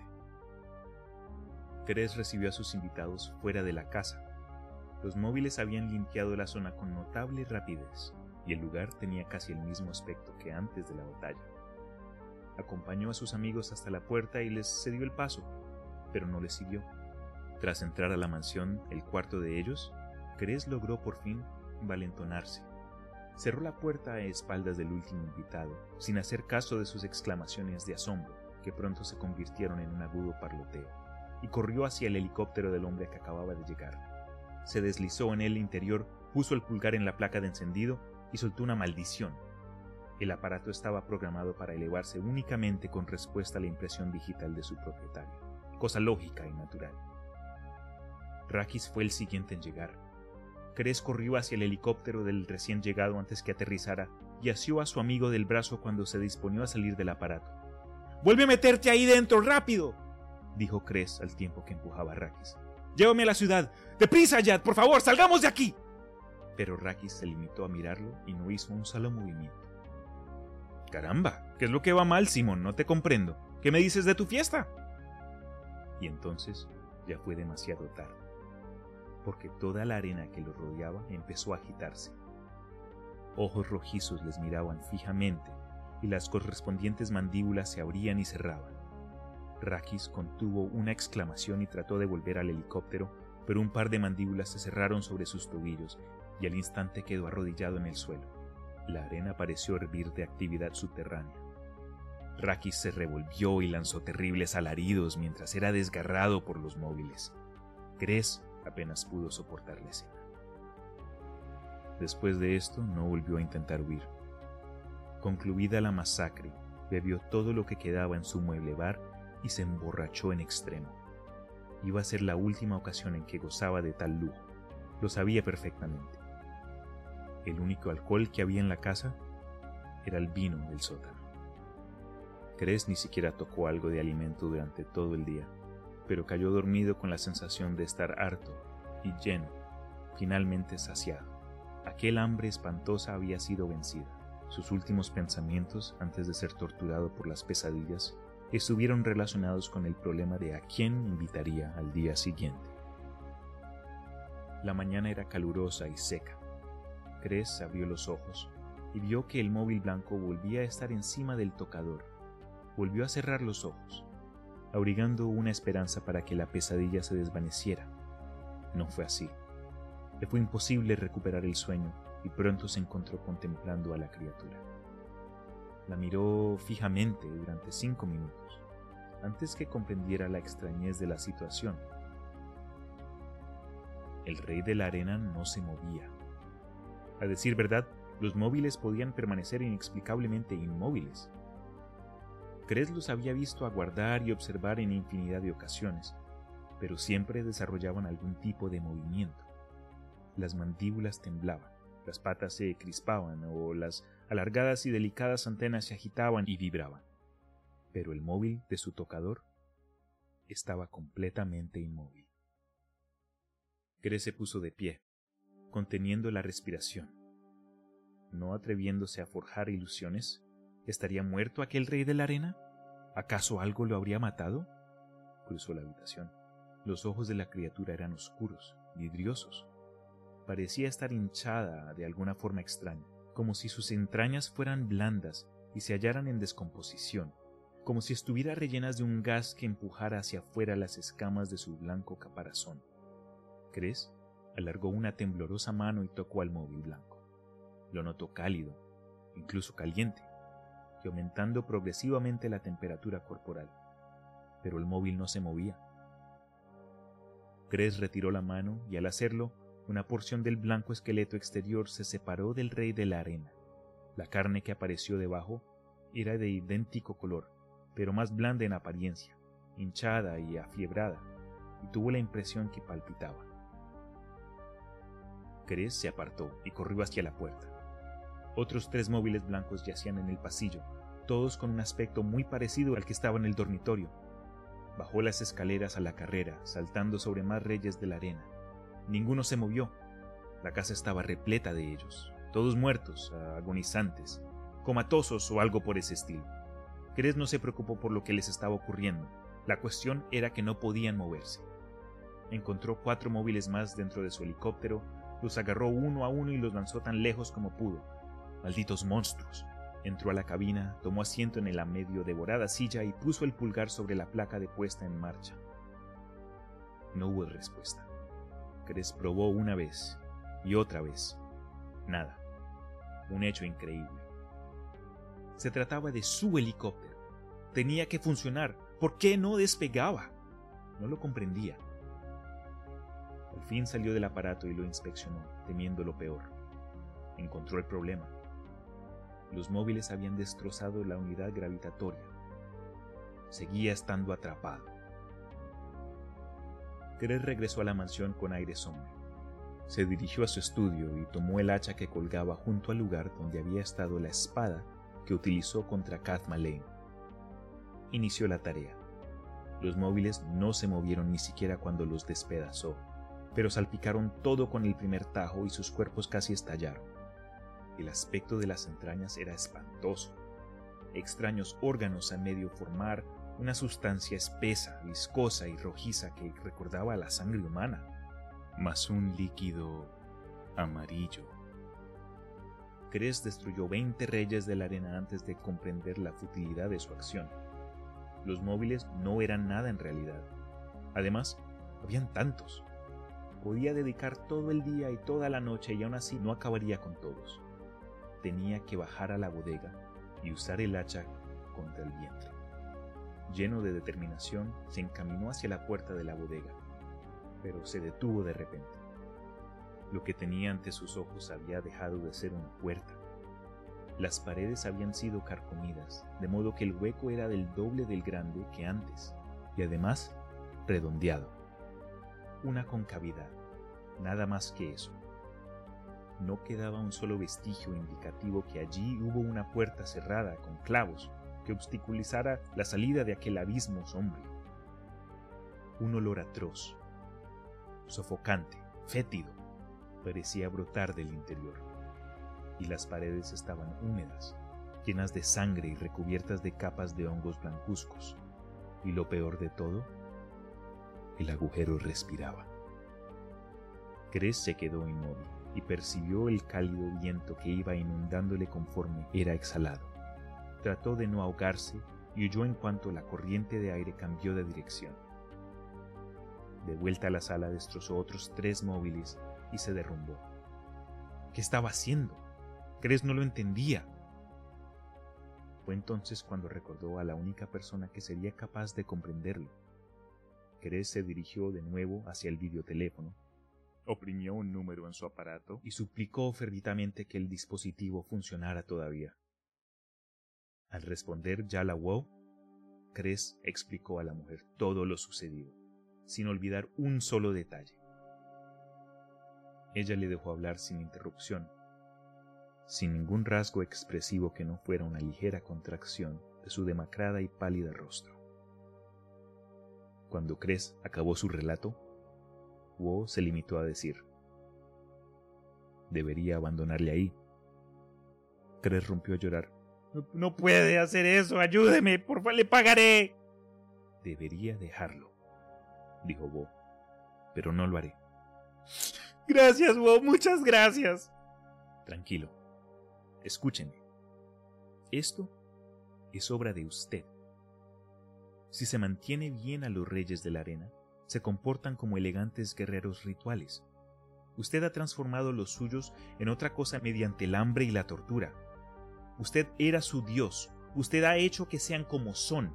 Cres recibió a sus invitados fuera de la casa. Los móviles habían limpiado la zona con notable rapidez, y el lugar tenía casi el mismo aspecto que antes de la batalla. Acompañó a sus amigos hasta la puerta y les cedió el paso, pero no les siguió. Tras entrar a la mansión, el cuarto de ellos, Cres logró por fin valentonarse. Cerró la puerta a espaldas del último invitado, sin hacer caso de sus exclamaciones de asombro, que pronto se convirtieron en un agudo parloteo, y corrió hacia el helicóptero del hombre que acababa de llegar. Se deslizó en el interior, puso el pulgar en la placa de encendido y soltó una maldición. El aparato estaba programado para elevarse únicamente con respuesta a la impresión digital de su propietario, cosa lógica y natural. Rakis fue el siguiente en llegar. Cres corrió hacia el helicóptero del recién llegado antes que aterrizara y asió a su amigo del brazo cuando se disponió a salir del aparato. ¡Vuelve a meterte ahí dentro, rápido!, dijo Cres al tiempo que empujaba a Rakis. ¡Llévame a la ciudad! ¡Deprisa, Jad! ¡Por favor, salgamos de aquí! Pero Rakis se limitó a mirarlo y no hizo un solo movimiento. Caramba, ¿qué es lo que va mal, Simón? No te comprendo. ¿Qué me dices de tu fiesta? Y entonces ya fue demasiado tarde, porque toda la arena que los rodeaba empezó a agitarse. Ojos rojizos les miraban fijamente y las correspondientes mandíbulas se abrían y cerraban. Rakis contuvo una exclamación y trató de volver al helicóptero, pero un par de mandíbulas se cerraron sobre sus tobillos y al instante quedó arrodillado en el suelo. La arena pareció hervir de actividad subterránea. Rakis se revolvió y lanzó terribles alaridos mientras era desgarrado por los móviles. Cres apenas pudo soportar la escena. Después de esto no volvió a intentar huir. Concluida la masacre, bebió todo lo que quedaba en su mueble bar y se emborrachó en extremo. Iba a ser la última ocasión en que gozaba de tal lujo. Lo sabía perfectamente. El único alcohol que había en la casa era el vino del sótano. Cres ni siquiera tocó algo de alimento durante todo el día, pero cayó dormido con la sensación de estar harto y lleno, finalmente saciado. Aquel hambre espantosa había sido vencida. Sus últimos pensamientos, antes de ser torturado por las pesadillas, estuvieron relacionados con el problema de a quién invitaría al día siguiente. La mañana era calurosa y seca. Cres abrió los ojos y vio que el móvil blanco volvía a estar encima del tocador. Volvió a cerrar los ojos, abrigando una esperanza para que la pesadilla se desvaneciera. No fue así. Le fue imposible recuperar el sueño y pronto se encontró contemplando a la criatura. La miró fijamente durante cinco minutos, antes que comprendiera la extrañez de la situación. El rey de la arena no se movía. A decir verdad, los móviles podían permanecer inexplicablemente inmóviles. Cres los había visto aguardar y observar en infinidad de ocasiones, pero siempre desarrollaban algún tipo de movimiento. Las mandíbulas temblaban, las patas se crispaban o las alargadas y delicadas antenas se agitaban y vibraban. Pero el móvil de su tocador estaba completamente inmóvil. Cres se puso de pie, conteniendo la respiración. No atreviéndose a forjar ilusiones, ¿estaría muerto aquel rey de la arena? ¿Acaso algo lo habría matado? Cruzó la habitación. Los ojos de la criatura eran oscuros, vidriosos. Parecía estar hinchada de alguna forma extraña, como si sus entrañas fueran blandas y se hallaran en descomposición, como si estuviera rellenas de un gas que empujara hacia afuera las escamas de su blanco caparazón. Cres alargó una temblorosa mano y tocó al móvil blanco. Lo notó cálido, incluso caliente, y aumentando progresivamente la temperatura corporal. Pero el móvil no se movía. Cres retiró la mano y al hacerlo, una porción del blanco esqueleto exterior se separó del rey de la arena. La carne que apareció debajo era de idéntico color, pero más blanda en apariencia, hinchada y afiebrada, y tuvo la impresión que palpitaba. Cres se apartó y corrió hacia la puerta. Otros tres móviles blancos yacían en el pasillo, todos con un aspecto muy parecido al que estaba en el dormitorio. Bajó las escaleras a la carrera, saltando sobre más reyes de la arena. Ninguno se movió. La casa estaba repleta de ellos, todos muertos, agonizantes, comatosos o algo por ese estilo. Cres no se preocupó por lo que les estaba ocurriendo. La cuestión era que no podían moverse. Encontró cuatro móviles más dentro de su helicóptero, los agarró uno a uno y los lanzó tan lejos como pudo. ¡Malditos monstruos! Entró a la cabina, tomó asiento en la medio devorada silla y puso el pulgar sobre la placa de puesta en marcha. No hubo respuesta. Cres probó una vez y otra vez. Nada. Un hecho increíble. Se trataba de su helicóptero. Tenía que funcionar. ¿Por qué no despegaba? No lo comprendía. Al fin salió del aparato y lo inspeccionó, temiendo lo peor. Encontró el problema. Los móviles habían destrozado la unidad gravitatoria. Seguía estando atrapado. Cres regresó a la mansión con aire sombrío. Se dirigió a su estudio y tomó el hacha que colgaba junto al lugar donde había estado la espada que utilizó contra Kath Lane. Inició la tarea. Los móviles no se movieron ni siquiera cuando los despedazó, pero salpicaron todo con el primer tajo y sus cuerpos casi estallaron. El aspecto de las entrañas era espantoso. extraños órganos a medio formar una sustancia espesa, viscosa y rojiza que recordaba a la sangre humana, más un líquido amarillo. Cres destruyó veinte reyes de la arena antes de comprender la futilidad de su acción. Los móviles no eran nada en realidad. Además, habían tantos. Podía dedicar todo el día y toda la noche y aún así no acabaría con todos. Tenía que bajar a la bodega y usar el hacha contra el vientre. Lleno de determinación, se encaminó hacia la puerta de la bodega, pero se detuvo de repente. Lo que tenía ante sus ojos había dejado de ser una puerta. Las paredes habían sido carcomidas, de modo que el hueco era del doble del grande que antes, y además redondeado. Una concavidad, nada más que eso. No quedaba un solo vestigio indicativo que allí hubo una puerta cerrada con clavos que obstaculizara la salida de aquel abismo sombrío. Un olor atroz, sofocante, fétido, parecía brotar del interior, y las paredes estaban húmedas, llenas de sangre y recubiertas de capas de hongos blancuzcos, y lo peor de todo, el agujero respiraba. Cres se quedó inmóvil y percibió el cálido viento que iba inundándole conforme era exhalado. Trató de no ahogarse y huyó en cuanto la corriente de aire cambió de dirección. De vuelta a la sala destrozó otros tres móviles y se derrumbó. ¿Qué estaba haciendo? Cres no lo entendía. Fue entonces cuando recordó a la única persona que sería capaz de comprenderlo. Cres se dirigió de nuevo hacia el videoteléfono, oprimió un número en su aparato y suplicó fervidamente que el dispositivo funcionara todavía. Al responder Yala Wo, Cres explicó a la mujer todo lo sucedido, sin olvidar un solo detalle. Ella le dejó hablar sin interrupción, sin ningún rasgo expresivo que no fuera una ligera contracción de su demacrada y pálida rostro. Cuando Cres acabó su relato, Wo se limitó a decir: «Debería abandonarle ahí». Cres rompió a llorar. No, «No puede hacer eso, ayúdeme, por favor, le pagaré». «Debería dejarlo», dijo Wo, «pero no lo haré». «Gracias, Wo, muchas gracias». «Tranquilo, escúcheme. Esto es obra de usted. Si se mantiene bien a los reyes de la arena, se comportan como elegantes guerreros rituales. Usted ha transformado los suyos en otra cosa mediante el hambre y la tortura. Usted era su dios. Usted ha hecho que sean como son.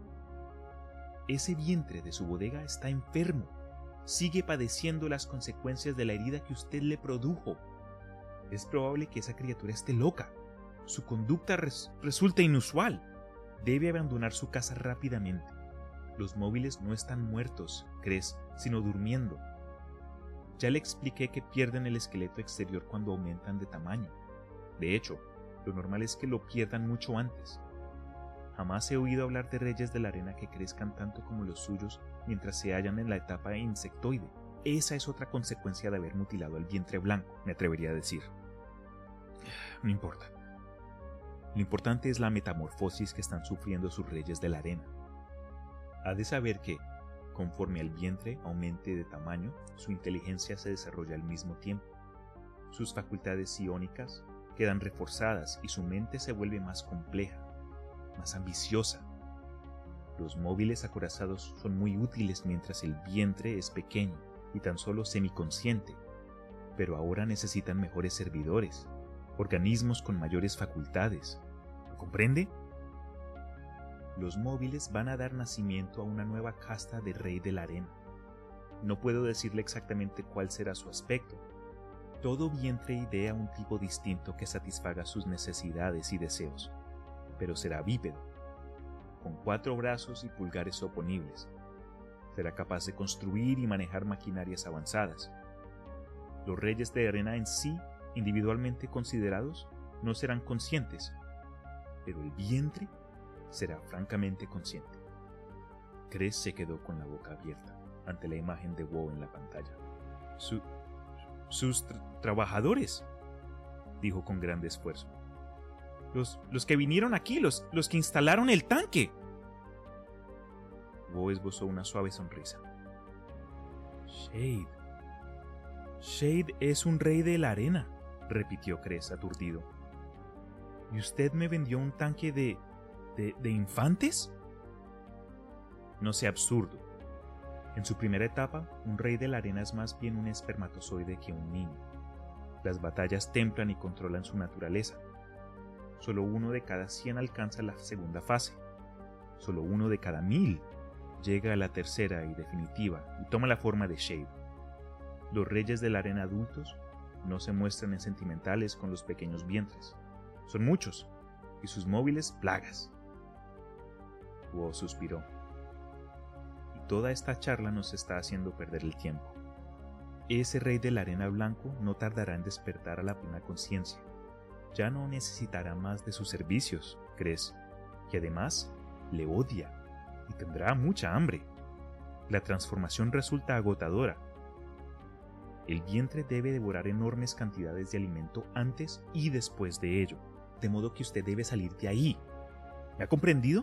Ese vientre de su bodega está enfermo. Sigue padeciendo las consecuencias de la herida que usted le produjo. Es probable que esa criatura esté loca. Su conducta res- resulta inusual. Debe abandonar su casa rápidamente. Los móviles no están muertos, Cres, sino durmiendo. Ya le expliqué que pierden el esqueleto exterior cuando aumentan de tamaño. De hecho, lo normal es que lo pierdan mucho antes. Jamás he oído hablar de reyes de la arena que crezcan tanto como los suyos mientras se hallan en la etapa insectoide. Esa es otra consecuencia de haber mutilado el vientre blanco, me atrevería a decir. No importa. Lo importante es la metamorfosis que están sufriendo sus reyes de la arena. Ha de saber que, conforme el vientre aumente de tamaño, su inteligencia se desarrolla al mismo tiempo. Sus facultades psiónicas quedan reforzadas y su mente se vuelve más compleja, más ambiciosa. Los móviles acorazados son muy útiles mientras el vientre es pequeño y tan solo semiconsciente, pero ahora necesitan mejores servidores, organismos con mayores facultades. ¿Lo comprende? Los móviles van a dar nacimiento a una nueva casta de rey de la arena. No puedo decirle exactamente cuál será su aspecto. Todo vientre idea un tipo distinto que satisfaga sus necesidades y deseos, pero será bípedo, con cuatro brazos y pulgares oponibles. Será capaz de construir y manejar maquinarias avanzadas. Los reyes de arena en sí, individualmente considerados, no serán conscientes, pero el vientre será francamente consciente. Cres se quedó con la boca abierta ante la imagen de Wo en la pantalla. Su, sus tra- trabajadores, dijo con gran esfuerzo. Los, los que vinieron aquí, los, los que instalaron el tanque. Bo esbozó una suave sonrisa. Shade. Shade es un rey de la arena, repitió Cress aturdido. ¿Y usted me vendió un tanque de... de, de infantes? No sea absurdo. En su primera etapa, un rey de la arena es más bien un espermatozoide que un niño. Las batallas templan y controlan su naturaleza. Solo uno de cada cien alcanza la segunda fase. Solo uno de cada mil llega a la tercera y definitiva y toma la forma de Shade. Los reyes de la arena adultos no se muestran en sentimentales con los pequeños vientres. Son muchos, y sus móviles plagas. Wo suspiró. Y toda esta charla nos está haciendo perder el tiempo. Ese rey de la arena blanco no tardará en despertar a la plena conciencia. Ya no necesitará más de sus servicios, ¿crees? Y además, le odia, y tendrá mucha hambre. La transformación resulta agotadora. El vientre debe devorar enormes cantidades de alimento antes y después de ello, de modo que usted debe salir de ahí. ¿Me ha comprendido?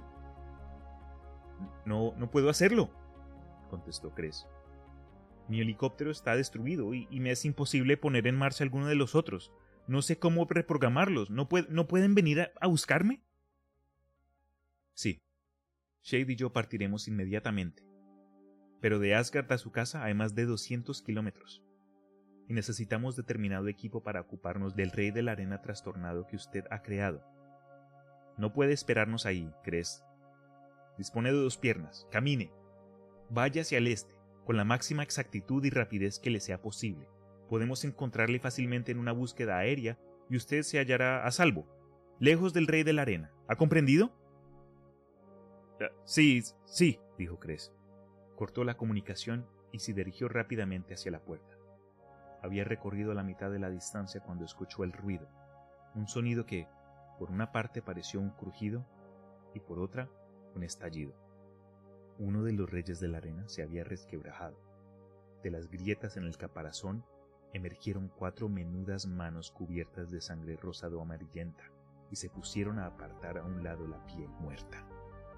No, no puedo hacerlo, contestó Cress. Mi helicóptero está destruido y, y me es imposible poner en marcha alguno de los otros. No sé cómo reprogramarlos. ¿No, puede, ¿no pueden venir a, a buscarme? Sí. Shade y yo partiremos inmediatamente. Pero de Asgard a su casa hay más de doscientos kilómetros. Y necesitamos determinado equipo para ocuparnos del rey de la arena trastornado que usted ha creado. No puede esperarnos ahí, Cress. Dispone de dos piernas. Camine. Vaya hacia el este, con la máxima exactitud y rapidez que le sea posible. Podemos encontrarle fácilmente en una búsqueda aérea y usted se hallará a salvo, lejos del rey de la arena. ¿Ha comprendido? Uh, sí, sí, dijo Cress. Cortó la comunicación y se dirigió rápidamente hacia la puerta. Había recorrido la mitad de la distancia cuando escuchó el ruido, un sonido que, por una parte pareció un crujido y por otra, un estallido. Uno de los reyes de la arena se había resquebrajado. De las grietas en el caparazón emergieron cuatro menudas manos cubiertas de sangre rosado amarillenta y se pusieron a apartar a un lado la piel muerta.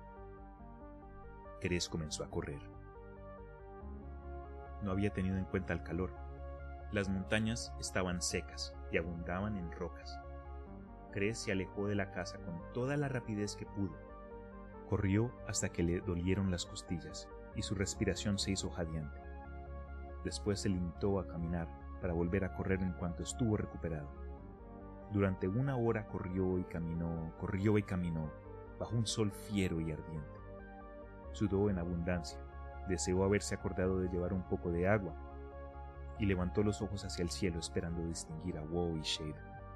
Cress comenzó a correr. No había tenido en cuenta el calor. Las montañas estaban secas y abundaban en rocas. Cress se alejó de la casa con toda la rapidez que pudo. Corrió hasta que le dolieron las costillas y su respiración se hizo jadeante. Después se limitó a caminar para volver a correr en cuanto estuvo recuperado. Durante una hora corrió y caminó, corrió y caminó, bajo un sol fiero y ardiente. Sudó en abundancia, deseó haberse acordado de llevar un poco de agua, y levantó los ojos hacia el cielo esperando distinguir a Wo y Shade.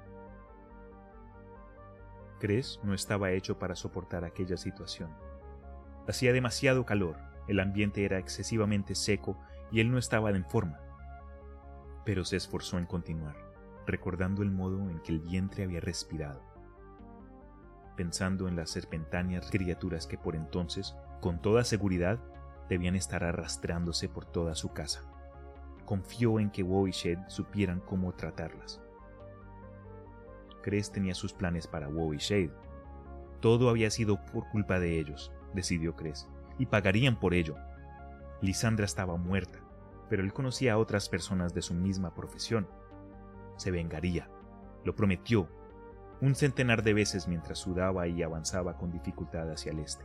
Cress no estaba hecho para soportar aquella situación. Hacía demasiado calor, el ambiente era excesivamente seco y él no estaba en forma. Pero se esforzó en continuar, recordando el modo en que el vientre había respirado, pensando en las serpentáneas criaturas que por entonces, con toda seguridad, debían estar arrastrándose por toda su casa. Confió en que Wo y Shade supieran cómo tratarlas. Cress tenía sus planes para Wo y Shade. Todo había sido por culpa de ellos, decidió Cress, y pagarían por ello. Lisandra estaba muerta, pero él conocía a otras personas de su misma profesión. Se vengaría, lo prometió, un centenar de veces mientras sudaba y avanzaba con dificultad hacia el este.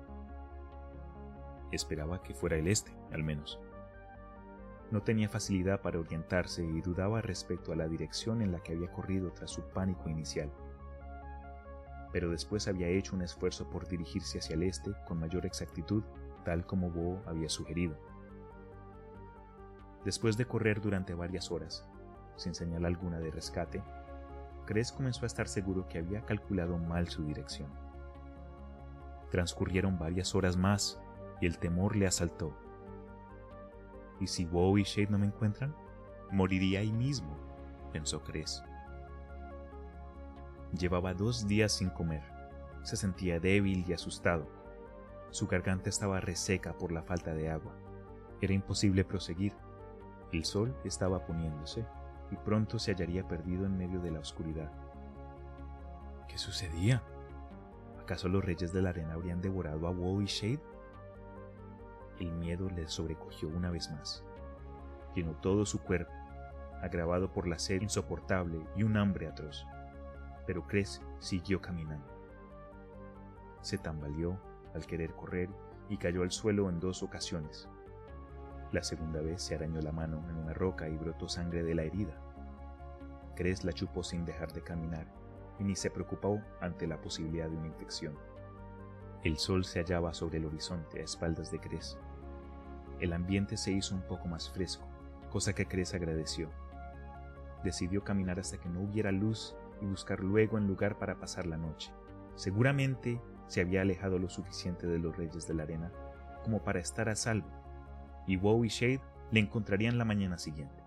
Esperaba que fuera el este, al menos. No tenía facilidad para orientarse y dudaba respecto a la dirección en la que había corrido tras su pánico inicial. Pero después había hecho un esfuerzo por dirigirse hacia el este con mayor exactitud, tal como Wo había sugerido. Después de correr durante varias horas, sin señal alguna de rescate, Cress comenzó a estar seguro que había calculado mal su dirección. Transcurrieron varias horas más y el temor le asaltó. ¿Y si Wo y Shade no me encuentran? Moriría ahí mismo, pensó Cress. Llevaba dos días sin comer. Se sentía débil y asustado. Su garganta estaba reseca por la falta de agua. Era imposible proseguir. El sol estaba poniéndose y pronto se hallaría perdido en medio de la oscuridad. ¿Qué sucedía? ¿Acaso los reyes de la arena habrían devorado a Wow y Shade? El miedo le sobrecogió una vez más. Llenó todo su cuerpo, agravado por la sed insoportable y un hambre atroz. Pero Cress siguió caminando. Se tambaleó al querer correr y cayó al suelo en dos ocasiones. La segunda vez se arañó la mano en una roca y brotó sangre de la herida. Cress la chupó sin dejar de caminar y ni se preocupó ante la posibilidad de una infección. El sol se hallaba sobre el horizonte a espaldas de Cress. El ambiente se hizo un poco más fresco, cosa que Cress agradeció. Decidió caminar hasta que no hubiera luz y buscar luego un lugar para pasar la noche. Seguramente se había alejado lo suficiente de los reyes de la arena como para estar a salvo, y Wow y Shade le encontrarían la mañana siguiente.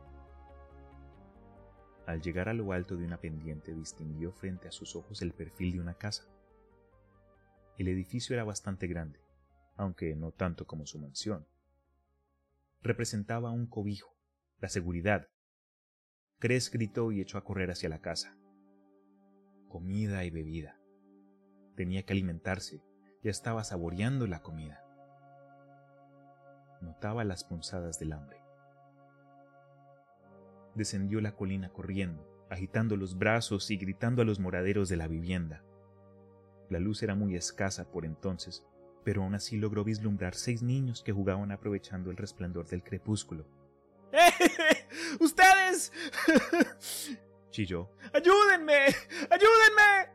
Al llegar a lo alto de una pendiente distinguió frente a sus ojos el perfil de una casa. El edificio era bastante grande, aunque no tanto como su mansión. Representaba un cobijo, la seguridad. Cress gritó y echó a correr hacia la casa. Comida y bebida. Tenía que alimentarse, ya estaba saboreando la comida. Notaba las punzadas del hambre. Descendió la colina corriendo, agitando los brazos y gritando a los moraderos de la vivienda. La luz era muy escasa por entonces, pero aún así logró vislumbrar seis niños que jugaban aprovechando el resplandor del crepúsculo. ¡Eh! ¡Ustedes! Chilló. ¡Ayúdenme! ¡Ayúdenme!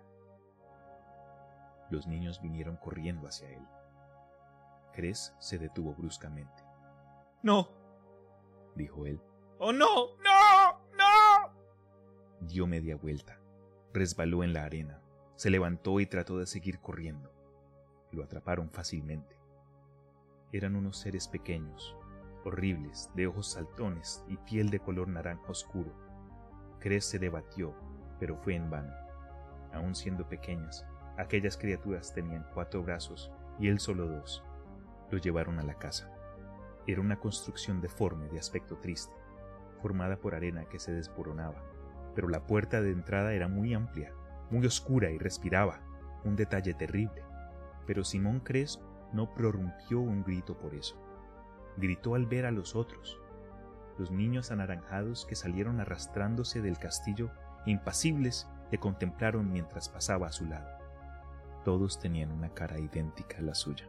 Los niños vinieron corriendo hacia él. Cress se detuvo bruscamente. ¡No! Dijo él. ¡Oh, no! ¡No! ¡No! Dio media vuelta. Resbaló en la arena. Se levantó y trató de seguir corriendo. Lo atraparon fácilmente. Eran unos seres pequeños, horribles, de ojos saltones y piel de color naranja oscuro. Cress se debatió, pero fue en vano. Aun siendo pequeñas, aquellas criaturas tenían cuatro brazos y él solo dos. Lo llevaron a la casa. Era una construcción deforme de aspecto triste, formada por arena que se desmoronaba, pero la puerta de entrada era muy amplia, muy oscura y respiraba, un detalle terrible. Pero Simón Cress no prorrumpió un grito por eso. Gritó al ver a los otros, los niños anaranjados que salieron arrastrándose del castillo, impasibles, le contemplaron mientras pasaba a su lado. Todos tenían una cara idéntica a la suya.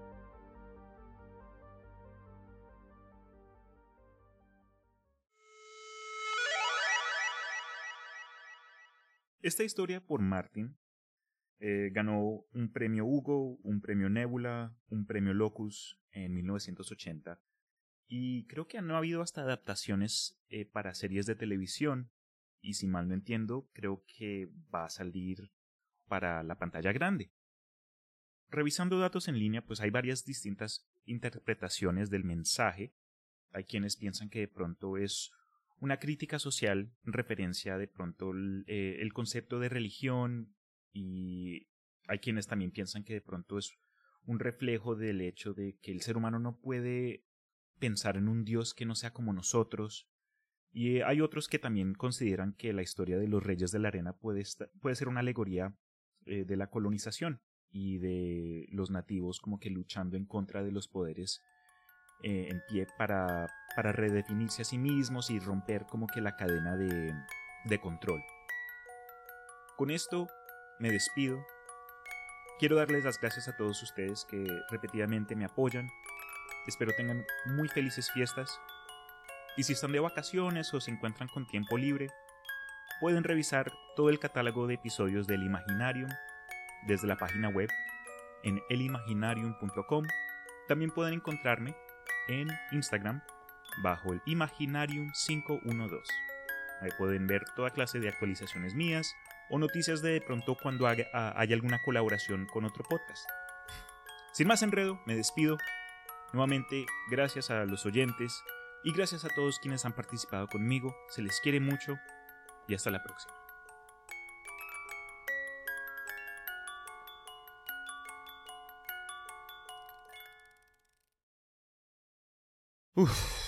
Esta historia por Martin eh, ganó un premio Hugo, un premio Nebula, un premio Locus en mil novecientos ochenta y creo que no ha habido hasta adaptaciones eh, para series de televisión y si mal no entiendo creo que va a salir para la pantalla grande. Revisando datos en línea pues hay varias distintas interpretaciones del mensaje. Hay quienes piensan que de pronto es una crítica social en referencia de pronto el, eh, el concepto de religión y hay quienes también piensan que de pronto es un reflejo del hecho de que el ser humano no puede pensar en un Dios que no sea como nosotros y eh, hay otros que también consideran que la historia de los Reyes de la Arena puede, estar, puede ser una alegoría eh, de la colonización y de los nativos como que luchando en contra de los poderes eh, en pie para, para redefinirse a sí mismos y romper como que la cadena de, de control. Con esto me despido. Quiero darles las gracias a todos ustedes que repetidamente me apoyan. Espero tengan muy felices fiestas. Y si están de vacaciones o se encuentran con tiempo libre, pueden revisar todo el catálogo de episodios del Imaginarium desde la página web en el imaginarium punto com. También pueden encontrarme en Instagram bajo el Imaginarium cinco uno dos. Ahí pueden ver toda clase de actualizaciones mías o noticias de, de pronto cuando haya, haya alguna colaboración con otro podcast. Sin más enredo, me despido. Nuevamente, gracias a los oyentes y gracias a todos quienes han participado conmigo. Se les quiere mucho y hasta la próxima. Uf.